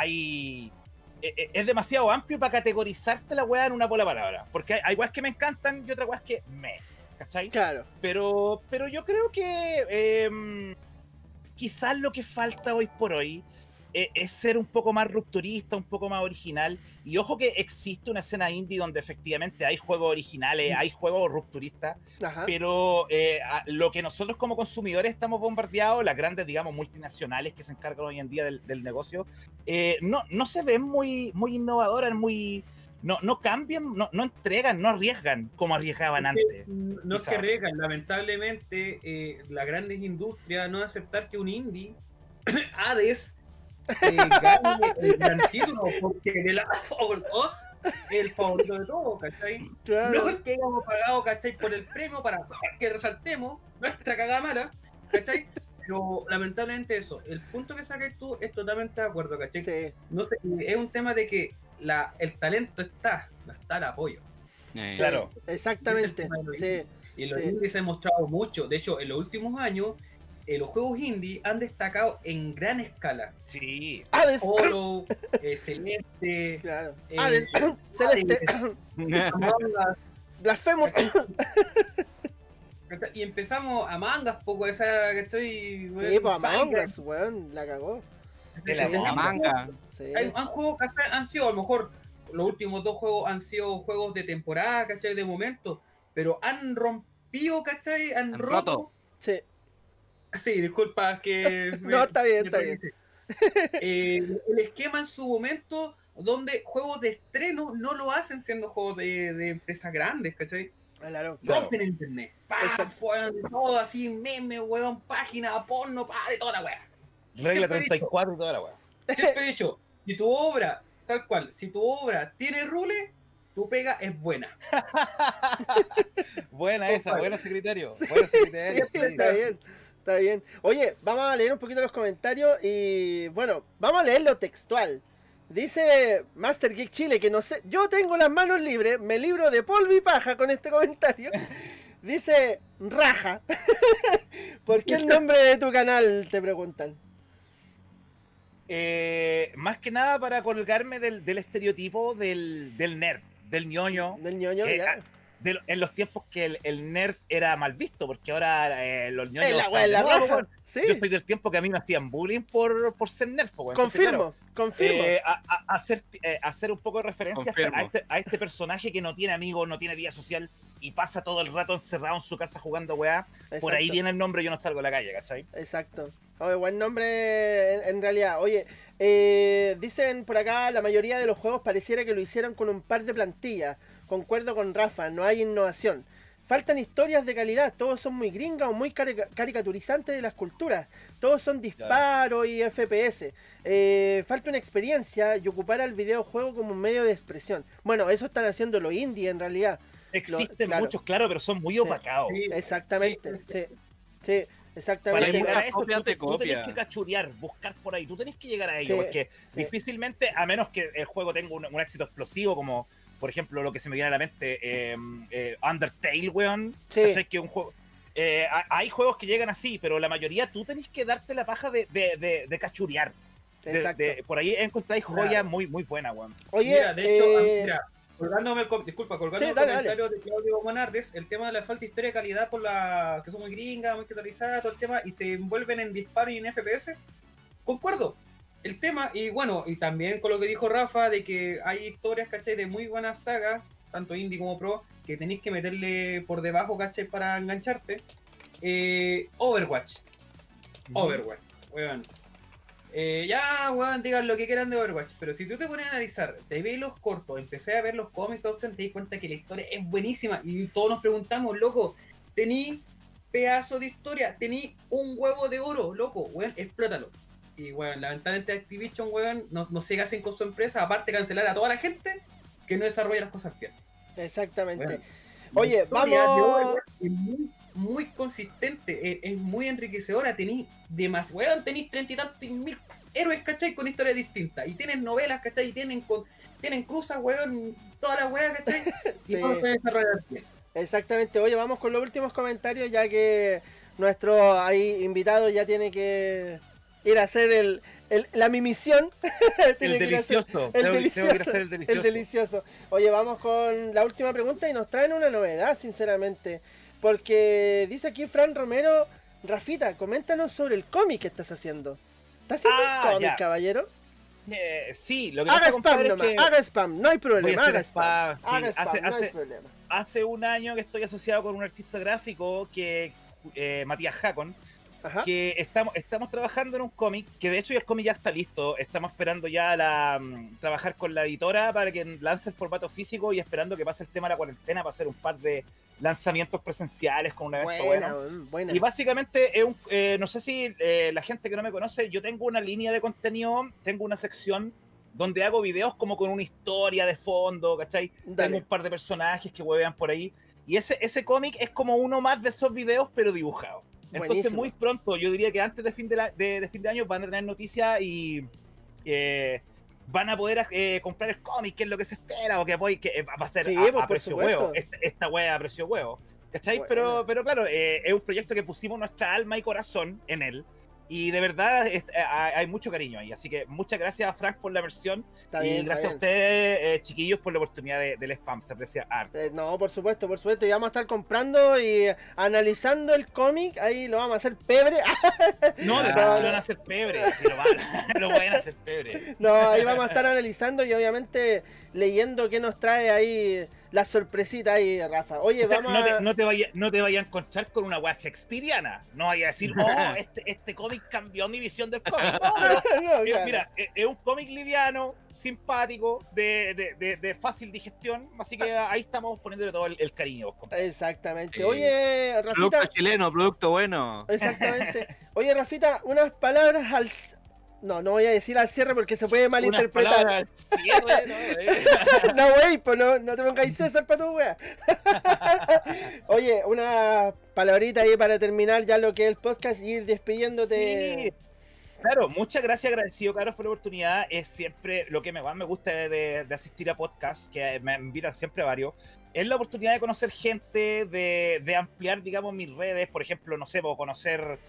es demasiado amplio para categorizarte la weá en una sola palabra, porque hay weas que me encantan y otras weas que ¿cachai? Claro. Pero yo creo que quizás lo que falta hoy por hoy es ser un poco más rupturista, un poco más original. Y ojo que existe una escena indie donde efectivamente hay juegos originales, hay juegos rupturistas, pero lo que nosotros como consumidores estamos bombardeados, las grandes, digamos, multinacionales que se encargan hoy en día del negocio, no se ven muy innovadoras, no cambian, no entregan, no arriesgan como arriesgaban antes. No es que arriesgan, lamentablemente las grandes industrias no aceptar que un indie, Hades, gane el gran título, porque The Last of Us es el favorito de todos, ¿cachai? Claro. No es que hayamos pagado, ¿cachai? Por el premio para que resaltemos nuestra cagada mala, ¿cachai? Pero lamentablemente eso, el punto que saques tú es totalmente de acuerdo, ¿cachai? Sí. No sé, es un tema de que el talento no está el apoyo. Claro. Exactamente. Sí. Y los indies se han mostrado mucho. De hecho, en los últimos años, los juegos indie han destacado en gran escala. Sí. Hades. Hollow, Celeste. Claro. Hades. Celeste. Blasphemous. Y empezamos a mangas, poco esa que estoy. Sí, pues a mangas, weón, la cagó. De la manga. Sí. Han juegos que han sido, a lo mejor, los últimos 2 juegos han sido juegos de temporada, ¿cachai? De momento, pero han rompido, ¿cachai? Han roto. Sí. Sí, disculpa que... No, está bien. El esquema en su momento, donde juegos de estreno no lo hacen siendo juegos de empresas grandes, ¿cachai? Claro. Rompen internet. Fueron todo así, meme, weón, página, porno, de toda la weá. Regla 34 y toda la weá. Siempre he dicho, si tu obra, tal cual, si tu obra tiene rule, tu pega es buena. Buena esa, buena ese criterio. Buena ese criterio. Sí, está bien. Oye, vamos a leer un poquito los comentarios y bueno, vamos a leerlo textual. Dice Master Geek Chile que no sé, yo tengo las manos libres, me libro de polvo y paja con este comentario. Dice Raja. ¿Por qué el nombre de tu canal? Te preguntan. Más que nada para colgarme del estereotipo del nerd, del ñoño. Del ñoño, ya. En los tiempos que el nerd era mal visto, porque ahora los ñoños... la raja. ¿Sí? Yo soy del tiempo que a mí me hacían bullying por ser nerd. Pues, confirmo. Hacer un poco de referencia a este personaje que no tiene amigos, no tiene vida social y pasa todo el rato encerrado en su casa jugando weá. Por ahí viene el nombre, yo no salgo a la calle, ¿cachai? Exacto. Oye, buen nombre en realidad. Oye, dicen por acá, la mayoría de los juegos pareciera que lo hicieron con un par de plantillas. Concuerdo con Rafa, no hay innovación. Faltan historias de calidad, todos son muy gringas o muy caricaturizantes de las culturas. Todos son disparos y FPS. Falta una experiencia y ocupar al videojuego como un medio de expresión. Bueno, eso están haciendo los indie en realidad. Existen muchos, claro, pero son muy opacados. Sí, exactamente, sí, exactamente. Para llegar a eso, tú tenés que cachurear, buscar por ahí, tú tenés que llegar a ello, porque difícilmente, a menos que el juego tenga un éxito explosivo como por ejemplo, lo que se me viene a la mente, Undertale, weón. Sí. ¿Cachai? Que un juego... hay juegos que llegan así, pero la mayoría tú tenés que darte la paja de cachurear. Exacto. Por ahí encontráis joyas muy, muy buenas, weón. Oye, Mira, de hecho, mira, colgándome el Sí, el dale, comentario de Claudio Monardes, el tema de la falta de historia de calidad por la que son muy gringas, muy catalizadas, todo el tema, y se envuelven en disparo y en FPS, concuerdo. El tema, y bueno, y también con lo que dijo Rafa, de que hay historias, ¿cachai? De muy buenas sagas, tanto indie como pro, que tenéis que meterle por debajo, ¿cachai? Para engancharte. Overwatch. Overwatch, weón. Ya, weón, digan lo que quieran de Overwatch, pero si tú te pones a analizar, te ves los cortos, empecé a ver los cómics, te das cuenta que la historia es buenísima, y todos nos preguntamos, loco, tení pedazo de historia, tení un huevo de oro, loco, weón, explótalo. Y weón, lamentablemente Activision, weón, no sé qué hacen con su empresa, aparte de cancelar a toda la gente que no desarrolla las cosas bien. exactamente. Bueno, Oye, la historia de vamos. Overwatch es muy consistente, es muy enriquecedora, tenéis weón, tenéis 30 y tantos mil héroes, ¿cachai? Con historias distintas, y tienen novelas, ¿cachai? Y tienen cruzas, weón, todas las weas, ¿cachai? Y Sí. todo se desarrolla bien. Exactamente. Oye, vamos con los últimos comentarios, ya que nuestro ahí invitado ya tiene que ir a hacer la mimisión. Tiene El que ir a hacer delicioso. el Tengo que ir a delicioso. hacer el delicioso. El delicioso. Oye, vamos con la última pregunta y nos traen una novedad, sinceramente. Porque dice aquí Fran Romero, Rafita, coméntanos sobre el cómic que estás haciendo. ¿Estás haciendo un cómic, ya. caballero? Sí, lo que Haga pasa, spam compadre, nomás, es que haga spam, no hay voy a problema, hacer haga spam. spam, sí. Haga spam, no hay Hace- problema. hace un año que estoy asociado con un artista gráfico que Matías Jacon, Ajá. que estamos trabajando en un cómic, que de hecho ya el cómic ya está listo, estamos esperando ya trabajar con la editora para que lance el formato físico y esperando que pase el tema de la cuarentena para hacer un par de lanzamientos presenciales con un evento Buena, bueno. buena. Y básicamente es no sé si la gente que no me conoce, yo tengo una línea de contenido, tengo una sección donde hago videos como con una historia de fondo, ¿cachai? Dale. Tengo un par de personajes que huevean por ahí. Y ese cómic es como uno más de esos videos, pero dibujado. Entonces, Buenísimo. muy pronto, yo diría que antes de fin de año van a tener noticias y van a poder comprar el cómic, que es lo que se espera, o que va a ser Sí, a pues, por precio supuesto. huevo. Esta wea a precio huevo. ¿Cachai? Bueno. Pero claro, es un proyecto que pusimos nuestra alma y corazón en él. Y de verdad hay mucho cariño ahí. Así que muchas gracias a Frank por la versión. Está Y bien, gracias está a ustedes, chiquillos, por la oportunidad del spam. Se aprecia harto. No, por supuesto, por supuesto. Y vamos a estar comprando y analizando el cómic. Ahí lo vamos a hacer pebre. No, de No, verdad no. que lo van a hacer pebre. Si lo van a hacer pebre. No, ahí vamos a estar analizando y obviamente leyendo qué nos trae ahí la sorpresita ahí, Rafa. Oye, O sea, vamos a... no te vaya a encontrar con una weá shakespeariana. No vaya a decir, oh, este cómic cambió mi visión del cómic. No, pero, No, claro. mira, es un cómic liviano, simpático, de fácil digestión. Así que ahí estamos poniéndole todo el cariño, compadre. Exactamente. Sí. Oye, Producto Rafita... chileno, producto bueno. Exactamente. Oye, Rafita, unas palabras al... No voy a decir al cierre porque se puede malinterpretar. Unas palabras al cierre, ¿no? No, güey, pues no te pongáis César para tu wea. Oye, una palabrita ahí para terminar ya lo que es el podcast y ir despidiéndote. Sí. Claro, muchas gracias, agradecido, Carlos, por la oportunidad. Es siempre lo que más me gusta de asistir a podcasts, que me invitan siempre varios. Es la oportunidad de conocer gente, de ampliar, digamos, mis redes. Por ejemplo, no sé, puedo conocer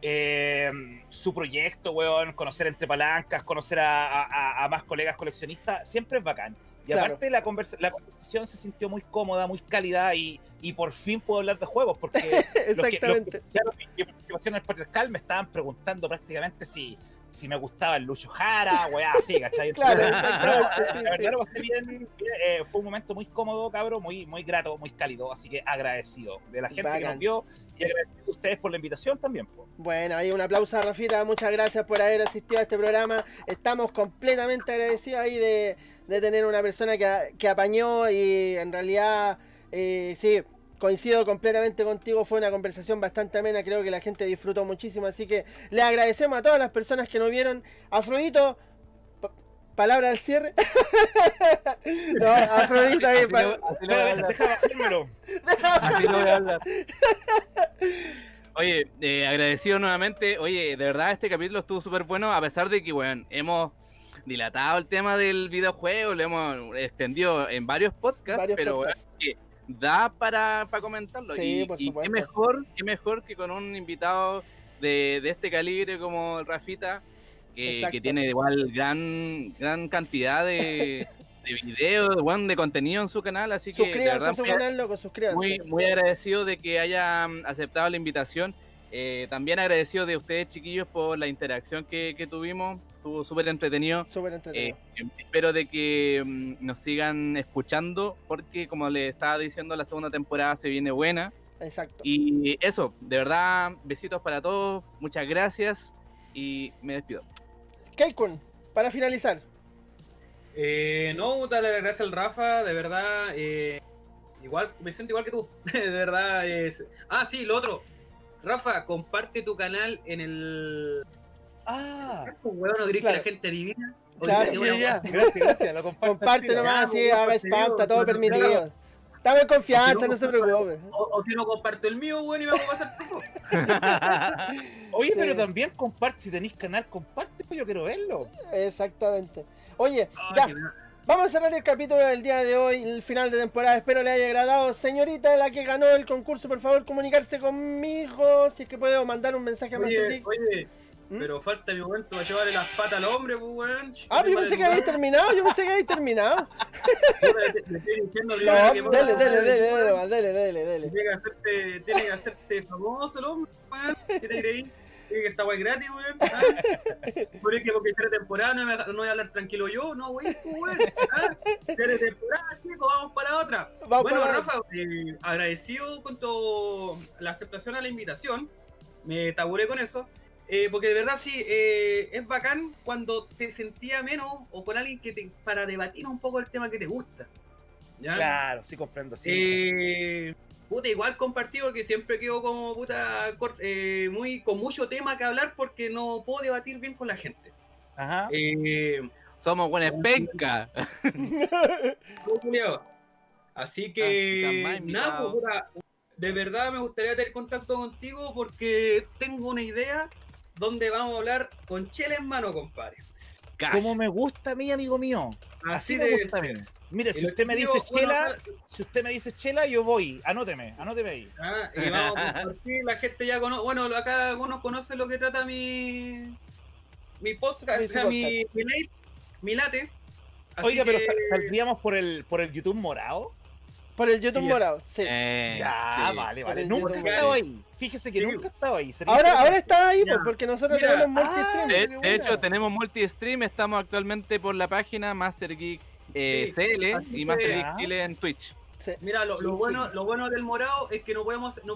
su proyecto, weón, conocer entre palancas, conocer a más colegas coleccionistas. Siempre es bacán. Y Claro. aparte la conversación se sintió muy cómoda, muy cálida y por fin puedo hablar de juegos porque Exactamente. los que mi participación en el Patriarcal me estaban preguntando prácticamente si me gustaba el Lucho Jara, weá, así, ¿cachai? Claro, Entonces, exactamente, sí, la verdad sí. lo pasé bien, fue un momento muy cómodo, cabro, muy grato, muy cálido, así que agradecido de la gente que Bacán. nos vio y agradecido a ustedes por la invitación también, po. Bueno, ahí un aplauso a Rafita, muchas gracias por haber asistido a este programa. Estamos completamente agradecidos ahí de tener una persona que apañó y en realidad, sí, coincido completamente contigo, fue una conversación bastante amena, creo que la gente disfrutó muchísimo, así que le agradecemos a todas las personas que nos vieron. Afrodito, palabra al cierre. No, Afrodito ahí. Así lo voy a hablar. Deja bajármelo. Así lo voy a hablar. Oye, agradecido nuevamente. Oye, de verdad este capítulo estuvo súper bueno, a pesar de que, bueno, hemos dilatado el tema del videojuego, lo hemos extendido en varios podcasts, pero es que da para comentarlo. Sí, y por y supuesto. qué mejor que con un invitado de este calibre como el Rafita, que tiene igual gran cantidad de videos, de contenido en su canal, así que suscríbanse a su canal, loco, suscríbanse. muy agradecido de que hayan aceptado la invitación. También agradecido de ustedes, chiquillos, por la interacción que tuvimos. Estuvo súper entretenido. Espero de que nos sigan escuchando, porque como les estaba diciendo, la segunda temporada se viene buena. Exacto. Y eso, de verdad, besitos para todos, muchas gracias y me despido. Keikun, para finalizar. No, darle las gracias al Rafa, de verdad, igual, me siento igual que tú, de verdad. Sí, lo otro, Rafa, comparte tu canal en el... no querés que la gente adivina. Claro, gracias, lo comparto. Comparte nomás, así, haga spam, está todo permitido. Estamos en confianza, no se preocupe. O si no comparto el mío, bueno, y me voy a pasar todo. Oye, pero también comparte, si tenéis canal, comparte, pues yo quiero verlo. Exactamente. Oye, ya, vamos a cerrar el capítulo del día de hoy, el final de temporada, espero le haya agradado. Señorita, la que ganó el concurso, por favor, comunicarse conmigo, si es que puedo mandar un mensaje a Master Geek. Oye, pero falta mi momento para llevarle las patas al hombre, pues, weón. Yo pensé que habéis terminado, Le estoy diciendo dele. Tiene que hacerse famoso el hombre, weón. ¿Qué te creí? Tiene que estar guay gratis, weón. Porque esta temporada no voy a hablar tranquilo yo, no, weón. Esta temporada, chicos, vamos para la otra. Bueno, Rafa, agradecido con la aceptación a la invitación. Me taburé con eso. Porque de verdad sí, es bacán cuando te sentía menos o con alguien para debatir un poco el tema que te gusta. ¿Ya? Claro, sí comprendo, sí. Igual compartí porque siempre quedo como con mucho tema que hablar porque no puedo debatir bien con la gente. Ajá. Somos buenas pencas. Así que nada, de verdad me gustaría tener contacto contigo porque tengo una idea donde vamos a hablar con chela en mano, compadre. Como me gusta a mí, amigo mío. Así me gusta a mí. Mire, si usted me dice chela, yo voy. Anóteme ahí. Y vamos a compartir, la gente ya conoce, bueno, acá algunos conocen lo que trata mi podcast, o sea, mi late. Oiga, pero ¿saldríamos por el YouTube morado? Por el YouTube morado, sí. Vale. Nunca he estado ahí. Fíjese que nunca he estado ahí. Ahora está ahí, porque nosotros tenemos multi-stream. De hecho, tenemos multi-stream. Estamos actualmente por la página Master Geek CL y Master Geek Chile en Twitch. Sí. Mira, lo bueno del morado es que no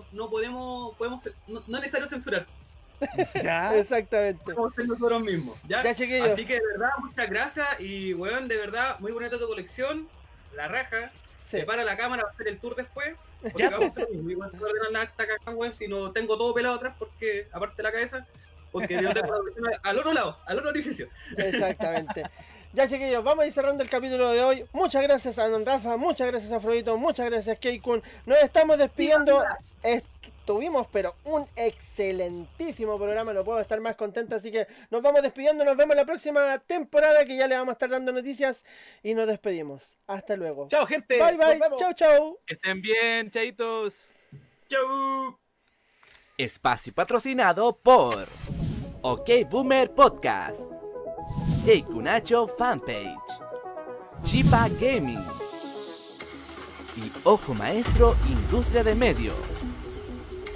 es necesario censurar. Ya. Exactamente. Podemos ser nosotros mismos. ¿Ya? Chiquillos. Así que de verdad, muchas gracias. Y weón, de verdad, muy bonita tu colección. La raja. Prepara la cámara, va a hacer el tour después. Porque vamos a hacer lo mismo. Voy a ordenar la acta acá, weón, si no tengo todo pelado atrás, porque aparte de la cabeza, porque yo tengo al otro lado, al otro orificio. Exactamente. Ya, chiquillos, vamos a ir cerrando el capítulo de hoy. Muchas gracias a Don Rafa, muchas gracias a Afrodito, muchas gracias a Keikun. Nos estamos despidiendo. Tuvimos, pero un excelentísimo programa, no puedo estar más contento, así que nos vamos despidiendo, nos vemos la próxima temporada, que ya le vamos a estar dando noticias, y nos despedimos. Hasta luego. Chao, gente. Bye. Chao. Que estén bien, chaitos. Chau. Espacio patrocinado por OK Boomer Podcast, Keikunacho Fanpage, Chipa Gaming y Ojo Maestro Industria de Medios.